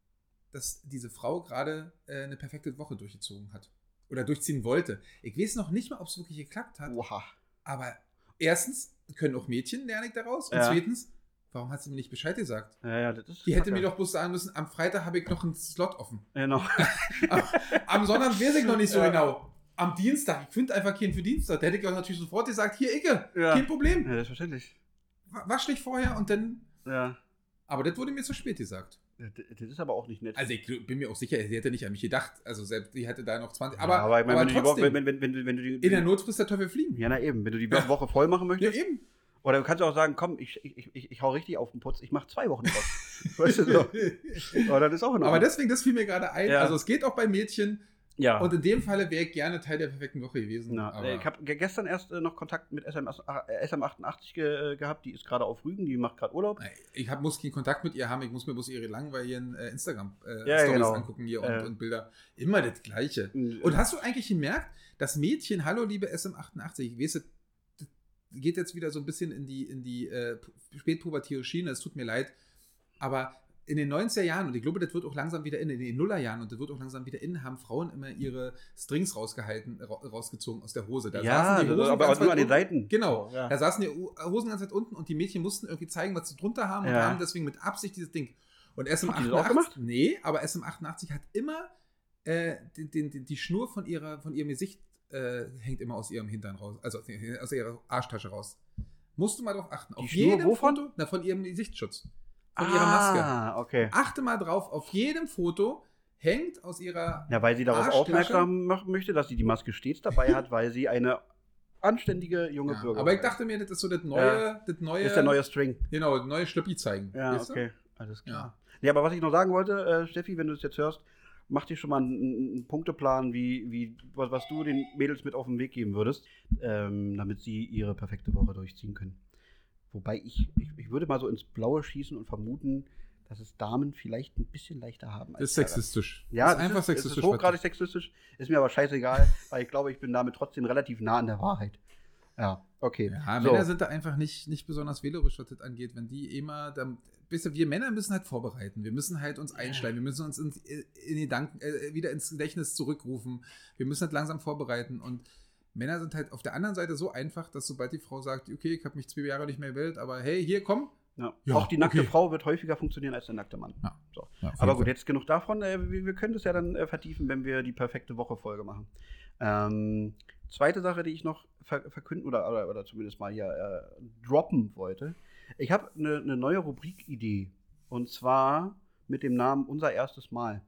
dass diese Frau gerade äh, eine perfekte Woche durchgezogen hat. Oder durchziehen wollte. Ich weiß noch nicht mal, ob es wirklich geklappt hat. Oha. Aber erstens können auch Mädchen, lerne ich daraus. Und Ja. zweitens, warum hat sie mir nicht Bescheid gesagt? Ja, ja, das ist Die hätte kacke. mir doch bloß sagen müssen, am Freitag habe ich noch einen Slot offen. Genau. am, am Sonntag weiß ich noch nicht so Ja. genau. Am Dienstag, ich finde einfach keinen für Dienstag. Da hätte ich auch natürlich sofort gesagt, hier, Icke, Ja. kein Problem. Ja, selbstverständlich. Wa- Wasch dich vorher und dann... Ja. Aber das wurde mir zu spät gesagt. Ja, d- Das ist aber auch nicht nett. Also ich bin mir auch sicher, sie hätte nicht an mich gedacht. Also selbst die hätte da noch zwanzig... Ja, Aber, aber, ich meine, aber wenn, du die Woche, trotzdem, wenn, wenn, wenn, du- wenn du die. in der Not frisst der Teufel fliegen. Ja, na eben. Wenn du die Woche voll machen Ja, möchtest. eben. Oder du kannst auch sagen, komm, ich, ich, ich, ich hau richtig auf den Putz. Ich mache zwei Wochen draus. Weißt du so? Aber das ist auch in Aber Ordnung. deswegen, das fiel mir gerade ein. Ja. Also es geht auch bei Mädchen. Ja. Und in dem Falle wäre ich gerne Teil der perfekten Woche gewesen. Na, aber äh, ich habe gestern erst äh, noch Kontakt mit S M, äh, S M achtundachtzig ge, äh, gehabt. Die ist gerade auf Rügen, die macht gerade Urlaub. ich hab, muss keinen Kontakt mit ihr haben. Ich muss mir bloß ihre langweiligen äh, Instagram-Stories Ja, genau. angucken hier und, Äh. und Bilder. Immer das Gleiche. Und hast du eigentlich gemerkt, dass Mädchen, hallo liebe S M achtundachtzig, ich weiß, das geht jetzt wieder so ein bisschen in die, in die äh, spätpubertäre Schiene, es tut mir leid, aber in den neunziger Jahren, und ich glaube, das wird auch langsam wieder in, in den Nullerjahren, und das wird auch langsam wieder in, haben Frauen immer ihre Strings rausgehalten, ra rausgezogen aus der Hose. Da ja, saßen die Hosen aber ganz auch nur weit an den unten. Seiten. Genau, So, ja. da saßen die Hosen ganz weit unten und die Mädchen mussten irgendwie zeigen, was sie drunter haben und Ja. haben deswegen mit Absicht dieses Ding. Und S M Haben die das auch achtundachtzig, gemacht? nee, aber S M achtundachtzig hat immer äh, die, die, die Schnur von, ihrer, von ihrem Gesicht äh, hängt immer aus ihrem Hintern raus, also aus ihrer Arschtasche raus. Musst du mal drauf achten. Die Auf Schnur jedem wovon? Foto, na, von ihrem Gesichtsschutz. Von ihrer Maske. Ah, okay. Achte mal drauf, auf jedem Foto hängt aus ihrer. Ja, weil sie darauf Arschtasche? aufmerksam machen möchte, dass sie die Maske stets dabei hat, weil sie eine anständige junge Ja, Bürgerin aber ich dachte mir, das ist so das neue. Ja. Das neue ist der neue String. Genau, das neue Schlüppi zeigen. Ja, weißt du? okay. Alles klar. Ja. Ja, aber was ich noch sagen wollte, äh, Steffi, wenn du es jetzt hörst, mach dir schon mal einen, einen Punkteplan, wie, wie, was, was du den Mädels mit auf den Weg geben würdest, ähm, damit sie ihre perfekte Woche durchziehen können. Wobei ich, ich, ich würde mal so ins Blaue schießen und vermuten, dass es Damen vielleicht ein bisschen leichter haben. Das ist Herren. sexistisch. Ja, das ist das einfach ist, sexistisch. Es ist hochgradig sexistisch, ist mir aber scheißegal, weil ich glaube, ich bin damit trotzdem relativ nah an der Wahrheit. Ja, okay. Ja, so. Männer sind da einfach nicht, nicht besonders wählerisch, was das angeht. Wenn die immer, dann, weißt du, wir Männer müssen halt vorbereiten. Wir müssen halt uns einschleimen. Wir müssen uns in, in die Gedanken, äh, wieder ins Gedächtnis zurückrufen. Wir müssen halt langsam vorbereiten. Und Männer sind halt auf der anderen Seite so einfach, dass sobald die Frau sagt, okay, ich habe mich zwei Jahre nicht mehr gewählt, aber hey, hier, komm. Ja. Ja, Auch die nackte okay. Frau wird häufiger funktionieren als der nackte Mann. Ja. So. Ja, auf Aber jeden gut, Fall. jetzt genug davon. Äh, wir, wir können das ja dann äh, vertiefen, wenn wir die perfekte Woche-Folge machen. Ähm, zweite Sache, die ich noch ver verkünden oder, oder, oder zumindest mal hier äh, droppen wollte. Ich habe eine ne neue Rubrik-Idee. Und zwar mit dem Namen Unser erstes Mal.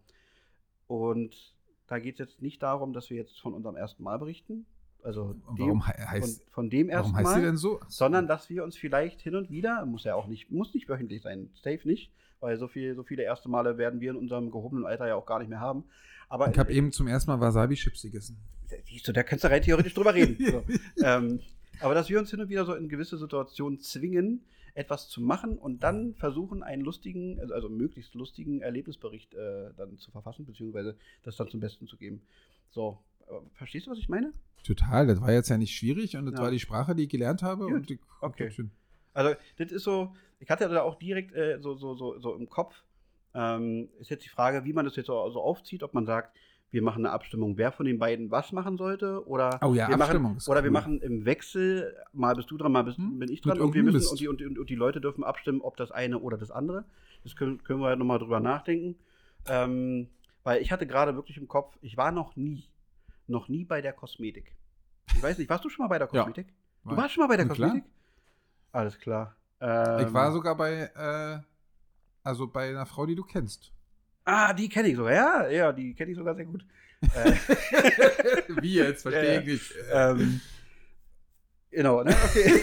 Und da geht es jetzt nicht darum, dass wir jetzt von unserem ersten Mal berichten. Also Und dem, warum he- heißt, von, von dem ersten warum heißt Mal sie denn so? sondern dass wir uns vielleicht hin und wieder, muss ja auch nicht, muss nicht wöchentlich sein, safe nicht, weil so, viel, so viele erste Male werden wir in unserem gehobenen Alter ja auch gar nicht mehr haben. Aber Ich habe eben zum ersten Mal Wasabi-Chips gegessen. siehst du, da kannst du rein theoretisch drüber reden. So. ähm, aber dass wir uns hin und wieder so in gewisse Situationen zwingen, etwas zu machen und dann versuchen, einen lustigen, also, also möglichst lustigen Erlebnisbericht äh, dann zu verfassen, beziehungsweise das dann zum Besten zu geben. So, aber verstehst du, was ich meine? Total, das war jetzt ja nicht schwierig und das Ja. war die Sprache, die ich gelernt habe. Gut, Und ich, okay. schön. Also, das ist so, ich hatte da auch direkt äh, so, so, so, so im Kopf, ähm, ist jetzt die Frage, wie man das jetzt so, so aufzieht, ob man sagt, wir machen eine Abstimmung, wer von den beiden was machen sollte, oder Oh ja, wir Abstimmung machen, ist oder wir cool. machen im Wechsel, mal bist du dran, mal bist, Hm? bin ich Mit dran und wir irgendeinem müssen, Mist. und die, und, die, und die Leute dürfen abstimmen, ob das eine oder das andere. Das können, können wir nochmal drüber nachdenken. Ähm, weil ich hatte gerade wirklich im Kopf, ich war noch nie, noch nie bei der Kosmetik. Ich weiß nicht, warst du schon mal bei der Ja. Kosmetik? Du War warst schon mal bei der Na klar. Kosmetik? Alles klar. Ähm, Ich war sogar bei, äh, also bei einer Frau, die du kennst. Ah, die kenne ich sogar. Ja, ja, die kenne ich sogar sehr gut. äh, Wie jetzt? Verstehe Ja, ich nicht. ähm, genau, ne? Okay.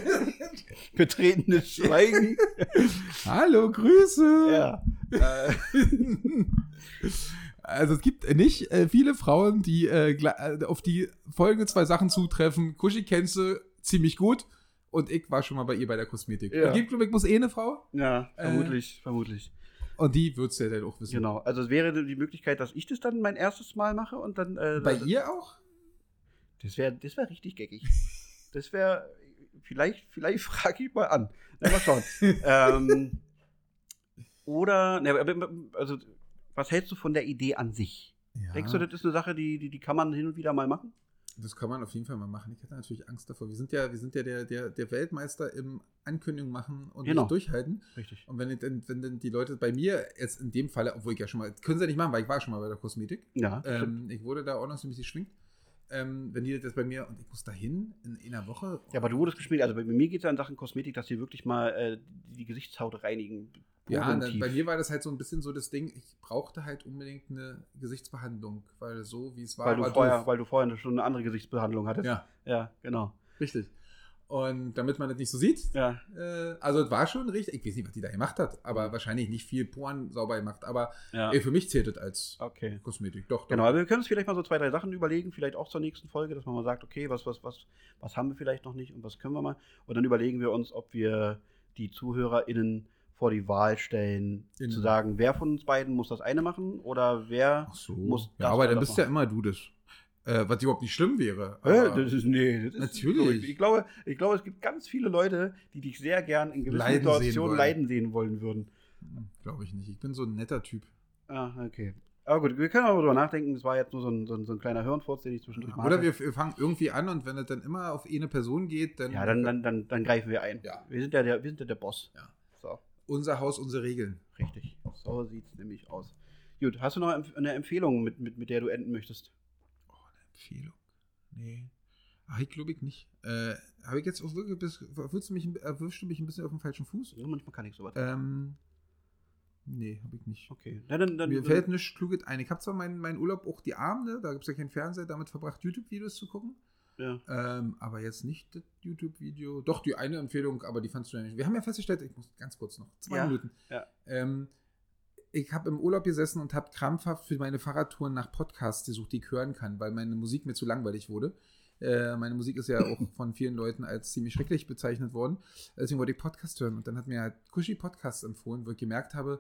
Betretenes Schweigen. Hallo, Grüße. Ja. Äh, Also es gibt nicht äh, viele Frauen, die äh, gla- äh, auf die folgende zwei Sachen zutreffen. Kuschi kennst du ziemlich gut und ich war schon mal bei ihr bei der Kosmetik. Ja. Es gibt, glaube ich, bloß eh eine Frau ja, Äh, vermutlich, vermutlich. und die würdest du ja dann auch wissen. Genau. Also es wäre die Möglichkeit, dass ich das dann mein erstes Mal mache und dann. Äh, Bei das, ihr auch? Das wäre das wär richtig geckig. Das wäre. Vielleicht, vielleicht frage ich mal an. Na, mal schauen. ähm, oder. Ne, aber- also was hältst du von der Idee an sich? Ja. Denkst du, das ist eine Sache, die, die, die kann man hin und wieder mal machen? Das kann man auf jeden Fall mal machen. Ich hatte natürlich Angst davor. Wir sind ja, wir sind ja der, der, der Weltmeister im Ankündigung machen und Genau. nicht durchhalten. Richtig. Und wenn, wenn, wenn dann die Leute bei mir jetzt in dem Falle, obwohl ich ja schon mal, können sie ja nicht machen, weil ich war schon mal bei der Kosmetik. Ja, ähm, ich wurde da auch noch so ein bisschen schwingt. Ähm, wenn die das bei mir, und ich muss da hin in, in einer Woche. Ja, aber du wurdest geschminkt. Also bei mir geht es ja in Sachen Kosmetik, dass die wirklich mal äh, die Gesichtshaut reinigen. Ja, dann, bei mir war das halt so ein bisschen so das Ding, ich brauchte halt unbedingt eine Gesichtsbehandlung, weil so wie es war, weil du war vorher, doof. weil du vorher schon eine andere Gesichtsbehandlung hattest. Ja. Ja, genau. Richtig. Und damit man das nicht so sieht, Ja. äh, also es war schon richtig, ich weiß nicht, was die da gemacht hat, aber wahrscheinlich nicht viel Poren sauber gemacht, aber Ja. ey, für mich zählt das als Okay. Kosmetik. Doch, doch. Genau, aber wir können uns vielleicht mal so zwei, drei Sachen überlegen, vielleicht auch zur nächsten Folge, dass man mal sagt, okay, was, was, was, was haben wir vielleicht noch nicht und was können wir mal. Und dann überlegen wir uns, ob wir die ZuhörerInnen vor die Wahl stellen, Innen. zu sagen, wer von uns beiden muss das eine machen oder wer Ach so. muss das Ja, aber oder dann das bist ja machen. immer du das. Äh, was überhaupt nicht schlimm wäre. Äh, aber das ist, nee, das ist, Natürlich. Ich glaube, ich glaube, es gibt ganz viele Leute, die dich sehr gern in gewissen Leiden sehen Situationen wollen. leiden sehen wollen würden. Glaube ich nicht. Ich bin so ein netter Typ. Ah, okay. Aber gut, wir können aber drüber nachdenken. Das war jetzt nur so ein, so ein, so ein kleiner Hirnfurz, den ich zwischendurch mache. Oder wir, wir fangen irgendwie an und wenn es dann immer auf eine Person geht, dann. Ja, dann, dann, dann, dann greifen wir ein. Ja. Wir sind ja der, wir sind ja der Boss. Ja. So, Unser Haus, unsere Regeln. richtig. So sieht's nämlich aus. Gut, hast du noch eine Empfehlung, mit, mit, mit der du enden möchtest? Oh, eine Empfehlung. Nee. Ach, ich glaube ich nicht. Äh, habe ich jetzt auch wirklich, bis, erwischst du mich, erwischst du mich ein bisschen auf dem falschen Fuß? Ja, manchmal kann ich sowas. Ähm, nee, habe ich nicht. Okay. Na, dann, dann, Mir fällt nichts Kluges ein. Ich habe zwar meinen mein Urlaub auch die Abende, da gibt es ja keinen Fernseher, damit verbracht, YouTube-Videos zu gucken. Ja. Ähm, aber jetzt nicht das YouTube-Video. Doch, die eine Empfehlung, aber die fandst du ja nicht. Wir haben ja festgestellt, ich muss ganz kurz noch, zwei Ja, Minuten. ja. Ähm, ich habe im Urlaub gesessen und habe krampfhaft für meine Fahrradtouren nach Podcasts gesucht, die ich hören kann, weil meine Musik mir zu langweilig wurde. Äh, meine Musik ist ja auch von vielen Leuten als ziemlich schrecklich bezeichnet worden. Deswegen wollte ich Podcast hören. Und dann hat mir halt Kuschi Podcast empfohlen, wo ich gemerkt habe,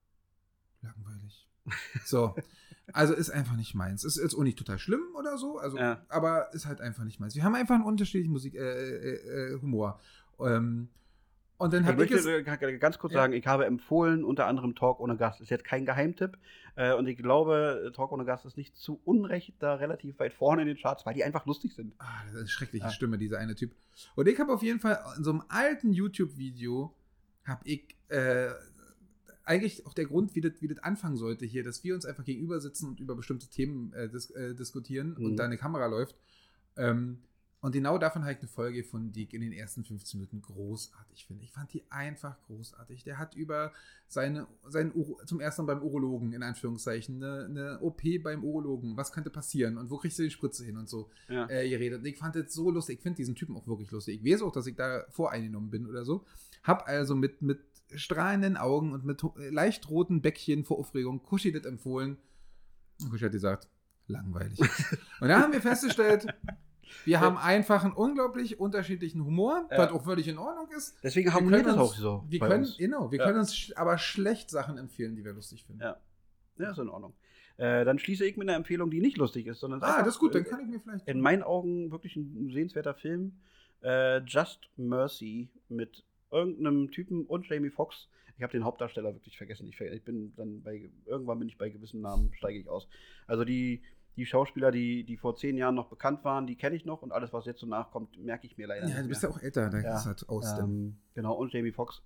langweilig. So, also ist einfach nicht meins. Ist jetzt auch nicht total schlimm oder so, also, Ja. aber ist halt einfach nicht meins. Wir haben einfach einen unterschiedlichen Musik, äh, äh, äh, Humor. Ähm, und dann Ich habe ich möchte jetzt, äh, ganz kurz Ja. sagen, ich habe empfohlen, unter anderem Talk ohne Gast. Ist jetzt kein Geheimtipp. Äh, und ich glaube, Talk ohne Gast ist nicht zu Unrecht da relativ weit vorne in den Charts, weil die einfach lustig sind. ah, das ist eine schreckliche Ja. Stimme, dieser eine Typ. Und ich habe auf jeden Fall in so einem alten YouTube-Video habe ich äh, eigentlich auch der Grund, wie das, wie das anfangen sollte hier, dass wir uns einfach gegenüber sitzen und über bestimmte Themen äh, dis äh, diskutieren Mhm. und da eine Kamera läuft. Ähm, und genau davon habe ich eine Folge gefunden, die ich in den ersten fünfzehn Minuten großartig finde. Ich fand die einfach großartig. Der hat über seine, seinen Uro, zum ersten Mal beim Urologen, in Anführungszeichen, eine, eine O P beim Urologen. Was könnte passieren? Und wo kriegst du die Spritze hin und so Ja. äh, geredet. Und ich fand das so lustig. Ich finde diesen Typen auch wirklich lustig. Ich weiß auch, dass ich da voreingenommen bin oder so. Hab also mit, mit strahlenden Augen und mit äh, leicht roten Bäckchen vor Aufregung Kuschi das empfohlen. Und Kuschi hat gesagt, langweilig. Und da haben wir festgestellt, wir haben einfach einen unglaublich unterschiedlichen Humor, Ja. was auch völlig in Ordnung ist. Deswegen Wir harmoniert das können auch uns- so. Wir bei können, uns. genau, wir Ja. können uns sch aber schlecht Sachen empfehlen, die wir lustig finden. Ja. Ja, ist in Ordnung. Äh, dann schließe ich mit einer Empfehlung, die nicht lustig ist, sondern Ah, einfach, das ist gut, dann äh, kann ich mir vielleicht. in meinen Augen wirklich ein sehenswerter Film. Äh, Just Mercy mit irgendeinem Typen und Jamie Foxx. Ich habe den Hauptdarsteller wirklich vergessen. Ich, ver ich bin dann bei, irgendwann bin ich bei gewissen Namen, steige ich aus. Also die, die Schauspieler, die, die vor zehn Jahren noch bekannt waren, die kenne ich noch und alles, was jetzt so nachkommt, merke ich mir leider Ja, du nicht bist mehr. ja auch älter, da Ja, ist halt aus. Ähm, genau, und Jamie Foxx.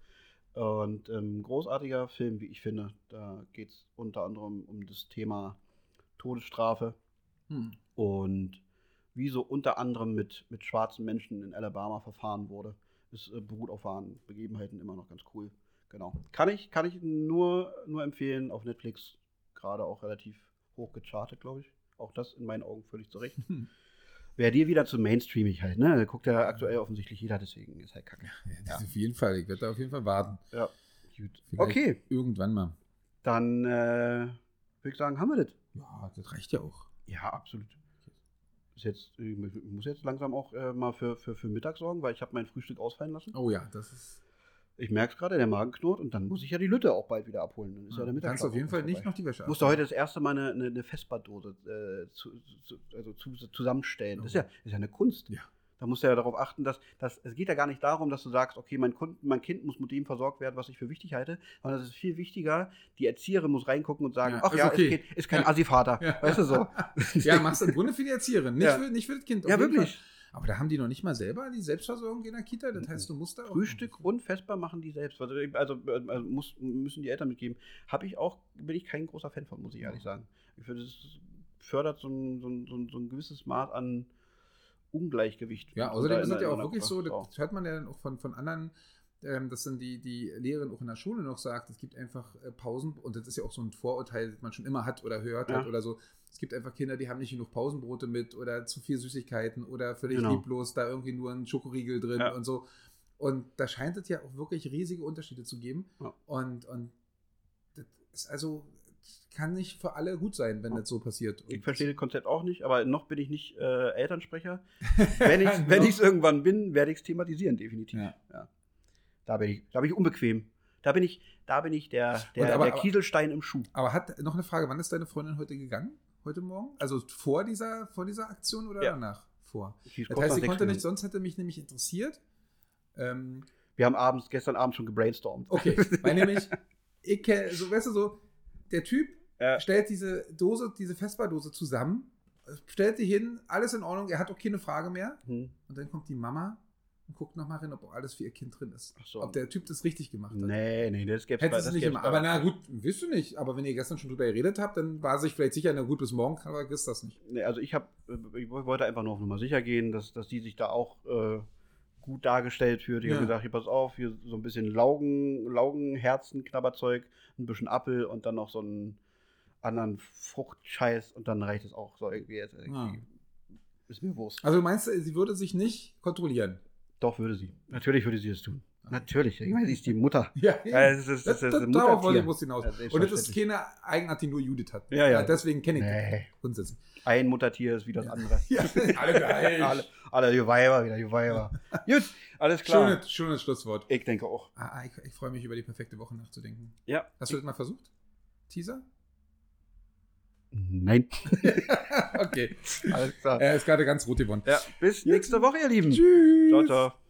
Und ähm, großartiger Film, wie ich finde. Da geht es unter anderem um das Thema Todesstrafe Hm. und wie so unter anderem mit, mit schwarzen Menschen in Alabama verfahren wurde. Es äh, beruht auf wahren Begebenheiten, immer noch ganz cool. Genau. Kann ich, kann ich nur, nur empfehlen, auf Netflix gerade auch relativ hoch gechartet, glaube ich. Auch das in meinen Augen völlig zurecht. Hm. Wäre dir wieder zu mainstreamig halt, ne? Guckt ja aktuell offensichtlich jeder, deswegen ist halt kacke. Ja, das Ja. Auf jeden Fall, ich werde da auf jeden Fall warten. Ja. Gut. Vielleicht Okay, Irgendwann mal. dann äh, würde ich sagen, haben wir das. Ja, das reicht ja auch. Ja, absolut. Ist jetzt, ich muss jetzt langsam auch äh, mal für, für, für Mittag sorgen, weil ich habe mein Frühstück ausfallen lassen. Oh ja, das ist. Ich merke es gerade, der Magen knurrt und dann muss ich ja die Lütte auch bald wieder abholen. Dann ist ja, der Du Mittag kannst auf jeden Fall nicht noch die Wäsche Ich musste heute das erste Mal eine, eine, eine Vespa-Dose äh, zu, zu, also zu, zusammenstellen. Das ist ja, ist ja eine Kunst. Ja. Da musst du ja darauf achten, dass, dass es geht ja gar nicht darum, dass du sagst, okay, mein, Kunden, mein Kind muss mit dem versorgt werden, was ich für wichtig halte, sondern es ist viel wichtiger, die Erzieherin muss reingucken und sagen, Ja, ach ist ja, okay. es geht, ist kein Ja. Assi-Vater, Ja. weißt du so. Ja, machst du im Grunde für die Erzieherin, nicht, Ja. für, nicht für das Kind. auf Ja, jeden wirklich. Fall. Aber da haben die noch nicht mal selber die Selbstversorgung in der Kita. Das heißt, du musst da auch. Frühstück und Vesper machen die selbst. Also, also, also muss, müssen die Eltern mitgeben. Habe ich auch, bin ich kein großer Fan von, muss ich ehrlich sagen. Ich finde, es fördert so ein, so, ein, so, ein, so ein gewisses Maß an Ungleichgewicht. Ja, Und außerdem da ist in es ja der- auch in der wirklich so, Frau. das hört man ja dann auch von, von anderen, ähm, dass dann die, die Lehrerin auch in der Schule noch sagt, es gibt einfach äh, Pausen, und das ist ja auch so ein Vorurteil, das man schon immer hat oder gehört Ja. hat oder so. Es gibt einfach Kinder, die haben nicht genug Pausenbrote mit oder zu viel Süßigkeiten oder völlig Genau. lieblos, da irgendwie nur ein Schokoriegel drin Ja. und so. Und da scheint es ja auch wirklich riesige Unterschiede zu geben. Ja. Und, und das ist also, kann nicht für alle gut sein, wenn Ja. das so passiert. Ich Und verstehe das Konzept auch nicht, aber noch bin ich nicht äh, Elternsprecher. Wenn ich Genau. wenn ich es irgendwann bin, werde ich es thematisieren, definitiv. Ja. Da bin ich, da bin ich unbequem. Da bin ich, da bin ich der, der, Und aber- der aber- Kieselstein im Schuh. Aber hat noch eine Frage, wann ist deine Freundin heute gegangen? Heute Morgen? Also vor dieser, vor dieser Aktion oder Ja. danach? Vor. Die ist Das kurz heißt, nach sie sechs konnte nicht, Minuten. sonst hätte mich nämlich interessiert. Ähm, Wir haben abends, gestern Abend schon gebrainstormt. okay, weil nämlich, ich kenn- so, weißt du, so, der Typ Ja. stellt diese Dose, diese Vespa-Dose zusammen, stellt die hin, alles in Ordnung, er hat auch keine Frage mehr. Hm. Und dann kommt die Mama und guckt nochmal rein, ob auch alles für ihr Kind drin ist. Ach so. Ob der Typ das richtig gemacht hat. Nee, nee, das gäbe Hätte es nicht immer. Aber na gut, wirst du nicht. Aber wenn ihr gestern schon drüber geredet habt, dann war sich vielleicht sicher, na gut, bis morgen kann, aber vergiss das nicht. Nee, also ich habe, ich wollte einfach nur auf Nummer sicher gehen, dass, dass die sich da auch äh, gut dargestellt fühlt. Ich Ja. habe gesagt, hier pass auf, hier so ein bisschen Laugen, Laugenherzen, Knabberzeug, ein bisschen Apfel und dann noch so einen anderen Fruchtscheiß und dann reicht es auch so irgendwie jetzt. Irgendwie. Ah. Ist mir Wurst. Also du meinst, sie würde sich nicht kontrollieren? Doch, würde sie. Natürlich würde sie das tun. Natürlich. Ich meine, sie ist die Mutter. Ja, Ja, das ist, das, das ist das, ein darauf wollte ich Muttertier. bloß hinaus. Ja, Und das ist selbstverständlich. keine Eigenart, die nur Judith hat. Ja, ja. Deswegen kenne ich Nee. das grundsätzlich. Ein Muttertier ist wie das andere. Ja, alle gleich. alle, alle die Weiber wieder, die Weiber. Gut, alles klar. Schönes, schönes Schlusswort. Ich denke auch. Ah, ich, ich freue mich, über die perfekte Woche nachzudenken. Ja. Hast du das mal versucht? Teaser? Nein. Okay. Alles klar. Er ist gerade ganz rot geworden. Ja, bis nächste Woche, ihr Lieben. Tschüss. Ciao, ciao.